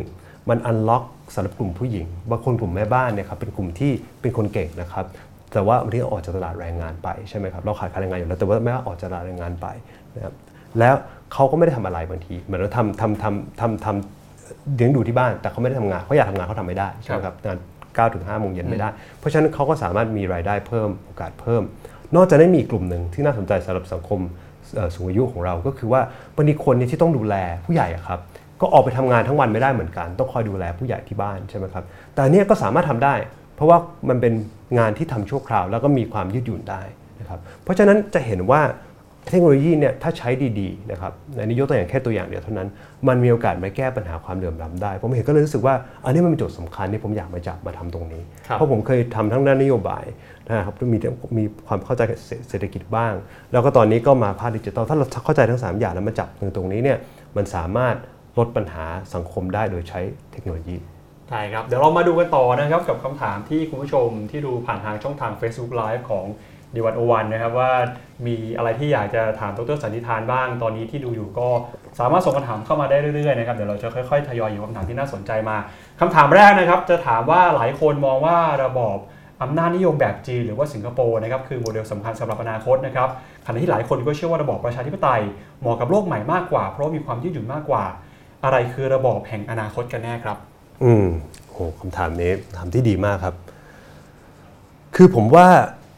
1มันอันล็อกสำหรับกลุ่มผู้หญิงบางคนกลุ่มแม่บ้านเนี่ยครับเป็นกลุ่มที่เป็นคนเก่งนะครับแต่ว่าบางทีออกจากตลาดแรงงานไปใช่ไหมครับเราขาดแรงงานอยู่แล้วแต่ว่าไม่ว่าออกจากตลาดแรงงานไปนะครับแล้วเขาก็ไม่ได้ทำอะไรบางทีเหมือนเราทำเลี้ยงดูที่บ้านแต่เขาไม่ได้ทำงานเขาอยากทำงานเขาทำไม่ได้ใช่ไหมครับงาน9 ถึง 5 โมงเย็นไม่ได้เพราะฉะนั้นเขาก็สามารถมีรายได้เพิ่มโอกาสเพิ่มนอกจากนั้นมีกลุ่มหนึ่งที่น่าสนใจสำหรับสังคมสูงอายุของเราก็คือว่าบางทีคนที่ต้องดูแลผู้ใหญ่ครับก็ออกไปทำงานทั้งวันไม่ได้เหมือนกันต้องคอยดูแลผู้ใหญ่ที่บ้านใช่ไหมครับแต่อันนี้ก็สามารถทำได้เพราะว่ามันเป็นงานที่ทำชั่วคราวแล้วก็มีความยืดหยุ่นได้นะครับเพราะฉะนั้นจะเห็นว่าเทคโนโลยีเนี่ยถ้าใช้ดีๆนะครับในนี้ยกตัวอย่างแค่ตัวอย่างเดียวเท่านั้นมันมีโอกาสมาแก้ปัญหาความเหลื่อมล้ำได้ผมเห็นก็เลยรู้สึกว่าอันนี้มันเป็นโจทย์สำคัญที่ผมอยากมาทำตรงนี้เพราะผมเคยทำทั้งด้านนโยบายนะครับมีความเข้าใจเศรษฐกิจบ้างแล้วก็ตอนนี้ก็มาภาคดิจิทัลถ้าเราเข้าใจทั้ง3อย่างแล้วมาจับตรงนี้เนี่ยมันสามารถลดปัญหาสังคมได้โดยใช้เทคโนโลยี
ใช่ครับเดี๋ยวเรามาดูกันต่อนะครับกับคำถามที่คุณผู้ชมที่ดูผ่านทางช่องทาง Facebook Live ของดีวันโอวันนะครับว่ามีอะไรที่อยากจะถามดร.สันนิธานบ้างตอนนี้ที่ดูอยู่ก็สามารถส่งคำถามเข้ามาได้เรื่อยๆนะครับเดี๋ยวเราจะค่อยๆทยอยหยิบคำถามที่น่าสนใจมาคำถามแรกนะครับจะถามว่าหลายคนมองว่าระบอบอำนาจนิยมแบบจีนหรือว่าสิงคโปร์นะครับคือโมเดลสำคัญสำหรับอนาคตนะครับขณะที่หลายคนก็เชื่อว่าระบอบประชาธิปไตยเหมาะกับโลกใหม่มากกว่าเพราะมีความยืดหยุ่นมากกว่าอะไรคือระบอบแห่งอนาคตกันแน่ครับ
โอ้คำถามนี้ถามที่ดีมากครับคือผมว่า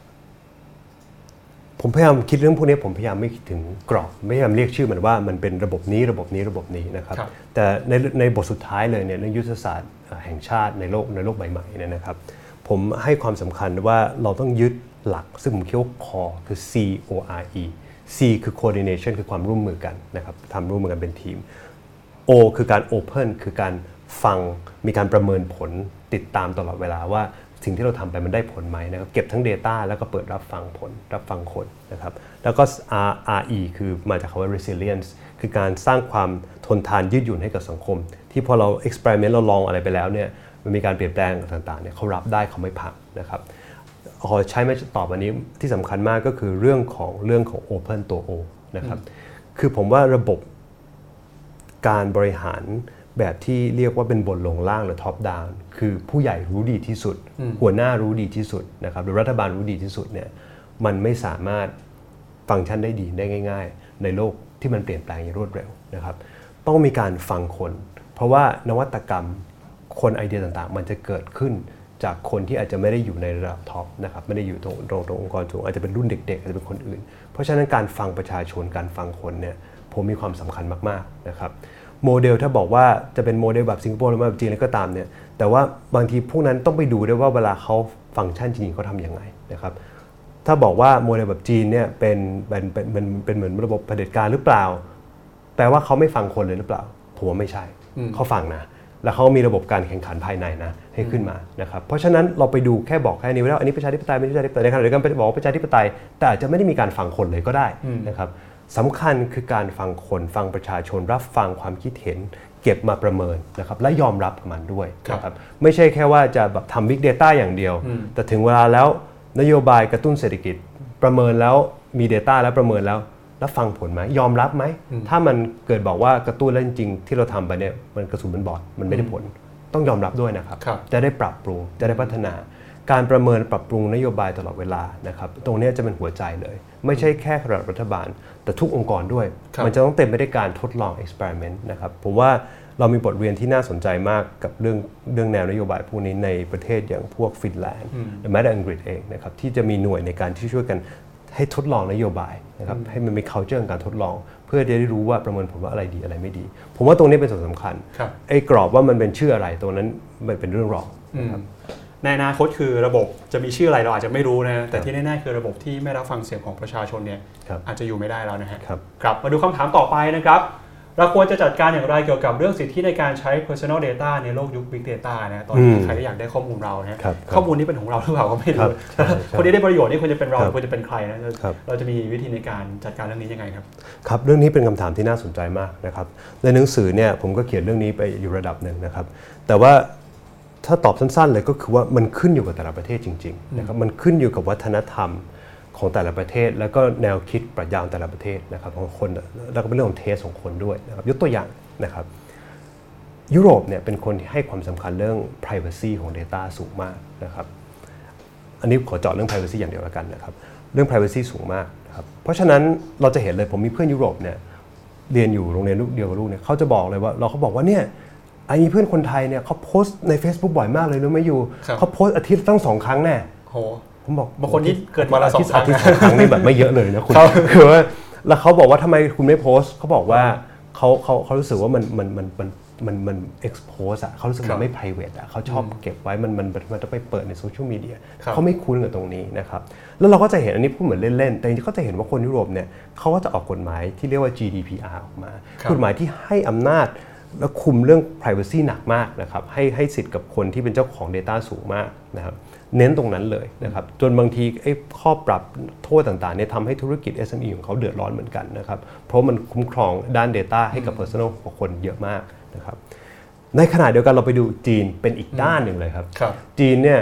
ผมพยายามคิดเรื่องพวกนี้ผมพยายามไม่คิดถึงกรอบไม่พยายามเรียกชื่อมันว่ามันเป็นระบบนี้นะครับแต่ในบทสุดท้ายเลยเนี่ยเรื่องยุทธศาสตร์แห่งชาติในโลกใบใหม่เนี่ยนะครับผมให้ความสำคัญว่าเราต้องยึดหลักซึ่งผมคิดว่า core คือ CORE C คือ coordination คือความร่วมมือกันนะครับทำร่วมมือกันเป็นทีม O คือการ open คือการฟังมีการประเมินผลติดตามตลอดเวลาว่าสิ่งที่เราทำไปมันได้ผลไหมนะครับเก็บทั้ง Data แล้วก็เปิดรับฟังผลรับฟังคนนะครับแล้วก็ RE คือมาจากคำว่า resilience คือการสร้างความทนทานยืดหยุ่นให้กับสังคมที่พอเรา experiment เราลองอะไรไปแล้วเนี่ยมันมีการเปลี่ยนแปลงต่างๆเนี่ยเขารับได้เขาไม่พังนะครับขอใช้มาตอบอันนี้ที่สำคัญมากก็คือเรื่องของ open ตัว O นะครับคือผมว่าระบบการบริหารแบบที่เรียกว่าเป็นบนลงล่างหรือ top down คือผู้ใหญ่รู้ดีที่สุดหัวหน้ารู้ดีที่สุดนะครับหรือรัฐบาลรู้ดีที่สุดเนี่ยมันไม่สามารถฟังก์ชันได้ดีได้ง่ายๆในโลกที่มันเปลี่ยนแปลงอย่างรวดเร็วนะครับต้องมีการฟังคนเพราะว่านวัตกรรมคนไอเดียต่างๆมันจะเกิดขึ้นจากคนที่อาจจะไม่ได้อยู่ในระดับท็อปนะครับไม่ได้อยู่ตรงองค์กรสูงอาจจะเป็นรุ่นเด็กๆอาจจะเป็นคนอื่นเพราะฉะนั้นการฟังประชาชนการฟังคนเนี่ยผมมีความสำคัญมากๆนะครับโมเดลถ้าบอกว่าจะเป็นโมเดลแบบสิงคโปร์หรือแบบจีนอะไรก็ตามเนี่ยแต่ว่าบางทีพวกนั้นต้องไปดูด้วยว่าเวลาเขาฟังก์ชันจริงๆเขาทำยังไงนะครับถ้าบอกว่าโมเดลแบบจีนเนี่ยเป็นเหมือนระบบเผด็จการหรือเปล่าแปลว่าเขาไม่ฟังคนเลยหรือเปล่าผมว่าไม่ใช่เขาฟังนะแล้วเขามีระบบการแข่งขันภายในนะให้ขึ้นมานะครับเพราะฉะนั้นเราไปดูแค่บอกแค่นี้ว่าอันนี้ประชาธิปไตยไม่ใช่ประชาธิปไตยในขณะเดียวกันไปบอกว่าประชาธิปไตยแต่อาจจะไม่ได้มีการฟังคนเลยก็ได้นะครับสำคัญคือการฟังคนฟังประชาชนรับฟังความคิดเห็นเก็บมาประเมินนะครับและยอมรับกับมันด้วยนะครับไม่ใช่แค่ว่าจะแบบทำ Big Data อย่างเดียวแต่ถึงเวลาแล้วนโยบายกระตุ้นเศรษฐกิจประเมินแล้วมี Data แล้วประเมินแล้วฟังผลไหมยอมรับไหมถ้ามันเกิดบอกว่ากระตุ้นแล้วจริงๆที่เราทำไปเนี่ยมันกระสุนมันบอดมันไม่ได้ผลต้องยอมรับด้วยนะครับจะได้ปรับปรุงจะได้พัฒนาการประเมินปรับปรุงนโยบายตลอดเวลานะครับตรงนี้จะเป็นหัวใจเลยไม่ใช่แค่ระดับรัฐบาลแต่ทุกองค์กรด้วยมันจะต้องเต็มไปด้วยการทดลอง experiment นะครับผมว่าเรามีบทเรียนที่น่าสนใจมากกับเรื่องแนวนโยบายพวกนี้ในประเทศอย่างพวกฟินแลนด์หรือแม้แต่อังกฤษเองนะครับที่จะมีหน่วยในการที่ช่วยกันให้ทดลองนโยบายนะครับให้มันมี culture การทดลองเพื่อจะได้รู้ว่าประเมินผลว่าอะไรดีอะไรไม่ดีผมว่าตรงนี้เป็นส่วนสำคัญไอ้กรอบว่ามันเป็นชื่ออะไรตรงนั้นมันเป็นเรื่องรองนะครับ
ในอนาคตคือระบบจะมีชื่ออะไรเราอาจจะไม่รู้นะแต่ที่แน่ๆคือระบบที่ไม่รับฟังเสียงของประชาชนเนี่ยอาจจะอยู่ไม่ได้แล้วนะฮะครับมาดูคำถามต่อไปนะครับเราควรจะจัดการอย่างไรเกี่ยวกับเรื่องสิทธิในการใช้ personal data ในโลกยุค big data นะตอนนี้ใครก็อยากได้ข้อมูลเรานะข้อมูลนี้เป็นของเราหรือเปล่าก็ไม่รู้คนที่ได้ประโยชน์นี่ควรจะเป็นเราควรจะเป็นใครนะเราจะมีวิธีในการจัดการเรื่องนี้ยังไงครับ
ครับเรื่องนี้เป็นคำถามที่น่าสนใจมากนะครับในหนังสือเนี่ยผมก็เขียนเรื่องนี้ไปอยู่ระดับหนึ่งนะครับแต่ว่าถ้าตอบสั้นๆเลยก็คือว่ามันขึ้นอยู่กับแต่ละประเทศจริงๆนะครับมันขึ้นอยู่กับวัฒนธรรมของแต่ละประเทศแล้วก็แนวคิดปรัชญาของแต่ละประเทศนะครับของคนแล้วก็เป็นเรื่องของเทสของคนด้วยนะครับยกตัวอย่างนะครับยุโรปเนี่ยเป็นคนที่ให้ความสำคัญเรื่อง privacy ของ Data สูงมากนะครับอันนี้ขอเจาะเรื่อง privacy อย่างเดียวแล้วกันนะครับเรื่อง privacy สูงมากนะครับเพราะฉะนั้นเราจะเห็นเลยผมมีเพื่อนยุโรปเนี่ยเรียนอยู่โรงเรียนเดียวกับลูกเนี่ยเขาจะบอกเลยว่าเขาบอกว่าเนี่ยไอ้เพื่อนคนไทยเนี่ยเขาโพสต์ใน Facebook บ่อยมากเลยรู้ไหมอยู่เขาโพสต์อาทิตย์ตั้ง2 ครั้งแน่ผมบอก
บางคนที่เกิดวันละ2 ครั้ง
นี่แบบไม่เยอะเลยนะคุณคือว่าแล้วเขาบอกว่าทำไมคุณไม่โพสต์เขาบอกว่าเขารู้สึกว่ามัน expose อ่ะเขารู้สึกมันไม่ private อ่ะเขาชอบเก็บไว้มันจะไปเปิดในโซเชียลมีเดียเขาไม่คุ้นกับตรงนี้นะครับแล้วเราก็จะเห็นอันนี้พูดเหมือนเล่นๆแต่จริงๆก็จะเห็นว่าคนยุโรปเนี่ยเขาก็จะออกกฎหมายที่เรียกว่า GDPR ออกมากฎหมายที่ให้อำนาจและคุมเรื่อง privacy หนักมากนะครับให้สิทธิ์กับคนที่เป็นเจ้าของ Data สูงมากนะครับเน้นตรงนั้นเลยนะครับจนบางทีข้อปรับโทษต่างๆเนี่ยทำให้ธุรกิจ SME ของเขาเดือดร้อนเหมือนกันนะครับเพราะมันคุ้มครองด้าน Data ให้กับ Personal ของคนเยอะมากนะครับในขณะเดียวกันเราไปดูจีนเป็นอีกด้านหนึ่งเลยครับจีนเนี่ย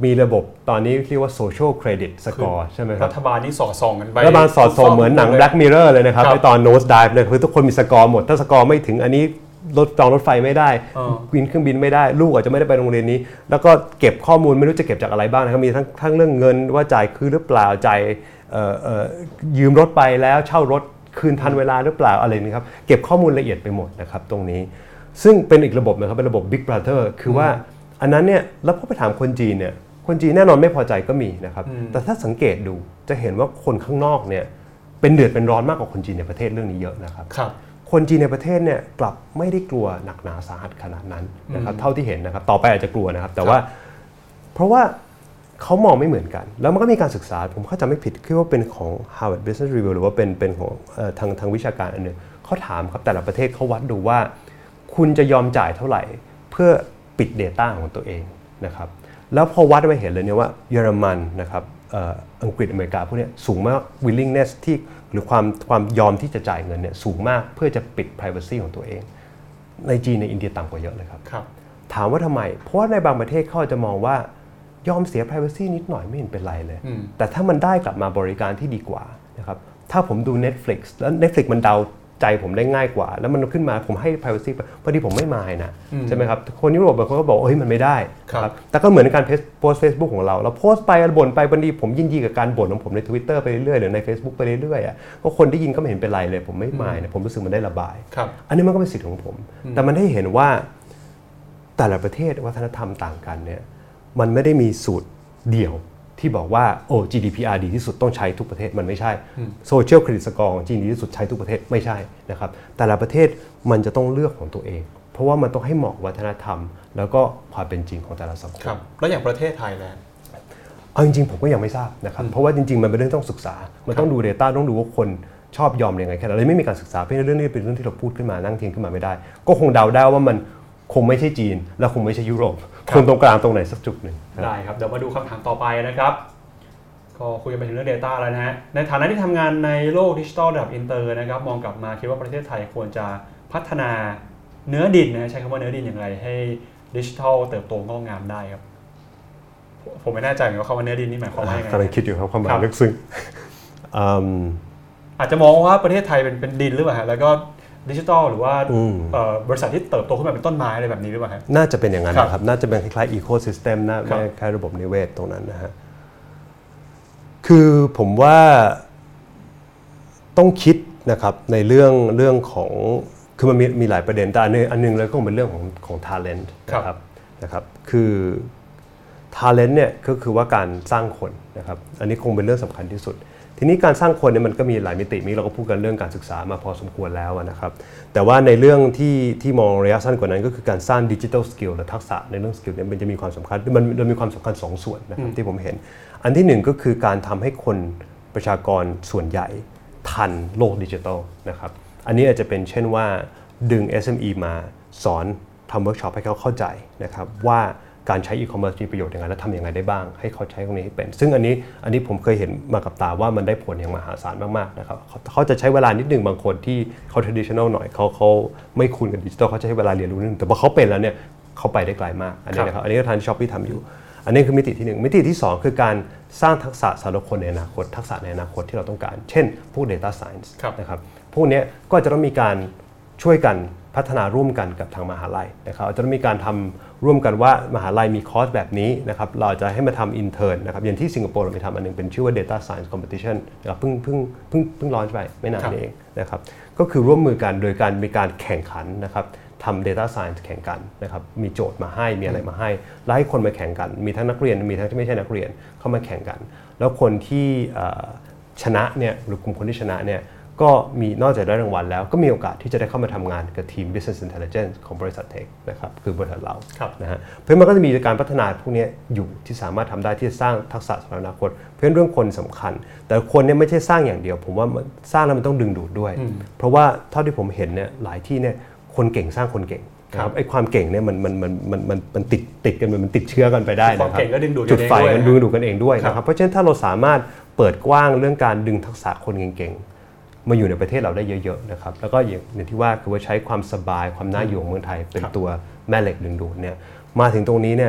มีระบบตอนนี้เรียกว่า social credit score ใช่ไหมครับ
รัฐบาลนี่สอดส่องกันไป
รัฐบาลสอดส่องเหมือนหนัง Black Mirror เลยนะครับในตอน Nose Dive เลยคือทุกคนมีสกอร์หมดถ้าสกอร์ไม่ถึงอันนี้จองรถไฟไม่ได้บินเครื่องบินไม่ได้ลูกอาจจะไม่ได้ไปโรงเรียนนี้แล้วก็เก็บข้อมูลไม่รู้จะเก็บจากอะไรบ้างนะครับมีทั้งเรื่องเงินว่าจ่ายคืนหรือเปล่าจ่ายยืมรถไปแล้วเช่ารถคืนทันเวลาหรือเปล่าอะไรนี่ครับเก็บข้อมูลละเอียดไปหมดนะครับตรงนี้ซึ่งเป็นอีกระบบนะครับเป็นระบบ Big Brother คือว่าอันนั้นเนี่ยแล้วพอไปถามคนจีนเนี่ยคนจีนแน่นอนไม่พอใจก็มีนะครับแต่ถ้าสังเกตดูจะเห็นว่าคนข้างนอกเนี่ยเป็นเดือดเป็นร้อนมากกว่าคนจีนในประเทศเรื่องนี้เยอะนะครับคนจีนในประเทศเนี่ยกลับไม่ได้กลัวหนักหนาสาหัสขนาดนั้นนะครับเท่าที่เห็นนะครับต่อไปอาจจะกลัวนะครับแต่ว่าเพราะว่าเขามองไม่เหมือนกันแล้วมันก็มีการศึกษาผมเข้าใจไม่ผิดคิดว่าเป็นของ Harvard Business Review หรือว่าเป็นของทางวิชาการอันนึงเขาถามครับแต่ละประเทศเขาวัดดูว่าคุณจะยอมจ่ายเท่าไหร่เพื่อปิด Data ของตัวเองนะครับแล้วพอวัดไปเห็นเลยเนี่ยว่าเยอรมันนะครับอังกฤษอเมริกาพวกนี้สูงมาก willingness ที่หรือความยอมที่จะจ่ายเงินเนี่ยสูงมากเพื่อจะปิด privacy ของตัวเองในจีนในอินเดียต่ำกว่าเยอะเลยครับถามว่าทำไมเพราะว่าในบางประเทศเขาจะมองว่ายอมเสีย privacy นิดหน่อยไม่เห็นเป็นไรเลยแต่ถ้ามันได้กลับมาบริการที่ดีกว่านะครับถ้าผมดู Netflix แล้ว Netflix มันเดาใจผมได้ง่ายกว่าแล้วมันขึ้นมาผมให้ privacy พอดีผมไม่มายนะใช่ไหมครับคนยุโรปเขาก็บอกเฮ้ยมันไม่ได้ครับแต่ก็เหมือนการโพสต์ Facebook ของเราโพสต์ไปบ่นไปบางทีผมยินดีกับการบ่นของผมใน Twitter ไปเรื่อยๆหรือใน Facebook ไปเรื่อยๆก็คนได้ยินก็ไม่เห็นเป็นไรเลยผมไม่มายนะผมรู้สึกมันได้ระบายอันนี้มันก็เป็นสิทธิ์ของผมแต่มันให้เห็นว่าแต่ละประเทศวัฒนธรรมต่างกันเนี่ยมันไม่ได้มีสูตรเดี่ยวที่บอกว่าโอ้ GDPR ดีที่สุดต้องใช้ทุกประเทศมันไม่ใช่ Social Credit Score ของจีนดีที่สุดใช้ทุกประเทศไม่ใช่นะครับแต่ละประเทศมันจะต้องเลือกของตัวเองเพราะว่ามันต้องให้เหมาะวัฒนธรรมแล้วก็ความเป็นจริงของแต่ละสังคม
แล้วอย่างประเทศไทยแล้ว
เอาจริงๆผมก็ยังไม่ทราบนะครับเพราะว่าจริงๆมันเป็นเรื่องต้องศึกษามันต้องดู Data ต้องดูว่าคนชอบยอมยังไงแค่ไหนเลยไม่มีการศึกษาเพราะเรื่องนี้เป็นเรื่องที่เราพูดขึ้นมานั่งเทียงขึ้นมาไม่ได้ก็คงเดาได้ว่ามันคงไม่ใช่จีนและคงไม่ใช่ยุโรปคงตรงกลางตรงไหนสักจุดหนึ่ง
ได้ครับเดี๋ยวมาดูคำถามต่อไปนะครับก็คุยกันไปถึงเรื่อง Data แล้วนะฮะในฐานะที่ทำงานในโลกดิจิทัลระดับอินเตอร์นะครับมองกลับมาคิดว่าประเทศไทยควรจะพัฒนาเนื้อดินนะใช้คำว่าเนื้อดินอย่างไรให้ดิจิทัลเติบโตงอกงามได้ครับผมไม่แน่ใจเหมือนกันว่าคำว่าเนื้อดินนี่หมายความว่ายังไง
กำลังคิดอยู่ครับความหมายลึกซึ้ง
อาจจะมองว่าประเทศไทยเป็นดินหรือเปล่าแล้วก็ดิจิทัลหรือว่าบริษัทที่เติบโตขึ้นมาเป็นต้นไม้อะไรแบบนี้หรือเปล่าครับ
น่าจะเป็นอย่างนั้นนะครับน่าจะเป็นคล้ายๆอีโคซิสเต็มนะคล้ายระบบนิเวศตรงนั้นนะฮะคือผมว่าต้องคิดนะครับในเรื่องของคือมันมีหลายประเด็นแต่อันนึงเลยก็เป็นเรื่องของ talent นะครับคือ talent เนี่ยก็คือว่าการสร้างคนนะครับอันนี้คงเป็นเรื่องสำคัญที่สุดทีนี้การสร้างคนเนี่ยมันก็มีหลายมิติเราก็พูดกันเรื่องการศึกษามาพอสมควรแล้วนะครับแต่ว่าในเรื่องที่มองระยะสั้นกว่านั้นก็คือการสร้างดิจิทัลสกิลและทักษะในเรื่องสกิลเนี่ยมันจะมีความสำคัญมันมีความสำคัญ2ส่วนนะครับที่ผมเห็นอันที่1ก็คือการทำให้คนประชากรส่วนใหญ่ทันโลกดิจิทัลนะครับอันนี้อาจจะเป็นเช่นว่าดึง SME มาสอนทำเวิร์กช็อปให้เขาเข้าใจนะครับว่าการใช้อีคอมเมิร์ซมีประโยชน์ยังไงและทำยังไงได้บ้างให้เขาใช้ตรงนี้ให้เป็นซึ่งอันนี้ผมเคยเห็นมากับตาว่ามันได้ผลอย่างมหาศาลมากๆนะครับเขาจะใช้เวลานิดนึงบางคนที่เขา traditional หน่อยเขาไม่คุ้นกับดิจิทัลเขาใช้เวลาเรียนรู้นิดนึงแต่พอเขาเป็นแล้วเนี่ยเขาไปได้ไกลมากอันนี้นะครับอันนี้ก็ทางที่ Shopee ทำอยู่อันนี้คือมิติที่1มิติที่2คือการสร้างทักษะสำหรับคนในอนาคตทักษะในอนาคตที่เราต้องการเช่นพวก data science นะครับพวกนี้ก็จะต้องมีการช่วยกันพัฒนาร่วมกันกับทางมหาลัยนะครับจะต้องมีการทำร่วมกันว่ามหาลัยมีคอร์สแบบนี้นะครับเราจะให้มาทำอินเทอร์นนะครับอย่างที่สิงคโปร์เรามีทำอันนึงเป็นชื่อว่า Data Science Competition นะครับเพิ่งลอนช์ไปไม่นานเองนะครับก็คือร่วมมือกันโดยการมีการแข่งขันนะครับทำ Data Science แข่งกันนะครับมีโจทย์มาให้มีอะไรมาให้แล้วให้คนมาแข่งกันมีทั้งนักเรียนมีทั้งที่ไม่ใช่นักเรียนเข้ามาแข่งกันแล้วคนที่ชนะเนี่ยหรือกลุ่มคนที่ชนะเนี่ยก็มีนอกจากได้รางวัลแล้วก็มีโอกาสที่จะได้เข้ามาทำงานกับทีม Business Intelligence ของบริษัทเทคนะครับคือบริษัทเรานะฮะเพราะมันก็จะมีการพัฒนาพวกนี้อยู่ที่สามารถทำได้ที่จะสร้างทักษะสำหรับอนาคตเพราะเรื่องคนสำคัญแต่คนเนี่ยไม่ใช่สร้างอย่างเดียวผมว่าสร้างแล้วมันต้องดึงดูดด้วยเพราะว่าเท่าที่ผมเห็นเนี่ยหลายที่เนี่ยคนเก่งสร้างคนเก่งนะครับไอ้ความเก่งเนี่ยมันติดกันมันติดเชื้อกันไปได้นะครับจุดไฟมันดึงดูดกันเองด้วยนะครับเพราะฉะนั้นถ้าเราสามารถเปิดกว้างเรื่องการดึงทักษะคนเก่งมาอยู่ในประเทศเราได้เยอะๆนะครับแล้วก็อย่างที่ว่าคือว่าใช้ความสบายความน่าอยู่ของเมืองไทยเป็นตัวแม่เหล็กดึงดูดเนี่ยมาถึงตรงนี้เนี่ย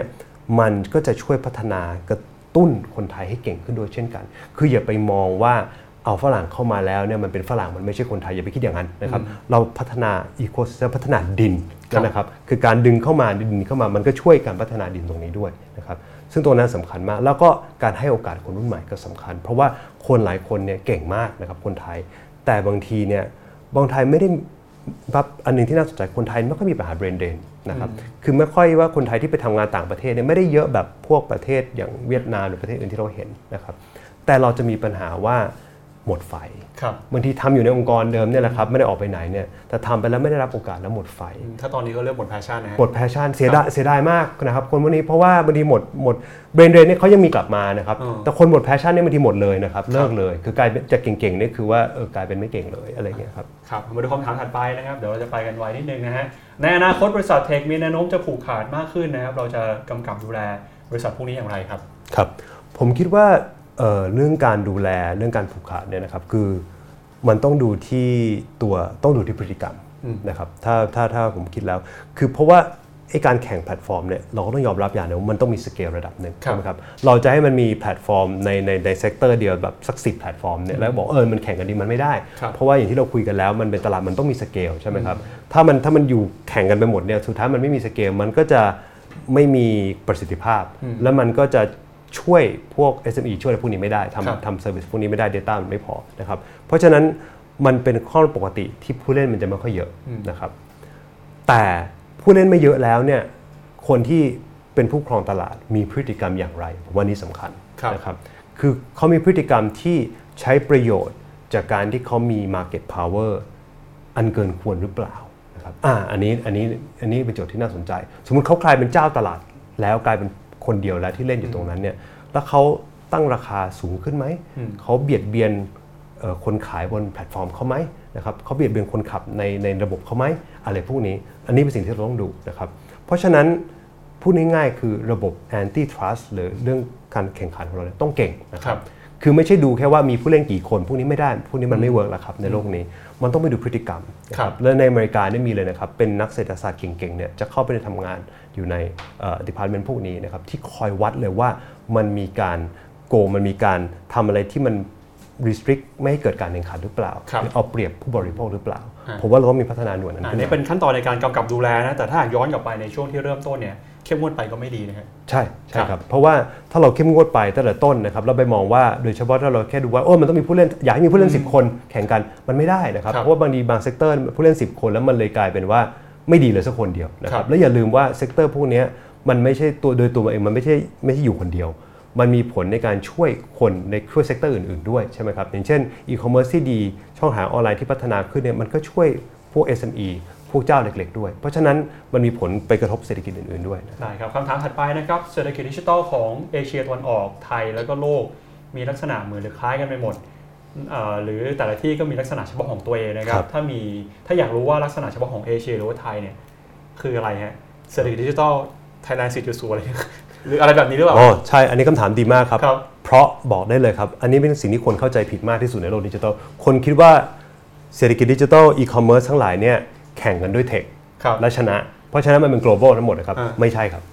มันก็จะช่วยพัฒนากระตุ้นคนไทยให้เก่งขึ้นด้วยเช่นกันคืออย่าไปมองว่าเอาฝรั่งเข้ามาแล้วเนี่ยมันเป็นฝรั่งมันไม่ใช่คนไทยอย่าไปคิดอย่างนั้นนะครับเราพัฒนาอีโคซิสเต็มพัฒนาดินนะครับคือการดึงเข้ามามันก็ช่วยการพัฒนาดินตรงนี้ด้วยนะครับซึ่งตัวนั้นสำคัญมากแล้วก็การให้โอกาสคนรุ่นใหม่ก็สำคัญเพราะว่าคนหลายคนเนี่ยเก่งมากนะครับคนไทยแต่บางทีเนี่ยบางไทยไม่ได้ปั๊บอันนึงที่น่าสนใจคนไทยไม่ค่อยมีปัญหา brain drain นะครับคือไม่ค่อยว่าคนไทยที่ไปทำงานต่างประเทศเนี่ยไม่ได้เยอะแบบพวกประเทศอย่างเวียดนามหรือประเทศอื่นที่เราเห็นนะครับแต่เราจะมีปัญหาว่าหมดไฟบางทีทำอยู่ในองค์กรเดิมเนี่ยแหละครับไม่ได้ออกไปไหนเนี่ยแต่ทำไปแล้วไม่ได้รับโอกาสแล้วหมดไฟ
ถ้าตอนนี้ก็เริ่มหมดแพชชั่นนะฮะ
หมดแพชชั่นเสียดายมากนะครับคนพวกนี้เพราะว่าบางทีหมดเบรนเดรนเนี่ยเขายังมีกลับมานะครับแต่คนหมดแพชชั่นเนี่ยบางทีหมดเลยนะครับเลิกเลยคือกลายจากเก่งๆนี่คือว่ากลายเป็นไม่เก่งเลยอะไรเงี้ยครับ
ครับมาดูคำถามถัดไปนะครับเดี๋ยวเราจะไปกันไวนิดนึงนะฮะในอนาคตบริษัทเทคมีแนวโน้มจะผูกขาดมากขึ้นนะครับเราจะกำกับดูแลบริษัทพวกนี้อย่างไรครับ
ครับผมคิดว่าเรื่องการดูแลเรื่องการผูกขาดเนี่ยนะครับคือมันต้องดูที่พฤติกรรมนะครับถ้าผมคิดแล้วคือเพราะว่าไอ้การแข่งแพลตฟอร์มเนี่ยเราก็ต้องยอมรับอย่างนึงว่ามันต้องมีสเกลระดับหนึ่งใช่ไหมครับเราจะให้มันมีแพลตฟอร์มในเซกเตอร์เดียวแบบสัก10แพลตฟอร์มเนี่ยแล้วบอกมันแข่งกันดีมันไม่ได้เพราะว่าอย่างที่เราคุยกันแล้วมันเป็นตลาดมันต้องมีสเกลใช่ไหมครับถ้ามันอยู่แข่งกันไปหมดเนี่ยสุดท้ายมันไม่มีสเกลมันก็จะไม่มีประสิทธิภาพแล้วมันก็จะช่วยพวก SME ช่วยพวกนี้ไม่ได้ทำเซอร์วิสพวกนี้ไม่ได้ Data มันไม่พอนะครับเพราะฉะนั้นมันเป็นข้อปกติที่ผู้เล่นมันจะไม่ค่อยเยอะนะครับแต่ผู้เล่นไม่เยอะแล้วเนี่ยคนที่เป็นผู้ครองตลาดมีพฤติกรรมอย่างไรผมว่านี้สำคัญนะครับคือเขามีพฤติกรรมที่ใช้ประโยชน์จากการที่เขามี Market Power อันเกินควรหรือเปล่านะครับอันนี้เป็นโจทย์ที่น่าสนใจสมมุติเขากลายเป็นเจ้าตลาดแล้วกลายเป็นคนเดียวแล้วที่เล่นอยู่ตรงนั้นเนี่ยแล้วเขาตั้งราคาสูงขึ้นไหมเขาเบียดเบียนคนขายบนแพลตฟอร์มเขาไหมนะครับเขาเบียดเบียนคนขับในระบบเขาไหมอะไรพวกนี้อันนี้เป็นสิ่งที่เราต้องดูนะครับเพราะฉะนั้นพูดง่ายๆคือระบบ anti trust หรือเรื่องการแข่งขันของเราต้องเก่งนะครับคือไม่ใช่ดูแค่ว่ามีผู้เล่นกี่คนพวกนี้ไม่ได้พวกนี้มันไม่เวิร์กแล้วครับในโลกนี้มันต้องไปดูพฤติกรรมนะครับและในอเมริกาเนี่ยมีเลยนะครับเป็นนักเศรษฐศาสตร์เก่งๆเนี่ยจะเข้าไปทำงานอยู่ในdepartment พวกนี้นะครับที่คอยวัดเลยว่ามันมีการโกงมันมีการทำอะไรที่มันrestrict ไม่ให้เกิดการแข่งขันหรือเปล่าหรือเอาเปรียบผู้บริโภคหรือเปล่าผมว่าเราต้องมีพัฒนาหน่วยนั้น
อันนี้เป็นขั้นตอนในการกำกับดูแลนะแต่ถ้าย้อนกลับไปในช่วงที่เริ่มต้นเนี่ยเข้มงวดไปก็ไม่ดีนะครับ
ใช่ครับเพราะว่าถ้าเราเข้มงวดไปตั้งแต่ต้นนะครับเราไปมองว่าโดยเฉพาะถ้าเราแค่ดูว่ามันต้องมีผู้เล่นอยากให้มีผู้เล่น10คนแข่งกันมันไม่ได้นะครับเพราะว่าบางเซกเตอร์ผู้เล่น10คนแล้วมันเลยกลายเป็นว่าไม่ดีเลยสักคนเดียวนะครับแล้วอย่าลืมว่าเซกเตอร์พวกนี้มันไม่ใช่ตัวโดยตัวเองมันไม่ใช่อยู่คนเดียวมันมีผลในการช่วยคนในช่วยเซกเตอร์อื่นๆด้วยใช่ไหมครับอย่างเช่นอีคอมเมิร์ซที่ดีช่องทางออนไลน์ที่พัฒนาขึ้นเนี่ยมันก็ช่วยพวก SME พวกเจ้าเล็กๆด้วยเพราะฉะนั้นมันมีผลไปกระทบเศรษฐกิจอื่นๆด้วย
ได้ครับคำถามถัดไปนะครับเศรษฐกิจดิจิทัลของเอเชียตะวันออกไทยแล้วก็โลกมีลักษณะเหมือนหรือคล้ายกันไปหมดหรือแต่ละที่ก็มีลักษณะเฉพาะของตัวเองนะครับถ้าอยากรู้ว่าลักษณะเฉพาะของเอเชียหรือว่าไทยเนี่ยคืออะไรฮะเศรษฐกิจดิจิทัล Thailand 4.0 อะไรหรืออะไรแบบนี้หรือเปล่า
ใช่อันนี้คำถามดีมากครับเพราะบอกได้เลยครับอันนี้เป็นสิ่งที่คนเข้าใจผิดมากที่สุดในโลกดิจิทัลคนคิดว่าเศรษฐกิจดิจิทัลอีคอมเมิร์ซทั้งหลายเนี่ยแข่งกันด้วยเทคและชนะเพราะฉะนั้นมันเป็น global ทั้งหมดนะครับไม่ใช่ครับ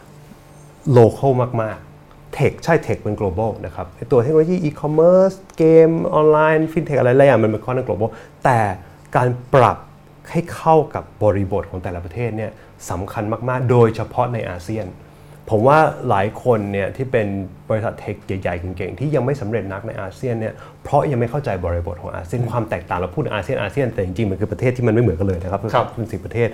local มากๆเทคใช่เทคเป็น global นะครับตัวเทคโนโลยีอีคอมเมิร์ซเกมออนไลน์ฟินเทคอะไรหลายอย่างมันเป็นข้อใน global แต่การปรับให้เข้ากับบริบทของแต่ละประเทศเนี่ยสำคัญมากๆโดยเฉพาะในอาเซียนผมว่าหลายคนเนี่ยที่เป็นบริษัทเทคใหญ่ๆเก่งๆที่ยังไม่สำเร็จนักในอาเซียนเนี่ยเพราะยังไม่เข้าใจบริบทของอาเซียนความแตกต่างเราพูดอาเซียนแต่จริงๆมันคือประเทศที่มันไม่เหมือนกันเลยนะครับเป็น10ประเทศ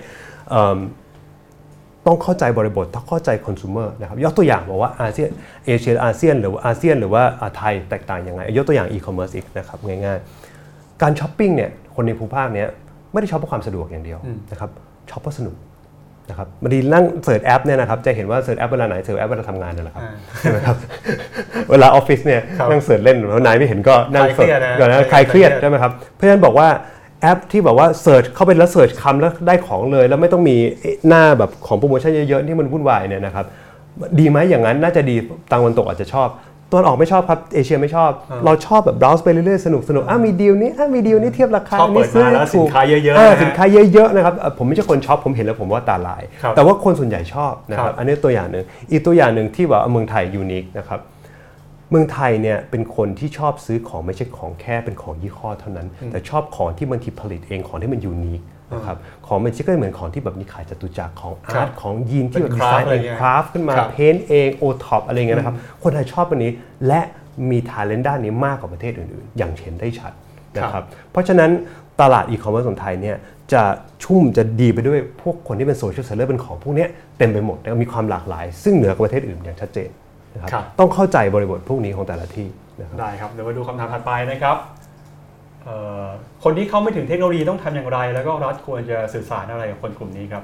ต้องเข้าใจบริบทต้องเข้าใจคอน sumer นะครับยกตัวอย่างบอกว่าอาเซียนเอเชียอาเซียนหรือว่าไทยแตกต่างยังไงยกตัวอย่างอีคอมเมิร์ซอีกนะครับง่ายๆการช้อปปิ้งเนี่ยคนในภูมิภาคเนี้ยไม่ได้ช้อปเพราะความสะดวกอย่างเดียวนะครับช้อปเพราะสนุกนะครับบางทีนั่งเสิร์ชแอปเนี่ยนะครับจะเห็นว่าเสิร์ชแอปเวลาไหนเสิร์ชแอปเวลาทำงานนั่นแหละครับใช่ไหมครับเวลาออฟฟิศเนี่ยนั่งเสิร์ชเล่นวันไหนไม่เห็นก็นั่งเสิร์ชก่อนนะคลายเครียดใช่ไหมครับเพราะฉะนั้นบอกว่าแอปที่แบบว่าเสิร์ชเข้าไปแล้วเสิร์ชคำแล้วได้ของเลยแล้วไม่ต้องมีหน้าแบบของโปรโมชั่นเยอะๆที่มันวุ่นวายเนี่ยนะครับดีไหมอย่างนั้นน่าจะดีตางวันตกอาจจะชอบตอนออกไม่ชอบครับเอเชียไม่ชอบเราชอบแบบ browse ไปเรื่อยๆสนุกมีดีลนี้มีดีลนี้เทียบราคา
ชอบเปิดมาแล้วสินค้าเยอะ
ๆสินค้าเยอะๆนะครับผมไม่ใช่คนช็อปผมเห็นแล้วผมว่าตาลายแต่ว่าคนส่วนใหญ่ชอบนะครับอันนี้ตัวอย่างหนึ่งอีกตัวอย่างหนึ่งที่ว่าเมืองไทยยูนิคนะครับเมืองไทยเนี่ยเป็นคนที่ชอบซื้อของไม่ใช่ของแค่เป็นของยี่ห้อเท่านั้นแต่ชอบของที่บางทีผลิตเองของที่มันยูนิคนะครับของมันก็เหมือนของที่แบบมีขายจตุจักรของอาร์ตของยีนที่แบบดีไซน์เองคราฟขึ้นมาเพ้นเองโอท็อปอะไรเงี้ยนะครับคนไทยชอบอันนี้และมีทาเลนต์ด้านนี้มากกว่าประเทศอื่นๆอย่างเห็นได้ชัดนะครับเพราะฉะนั้นตลาดอีคอมเมิร์ซของไทยเนี่ยจะชุ่มจะดีไปด้วยพวกคนที่เป็นโซเชียลเซลเลอร์เป็นของพวกนี้เต็มไปหมดแล้วมีความหลากหลายซึ่งเหนือกว่าประเทศอื่นอย่างชัดเจนนะครับต้องเข้าใจบริบทพวกนี้ของแต่ละที่นะครับ
ได้ครับเดี๋ยวมาดูคำถามถัดไปนะครับคนที่เข้าไม่ถึงเทคโนโลยีต้องทำอย่างไรแล้วก็รัฐควรจะสื่อสารอะไรกับคนกลุ่มนี้ครับ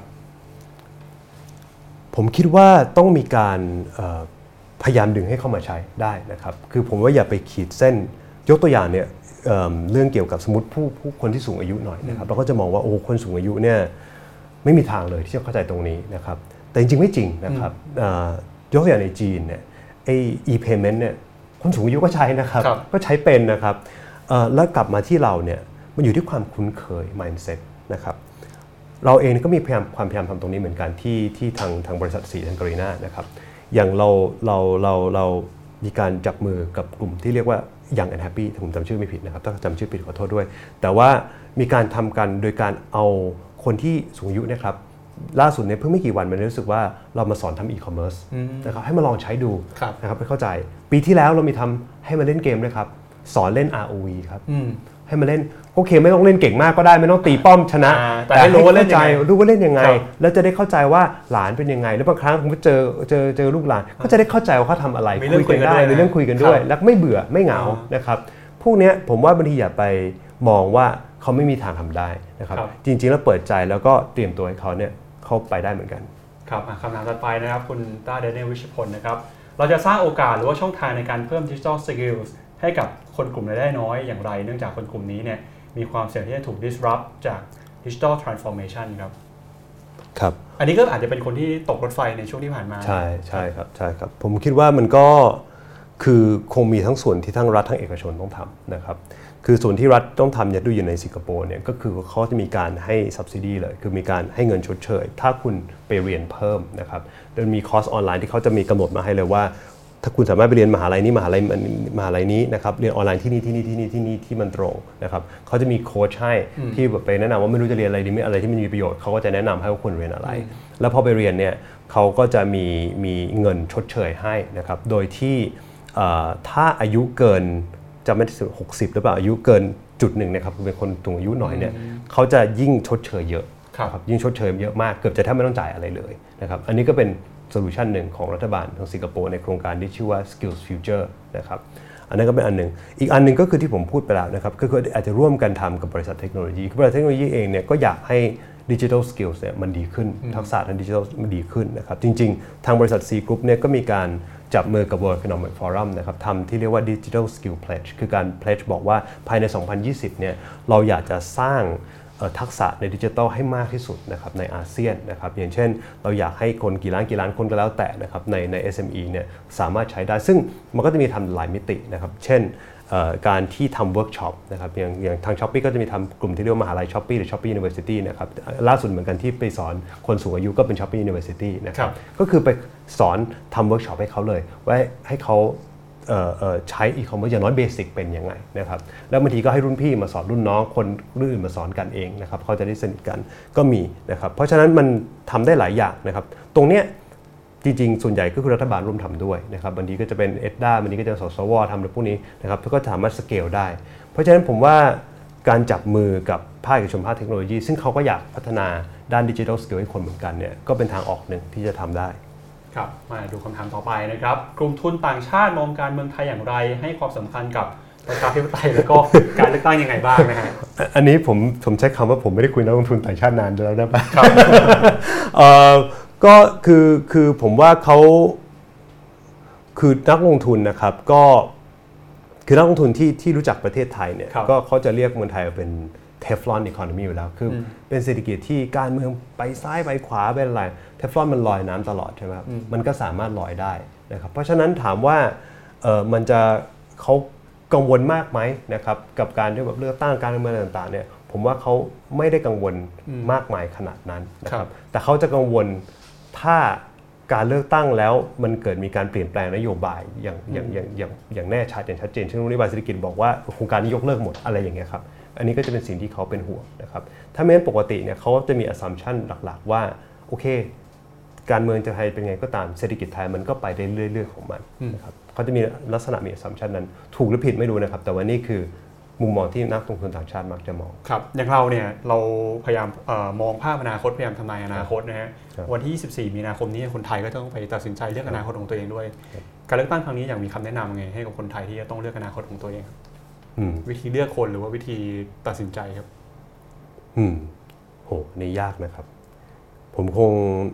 ผมคิดว่าต้องมีการพยายามดึงให้เข้ามาใช้ได้นะครับคือผมว่าอย่าไปขีดเส้นยกตัวอย่างเนี่ยเรื่องเกี่ยวกับสมมติผู้คนที่สูงอายุหน่อยนะครับเราก็จะมองว่าโอ้คนสูงอายุเนี่ยไม่มีทางเลยที่จะเข้าใจตรงนี้นะครับแต่จริงๆไม่จริงนะครับยกตัวอย่างในจีนเนี่ยไอ้ e-payment เนี่ยคนสูงอายุก็ใช้นะครับก็ใช้เป็นนะครับแล้วกลับมาที่เราเนี่ยมันอยู่ที่ความคุ้นเคย mindset นะครับเราเองก็มีความพยายามทำตรงนี้เหมือนกันที่ทางบริษัทสีทางกรีน่านะครับอย่างเรามีการจับมือกับกลุ่มที่เรียกว่า Young and Happy ถ้าผมจำชื่อไม่ผิดนะครับถ้าจำชื่อผิดขอโทษด้วยแต่ว่ามีการทำกันโดยการเอาคนที่สูงอายุนะครับล่าสุดเนี่ยเพิ่งไม่กี่วันมันรู้สึกว่าเรามาสอนทำอีคอมเมิร์ซนะครับให้มาลองใช้ดูนะครับให้เข้าใจปีที่แล้วเรามีทำให้มาเล่นเกมด้วยครับสอนเล่น ROV ครับให้มาเล่นโอเคไม่ต้องเล่นเก่งมากก็ได้ไม่ต้องตีป้อมชนะแต่ให้รู้ว่าเล่นยังไงแล้วจะได้เข้าใจว่าหลานเป็นยังไงแล้วบางครั้งผมก็เจอลูกหลานก็จะได้เข้าใจว่าเขาทำอะไรคุยกันได้มีเรื่องคุยกันด้วยแล้วไม่เบื่อไม่เหงานะครับพวกนี้ผมว่าบางทีอย่าไปมองว่าเขาไม่มีทางทำได้นะครับจริงๆแล้วเปิดใจแล้วก็เตรียมตัวให้เขาเนี่ยเข้าไปได้เหมือนกัน
ครับคำถามต่อไปนะครับคุณต้าเดนิเอลวิชพลนะครับเราจะสร้างโอกาสหรือว่าช่องทางในการเพิ่ม Digital Skills ให้กับคนกลุ่มรายได้น้อยอย่างไรเนื่องจากคนกลุ่มนี้เนี่ยมีความเสี่ยงที่จะถูก disrupt จาก Digital Transformation ครับอันนี้ก็อาจจะเป็นคนที่ตกรถไฟในช่วงที่ผ่านมา
ใช่ครับผมคิดว่ามันก็คือคงมีทั้งส่วนที่ทั้งรัฐทั้งเอกชนต้องทำนะครับคือส่วนที่รัฐต้องทำเนี่ยดูอยู่ในสิงคโปร์เนี่ยก็คือเขาจะมีการให้ subsidy เลยคือมีการให้เงินชดเชยถ้าคุณไปเรียนเพิ่มนะครับโดยมีคอร์สออนไลน์ที่เขาจะมีกำหนดมาให้เลยว่าถ้าคุณสามารถไปเรียนมหาลัยนี้มหาลัยนี้นะครับเรียนออนไลน์ที่นี่ที่มันตรงนะครับเขาจะมีโค้ชให้ที่แบบไปแนะนำว่าไม่รู้จะเรียนอะไรดีไม่อะไรที่มันมีประโยชน์เขาก็จะแนะนำให้ว่าคุณเรียนอะไรแล้วพอไปเรียนเนี่ยเขาก็จะมีเงินชดเชยให้นะครับโดยที่ถ้าอายุเกินจะไม่ถึง60หรือเปล่าอายุเกินจุดหนึ่งนะครับเป็นคนสูงอายุหน่อยเนี่ยเขาจะยิ่งชดเชยเยอะครับยิ่งชดเชยเยอะมากเกือบจะแทบไม่ต้องจ่ายอะไรเลยนะครับอันนี้ก็เป็นโซลูชันหนึ่งของรัฐบาลของสิงคโปร์ในโครงการที่ชื่อว่า Skills Future นะครับอันนั้นก็เป็นอันหนึ่งอีกอันหนึ่งก็คือที่ผมพูดไปแล้วนะครับก็คืออาจจะร่วมกันทำกับบริษัทเทคโนโลยีบริษัทเทคโนโลยีเองเนี่ยก็อยากให้ Digital Skills เนี่ยมันดีขึ้นทักษะทางดิจิทัลมันดีขึ้นนะครับจริงๆทางบริษัท C Group เนี่ยก็มีการจับมือกับ World Economic Forum นะครับทำที่เรียกว่า Digital Skill Pledge คือการ pledge บอกว่าภายใน 2020 เนี่ยเราอยากจะสร้างทักษะในดิจิทัลให้มากที่สุดนะครับในอาเซียนนะครับอย่างเช่นเราอยากให้คนกี่ล้านคนก็แล้วแต่นะครับใน SME เนี่ยสามารถใช้ได้ซึ่งมันก็จะมีทำหลายมิตินะครับเช่นการที่ทำเวิร์กช็อปนะครับอย่างทาง Shopee ก็จะมีทำกลุ่มที่เรียกว่ามหาลัย Shopee หรือ Shopee University นะครับล่าสุดเหมือนกันที่ไปสอนคนสูงอายุก็เป็น Shopee University นะครับก็คือไปสอนทำเวิร์กช็อปให้เขาเลยว่าให้เขาใช้อีคอมเมิร์ซอย่างน้อยเบสิกเป็นยังไงนะครับแล้วบางทีก็ให้รุ่นพี่มาสอนรุ่นน้องคนรุ่นอื่นมาสอนกันเองนะครับเขาจะได้สนิทกันก็มีนะครับเพราะฉะนั้นมันทำได้หลายอย่างนะครับตรงเนี้ยจริงๆส่วนใหญ่ก็คือรัฐบาลร่วมทำด้วยนะครับบางทีก็จะเป็นเอ็ดด้าบางทีก็จะสสวทำอะไรพวกนี้นะครับก็สามารถสเกลได้เพราะฉะนั้นผมว่าการจับมือกับภาคเอกชนภาคเทคโนโลยีซึ่งเขาก็อยากพัฒนาด้านดิจิทัลสกิลให้คนเหมือนกันเนี่ยก็เป็นทางออกหนึ่งที่จะทำได้
ครับมาดูคำถามต่อไปนะครับกลุ่มทุนต่างชาติมองการเมืองไทยอย่างไรให้ความสำคัญกับประชาธิปไตยแล้วก็การเลือกตั้งยังไงบ้างนะฮะ
อันนี้ผมใช้คำว่าผมไม่ได้คุยนักลงทุนต่างชาตินานแล้วนะป่ะก็คือผมว่าเขาคือนักลงทุนนะครับก็คือนักลงทุนที่รู้จักประเทศไทยเนี่ยก็เขาจะเรียกเมืองไทยว่าเป็นเทฟลอนอีโคโนมีอยู่แล้วคือเป็นเศรษฐกิจที่การเมืองไปซ้ายไปขวาเป็นอะไรเทฟลอนมันลอยน้ำตลอดใช่ไหมครับมันก็สามารถลอยได้นะครับเพราะฉะนั้นถามว่ามันจะเขากังวลมากไหมนะครับกับการที่แบบเลือกตั้งการเมืองต่างๆเนี่ยผมว่าเขาไม่ได้กังวลมากมายขนาดนั้นนะครับแต่เขาจะกังวลถ้าการเลือกตั้งแล้วมันเกิดมีการเปลี่ยนแปลงนโยบายอย่างแน่ชัดอย่างชัดเจนเช่นนโยบายเศรษฐกิจบอกว่าโครงการนี้ยกเลิกหมดอะไรอย่างเงี้ยครับอันนี้ก็จะเป็นสิ่งที่เขาเป็นห่วงนะครับถ้าไม่งั้นปกติเนี่ยเขาจะมี assumption หลักๆว่าโอเคการเมืองไทยเป็นไงก็ตามเศรษฐกิจไทยมันก็ไปได้เรื่อยๆของมันนะครับเขาจะมีลักษณะมี assumption นั้นถูกหรือผิดไม่รู้นะครับแต่ว่านี่คือมุมมองที่นักลงทุนต่างชาติมักจะมอง
ครับอย่างเราเนี่ยเราพยายามมองภาพอนาคตพยายามทำนายอนาคตนะฮะวันที่24มีนาคมนี้คนไทยก็ต้องไปตัดสินใจเลือกอนาคตของตัวเองด้วยการเลือกตั้งครั้งนี้อยากมีคำแนะนำไงให้กับคนไทยที่จะต้องเลือกอนาคตของตัวเองวิธีเลือกคนหรือว่าวิธีตัดสินใจครับ
โหนี่ยากนะครับผมคง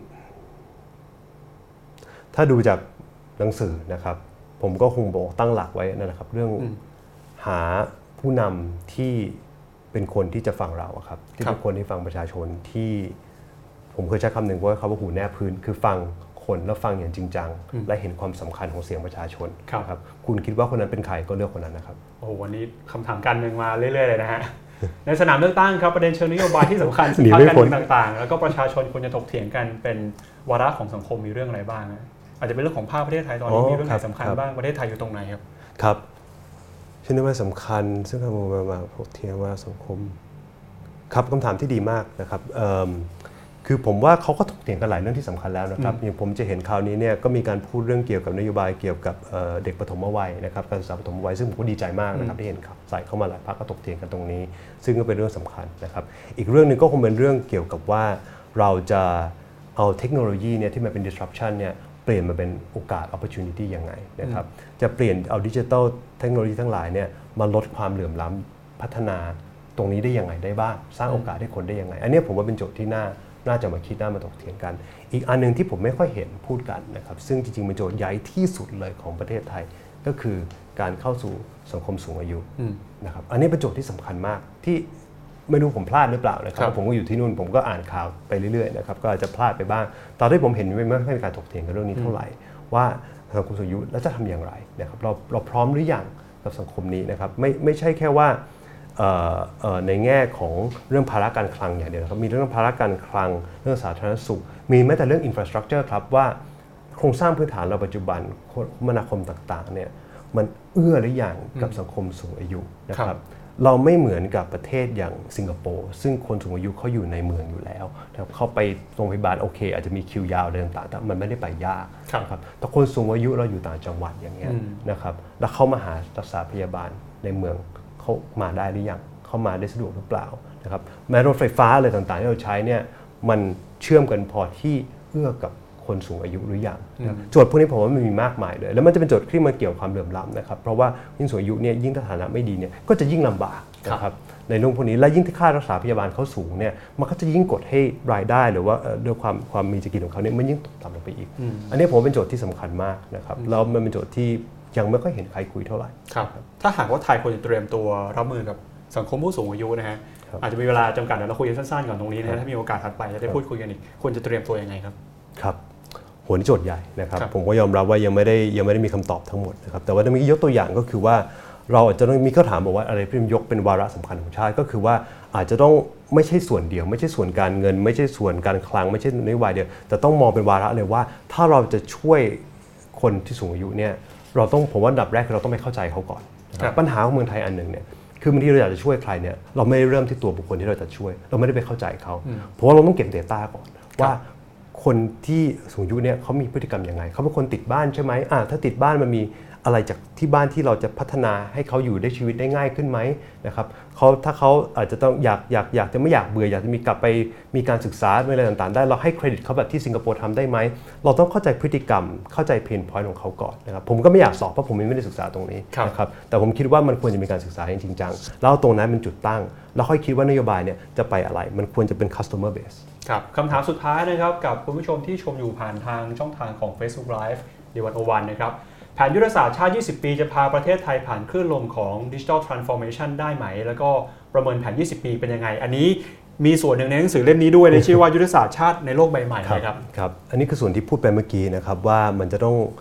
ถ้าดูจากหนังสือนะครับผมก็คงบอกตั้งหลักไว้นะครับเรื่องหาผู้นำที่เป็นคนที่จะฟังเราครับที่เป็นคนที่ฟังประชาชนที่ผมเคยใช้คำหนึ่งว่าเขาว่าหูแนบพื้นคือฟังคนแล้วฟังอย่างจริงจังและเห็นความสำคัญของเสียงประชาชนครับคุณคิดว่าคนนั้นเป็นใครก็เลือกคนนั้นนะครับ
โอ้โหวันนี้คำถามการเมืองมาเรื่อยๆเลยนะฮะ ในสนามเลือกตั้งครับประเด็นเชิงนโยบายที่สำคัญสิ่งการเมืองต่างๆแล้วก็ประชาชนควรจะถกเถียงกันเป็นวาระของสังคมมีเรื่องอะไรบ้างอาจจะเป็นเรื่องของภาพประเทศไทยตอนนี้มีเรื่องไหนสำคัญบ้างประเทศไทยอยู่ตรงไหนครับ
ครับฉันนึกว่าสำคัญซึ่งคำมาถกเถียงว่าสังคมครับคำถามที่ดีมากนะครับคือผมว่าเขาก็ถกเถียงกันหลายเรื่องที่สำคัญแล้วนะครับอย่างผมจะเห็นคราวนี้เนี่ยก็มีการพูดเรื่องเกี่ยวกับนโยบายเกี่ยวกับเด็กปฐมวัยนะครับการศึกษาปฐมวัยซึ่งผมก็ดีใจมากนะครับที่เห็นใส่เข้ามาหลายพรรคก็ถกเถียงกันตรงนี้ซึ่งก็เป็นเรื่องสำคัญนะครับอีกเรื่องนึงก็คงเป็นเรื่องเกี่ยวกับว่าเราจะเอาเทคโนโลยีเนี่ยที่มันเป็น disruption เนี่ยเปลี่ยนมาเป็นโอกาส opportunity ยังไงนะครับจะเปลี่ยนเอาดิจิทัลเทคโนโลยีทั้งหลายเนี่ยมาลดความเหลื่อมล้ำพัฒนาตรงนี้ได้ยังไงได้บ้างสร้างโอกาสให้คนได้ยังไงอันนี้ผมว่าเป็นโจทย์ที่น่าจะมาคิดน่ามาถกเถียงกันอีกอันนึงที่ผมไม่ค่อยเห็นพูดกันนะครับซึ่งจริงๆเป็นโจทย์ใหญ่ที่สุดเลยของประเทศไทยก็คือการเข้าสู่สังคมสูงอายุนะครับอันนี้เป็นโจทย์ที่สำคัญมากที่ไม่รู้ผมพลาดหรือเปล่านะครับผมก็อยู่ที่นู่นผมก็อ่านข่าวไปเรื่อยๆนะครับก็อาจจะพลาดไปบ้างตอนที่ผมเห็นไม่ค่อยมีการถกเถียงกันเรื่องนี้เท่าไหร่ว่าสังคมสูงอายุแล้วจะทำอย่างไรนะครับเราพร้อมหรือยังกับสังคมนี้นะครับไม่ใช่แค่ว่าในแง่ของเรื่องภาระการคลังอย่างเดียวครับมีเรื่องภาระการคลังเรื่องสาธารณสุขมีแม้แต่เรื่องอินฟราสตรัคเจอร์ครับว่าโครงสร้างพื้นฐานเราปัจจุบันคมนาคมต่างๆเนี่ยมันเอื้อหรือยังกับสังคมสูงอายุนะครับเราไม่เหมือนกับประเทศอย่างสิงคโปร์ซึ่งคนสูงอายุเขาอยู่ในเมืองอยู่แล้วเขาไปโรงพยาบาลโอเคอาจจะมีคิวยาวอะไรต่างๆแต่มันไม่ได้ไปยากนะครับแต่คนสูงอายุเราอยู่ต่างจังหวัดอย่างเงี้ยนะครับแล้วเขามาหารักษาพยาบาลในเมืองเขามาได้หรือยังเข้ามาได้สะดวกหรือเปล่านะครับแม้รถไฟฟ้าอะไรต่างๆที่เราใช้เนี่ยมันเชื่อมกันพอที่เอื้อกับคนสูงอายุหรือยังโจทย์พวกนี้ผมว่ามันมีมากมายเลยแล้วมันจะเป็นโจทย์ที่มันเกี่ยวความเหลื่อมล้ำนะครับเพราะว่ายิ่งสูงอายุเนี่ยยิ่งฐานะไม่ดีเนี่ยก็จะยิ่งลำบากนะครับในเรื่องพวกนี้และยิ่งที่ค่ารักษาพยาบาลเขาสูงเนี่ยมันก็จะยิ่งกดให้รายได้หรือว่าด้วยความมีจะกินของเขาเนี่ยมันยิ่งตกต่ำลงไปอีกอันนี้ผมเป็นโจทย์ที่สำคัญมากนะครับแล้วมันเป็นโจทย์ที่ยังไม่ค่อยเห็นใครคุยเท่าไหร่
ครับถ้าหากว่าไทยควรจะเตรียมตัวรับมือกับสังคมผู้สูงอายุนะฮะอาจจะมีเวลาจำกัดเราคุยกันสั้นๆก่อนตรงนี้นะถ้ามีโอกาสถัดไปจะได้พูดคุยกันอีกควรจะเตรียมตัวยังไงครับ
ครับหัวนี่โจทย์ใหญ่นะครับผมก็ยอมรับว่ายังไม่ได้มีคำตอบทั้งหมดนะครับแต่ว่าเมื่อกี้ยกตัวอย่างก็คือว่าเราอาจจะต้องมีข้อถามบอกว่าอะไรที่ยกเป็นวาระสำคัญของชาติก็คือว่าอาจจะต้องไม่ใช่ส่วนเดียวไม่ใช่ส่วนการเงินไม่ใช่ส่วนการคลังไม่ใช่นโยบายเดียวแต่ต้องมองเป็นวาระเลยว่าถ้าเราจะช่วยคนที่สูงอายุเนี่ยผมว่าอันดับแรกคือเราต้องไปเข้าใจเขาก่อนปัญหาของเมืองไทยอันหนึ่งเนี่ยคือบางทีเราอยากจะช่วยใครเนี่ยเราไม่ได้เริ่มที่ตัวบุคคลที่เราจะช่วยเราไม่ได้ไปเข้าใจเขาเพราะว่าเราต้องเก็บ data ก่อนว่าคนที่สูงอายุเนี่ยเขามีพฤติกรรมยังไงเขาเป็นคนติดบ้านใช่ไหมถ้าติดบ้านมันมีอะไรจากที่บ้านที่เราจะพัฒนาให้เขาอยู่ได้ชีวิตได้ง่ายขึ้นไหมนะครับถ้าเขาอาจจะต้องอยากจะไม่อยากเบื่ออยากจะมีกลับไปมีการศึกษาอะไรต่างๆได้เราให้เครดิตเขาแบบที่สิงคโปร์ทำได้ไหมเราต้องเข้าใจพฤติกรรมเข้าใจเพนพอยต์ของเขาก่อนนะครับผมก็ไม่อยากสอบเพราะผมไม่ได้ศึกษาตรงนี้นะครับแต่ผมคิดว่ามันควรจะมีการศึกษาจริงจังแล้วตรงนั้นเป็นจุดตั้งแล้วค่อยคิดว่านโยบายเนี่ยจะไปอะไรมันควรจะเป็น customer base
ครับคำถามสุดท้ายนะครับกับคุณผู้ชมที่ชมอยู่ผ่านทางช่องทางของ Facebook Live ในวัน1นะครับแผนยุทธศาสตร์ชาติ20 ปีจะพาประเทศไทยผ่านคลื่นลมของ Digital Transformation ได้ไหมแล้วก็ประเมินแผน20 ปีเป็นยังไงอันนี้มีส่วนหนึ่งในหนังสือเล่มนี้ด้วยในชื่อว่ายุทธศาสตร์ชาติในโลกใบใหม่นะครับ
ครับอันนี้คือส่วนที่พูดไปเมื่อกี้นะครับว่ามันจะต้อง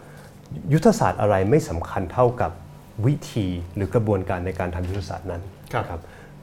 ยุทธศาสตร์อะไรไม่สำคัญเท่ากับวิธีหรือกระบวนการในการทำยุทธศาสตร์นั้นครับ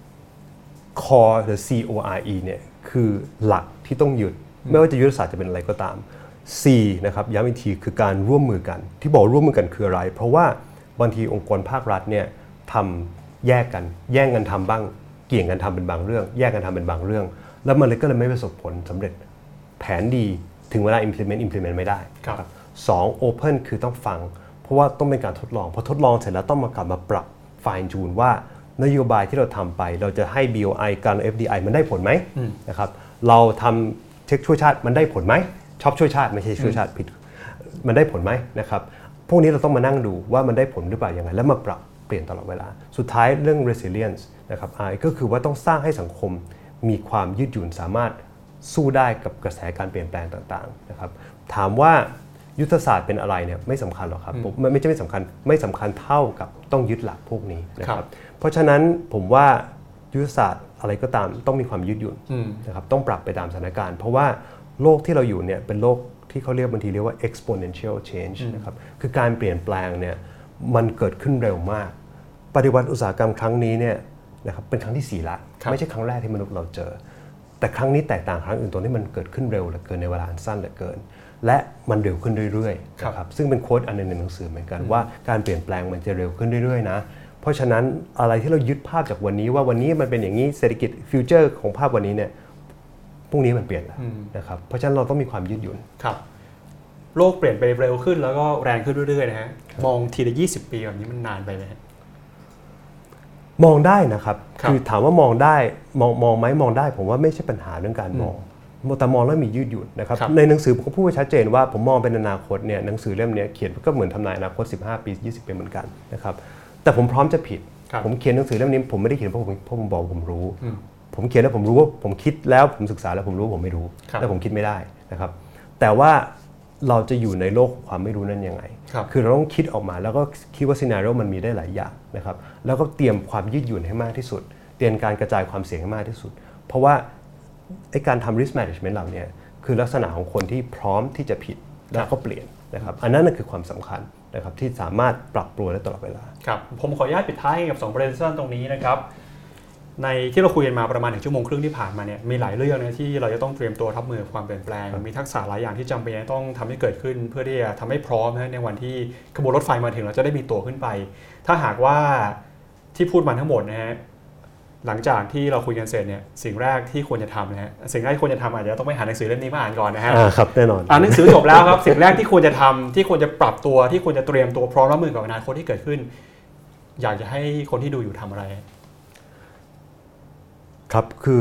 Core หรือ CORE เนี่ยคือหลักที่ต้องยึดไม่ว่าจะยุทธศาสตร์จะเป็นอะไรก็ตาม C นะครับย้ำอีกทีคือการร่วมมือกันที่บอกร่วมมือกันคืออะไรเพราะว่าบางทีองค์กรภาครัฐเนี่ยทำแยกกันแย่งกันทำบ้างเกี่ยงกันทำเป็นบางเรื่องแยกกันทำเป็นบางเรื่องแล้วมันเลยก็เลยไม่ประสบผลสำเร็จแผนดีถึงเวลา implement ไม่ได้ครับ2 open คือต้องฟังเพราะว่าต้องเป็นการทดลองพอทดลองเสร็จแล้วต้องมากลับมาปรับ fine tune ว่านโยบายที่เราทำไปเราจะให้ BOI การ FDI มันได้ผลไหมนะครับเราทำเช็คช่วยชาติมันได้ผลไหมชอบช่วยชาติไม่ใช่ช่วยชาติผิดมันได้ผลไหมนะครับพวกนี้เราต้องมานั่งดูว่ามันได้ผลหรือเปล่ายังไงแล้วมาปรับเปลี่ยนตลอดเวลาสุดท้ายเรื่อง resilience นะครับก็คือว่าต้องสร้างให้สังคมมีความยืดหยุ่นสามารถสู้ได้กับกระแสการเปลี่ยนแปลงต่างๆนะครับถามว่ายุทธศาสตร์เป็นอะไรเนี่ยไม่สำคัญหรอกครับไม่ใช่ไม่สำคัญเท่ากับต้องยึดหลักพวกนี้นะครับเพราะฉะนั้นผมว่ายุทธศาสตร์อะไรก็ตามต้องมีความยืดหยุ่นนะครับต้องปรับไปตามสถานการณ์เพราะว่าโลกที่เราอยู่เนี่ยเป็นโลกที่เขาเรียกบางทีเรียกว่า exponential change นะครับคือการเปลี่ยนแปลงเนี่ยมันเกิดขึ้นเร็วมากปฏิวัติอุตสาหกรรมครั้งนี้เนี่ยนะครับเป็นครั้งที่4ละไม่ใช่ครั้งแรกที่มนุษย์เราเจอแต่ครั้งนี้แตกต่างครั้งอื่นตัวที่มันเกิดขึ้นเร็วเหลือเกินในเวลาอันสั้นเหลือเกินและมันเร็วขึ้นเรื่อยๆนะครับซึ่งเป็นโค้ดอันนึงในหนังสือเหมือนกันว่าการเปลี่ยนแปลงมันจะเร็วขึ้นเรื่อยๆนะเพราะฉะนั้นอะไรที่เรายึดภาพจากวันนี้ว่าวันนี้มันเป็นอย่างนี้เศรษฐกิจฟิวเจอร์ของภาพวันนี้เนี่ยพรุ่งนี้มันเปลี่ยนแล้วนะครับเพราะฉะนั้นเราต้องมีความยืดหยุ่น
ครับโลกเปลี่ยนไปเร็วขึ้นแล้วก็แรงขึ้นเรื่อยๆนะฮะมองทีละ20 ปีแบบนี้มันนานไปไหม
มองได้นะครับคือถามว่ามองได้มองไหมมองได้ผมว่าไม่ใช่ปัญหาเรื่องการมองแต่มองแล้วมียืดหยุ่นนะครับในหนังสือผมก็พูดไว้ชัดเจนว่าผมมองเป็นอนาคตเนี่ยหนังสือเล่มนี้เขียนก็เหมือนทำนายอนาคต15 ปี20 ปีเหมือนกันนะครับแต่ผมพร้อมจะผิดผมเขียนหนังสือเล่มนี้ผมไม่ได้เขียนเพราะผมบอกผมรู้ผมเขียนแล้วผมรู้ว่าผมคิดแล้วผมศึกษาแล้วผมรู้ผมไม่รู้แล้วผมคิดไม่ได้นะครับแต่ว่าเราจะอยู่ในโลกความไม่รู้นั้นยังไงคือเราต้องคิดออกมาแล้วก็คิดว่าซีนาริโอมันมีได้หลายอย่างนะครับแล้วก็เตรียมความยืดหยุ่นให้มากที่สุดเตรียมการกระจายความเสี่ยงให้มากที่สุดเพราะว่าไอ้การทำ risk management เหล่านี้คือลักษณะของคนที่พร้อมที่จะผิดแล้วก็เปลี่ยนนะครับอันนั้นคือความสำคัญนะครับที่สามารถปรับตัวได้ตลอดเวลา
ครับผมขออนุญาตปิดท้ายกับ2ประเด็นสั้นตรงนี้นะครับในที่เราคุยกันมาประมาณ1 ชั่วโมงครึ่งที่ผ่านมาเนี่ยมีหลายเรื่องนะที่เราจะต้องเตรียมตัวรับมือความเปลี่ยนแปลงมีทักษะหลายอย่างที่จำเป็นต้องทำให้เกิดขึ้นเพื่อที่จะทำให้พร้อมนะในวันที่ขบวนรถไฟมาถึงเราจะได้มีตัวขึ้นไปถ้าหากว่าที่พูดมาทั้งหมดนะฮะหลังจากที่เราคุยกันเสร็จเนี่ยสิ่งแรกที่ควรจะทำนะฮะสิ่งแรกที่ควรจะทำอาจจะต้องไปหาหนังสือเล่มนี้มาอ่านก่อนนะฮะ
ครับแน่นอน
อ่านหนังสือจบแล้วครับสิ่งแรกที่ควรจะทำที่ควรจะปรับตัวที่ควรจะเตรียมตัวพร้อมรับมือกับอนาคตที่เกิดขึ้นอยากจะให้คนที่ดูอยู่ทำอะไร
ครับคือ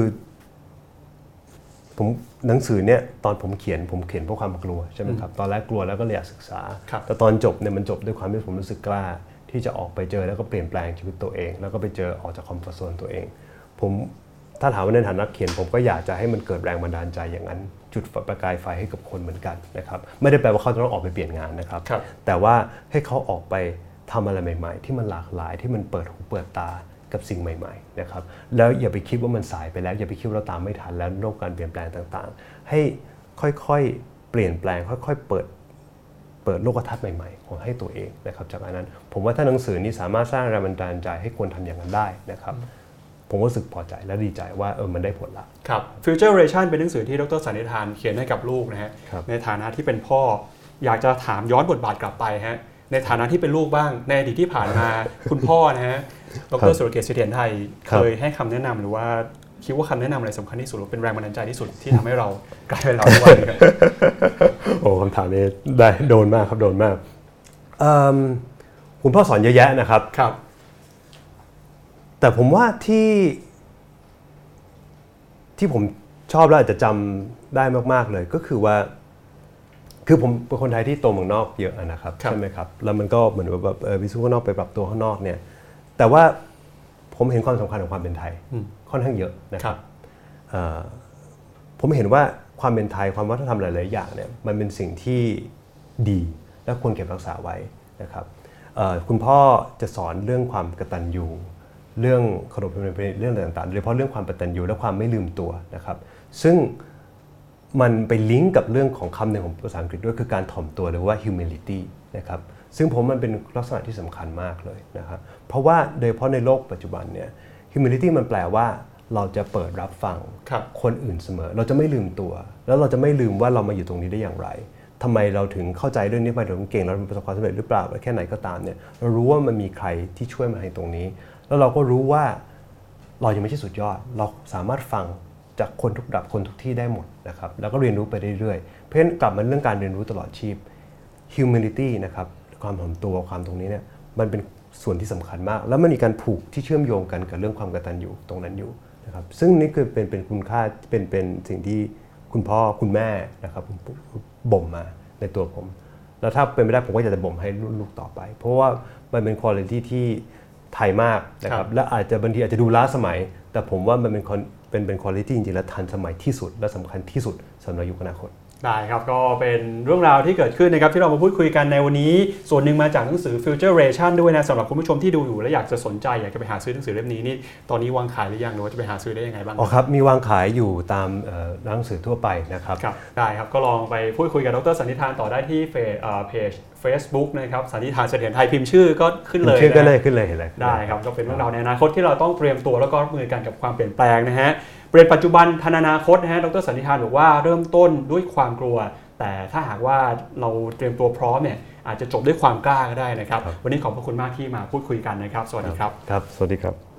ผมหนังสือเนี่ยตอนผมเขียนเพราะความกลัวใช่ไหมครับตอนแรกกลัวแล้วก็เลยอยากศึกษาแต่ตอนจบเนี่ยมันจบด้วยความที่ผมรู้สึกกล้าที่จะออกไปเจอแล้วก็เปลี่ยนแปลงชีวิตตัวเองแล้วก็ไปเจอออกจากคอมฟอร์ทโซนตัวเองผมถ้าถามว่าในฐานะนักเขียนผมก็อยากจะให้มันเกิดแรงบันดาลใจอย่างนั้นจุดประกายไฟให้กับคนเหมือนกันนะครับไม่ได้แปลว่าเขาจะต้องออกไปเปลี่ยนงานนะครับแต่ว่าให้เขาออกไปทำอะไรใหม่ๆที่มันหลากหลายที่มันเปิดหูเปิดตากับสิ่งใหม่ๆนะครับแล้วอย่าไปคิดว่ามันสายไปแล้วอย่าไปคิดว่าเราตามไม่ทันแล้วโลกการเปลี่ยนแปลงต่างๆให้ค่อยๆเปลี่ยนแปลงค่อยๆเปิดโลกทัศน์ใหม่ๆของให้ตัวเองนะครับจากนั้นผมว่าถ้าหนังสือนี้สามารถสร้างแรงบันดาลใจให้คนทำอย่างนั้นได้นะครับผมรู้สึกพอใจและดีใจว่ามันได้ผลละ
ครับ Future Generation เป็นหนังสือที่ดร.สันนิธานเขียนให้กับลูกนะฮะในฐานะที่เป็นพ่ออยากจะถามย้อนบทบาทกลับไปฮะในฐานะที่เป็นลูกบ้างในอดีตที่ผ่านมาคุณพ่อนะฮะดร.สุรเกียรติเสถียรไทยเคยให้คำแนะนำหรือว่าคิดว่าคำแนะนำอะไรสำคัญที่สุดหรือเป็นแรงบันดาลใจที่สุดที่ทำให้เรากลายเป็นเราทุกวันนี้ครับ
โอ้คำถามนี้ได้โดนมากครับโดนมากคุณพ่อสอนเยอะแยะนะครับ
ครับ
แต่ผมว่าที่ผมชอบแล้วอาจจะจำได้มากๆเลยก็คือว่าคือผมเป็นคนไทยที่โตเมืองนอกเยอะนะครับใช่ไหมครับแล้วมันก็เหมือนแบบวิศวะข้างนอกไปปรับตัวข้างนอกเนี่ยแต่ว่าผมเห็นความสำคัญของความเป็นไทยค่อนข้างเยอะนะครับผมเห็นว่าความเป็นไทยความวัฒนธรรมหลายๆอย่างเนี่ยมันเป็นสิ่งที่ดีและควรเก็บรักษาไว้นะครับคุณพ่อจะสอนเรื่องความกตัญญูเรื่องขนบธรรมเนียมเรื่องต่างๆโดยเฉพาะเรื่องความกตัญญูและความไม่ลืมตัวนะครับซึ่งมันไปลิงก์กับเรื่องของคำหนึ่งของภาษาอังกฤษด้วยคือการถ่อมตัวหรือว่า humility นะครับซึ่งผมมันเป็นลักษณะที่สำคัญมากเลยนะครับเพราะว่าโดยเฉพาะในโลกปัจจุบันเนี่ย humility มันแปลว่าเราจะเปิดรับฟังคนอื่นเสมอเราจะไม่ลืมตัวแล้วเราจะไม่ลืมว่าเรามาอยู่ตรงนี้ได้อย่างไรทำไมเราถึงเข้าใจเรื่องนี้ไปเราเก่งเราประสบความสำเร็จหรือเปล่าแค่ไหนก็ตามเนี่ยเรารู้ว่ามันมีใครที่ช่วยมาให้ตรงนี้แล้วเราก็รู้ว่าเรายังไม่ใช่สุดยอดเราสามารถฟังจากคนทุกระดับคนทุกที่ได้หมดนะครับแล้วก็เรียนรู้ไปเรื่อยๆเพราะฉะนั้นกลับมาเรื่องการเรียนรู้ตลอดชีพ humility นะครับความถ่อมตัวความตรงนี้เนี่ยมันเป็นส่วนที่สำคัญมากแล้วมันมีการผูกที่เชื่อมโยงกันกับเรื่องความกตัญญูตรงนั้นอยู่นะครับซึ่งนี่คือเป็นคุณค่าเป็นสิ่งที่คุณพ่อคุณแม่นะครับบ่มมาในตัวผมแล้วถ้าเป็นไม่ได้ผมก็จะบ่มให้ลูกต่อไปเพราะว่ามันเป็นคุณภาพที่ไทยมากนะครับและอาจจะบางทีอาจจะดูล้าสมัยแต่ผมว่ามันเป็นคุณภาพที่จริงๆแล้วทันสมัยที่สุดและสำคัญที่สุดสำหรับยุคอนาคต
ได้ครับก็เป็นเรื่องราวที่เกิดขึ้นนะครับที่เรามาพูดคุยกันในวันนี้ส่วนหนึ่งมาจากหนังสือ Futuration ด้วยนะสำหรับคุณผู้ชมที่ดูอยู่และอยากจะสนใจอยากจะไปหาซื้อหนังสือเล่มนี้นี่ตอนนี้วางขายหรือยังหรือว่าจะไปหาซื้อได้ยังไงบ้าง
อ๋อครับมีวางขายอยู่ตามร้านหนังสือทั่วไปนะครับ
ได้ครับก็ลองไปพูดคุยกับดร.สันนิธานต่อได้ที่เพจ Facebook นะครับสันนิธานเสถียรไทยพิมพ์ชื่อก็ขึ้นเลย
ชื่อก็เลยขึ้นเลย
ได้ครับก็เป็นเรื่องราวในอนาคตที่เราต้องเตรียมตัวแล้วก็รับมือกันกับความเปลี่ยนแปลงนะฮะเปลี่ยนปัจจุบันทันอนาคตนะฮะดร.สันนิธานบอกว่าเริ่มต้นด้วยความกลัวแต่ถ้าหากว่าเราเตรียมตัวพร้อมเนี่ยอาจจะจบด้วยความกล้าก็ได้นะครับวันนี้ขอบพระคุณมากที่มาพูดคุยกันนะครับสวัสดีครับ
ครับสวัสดีครับ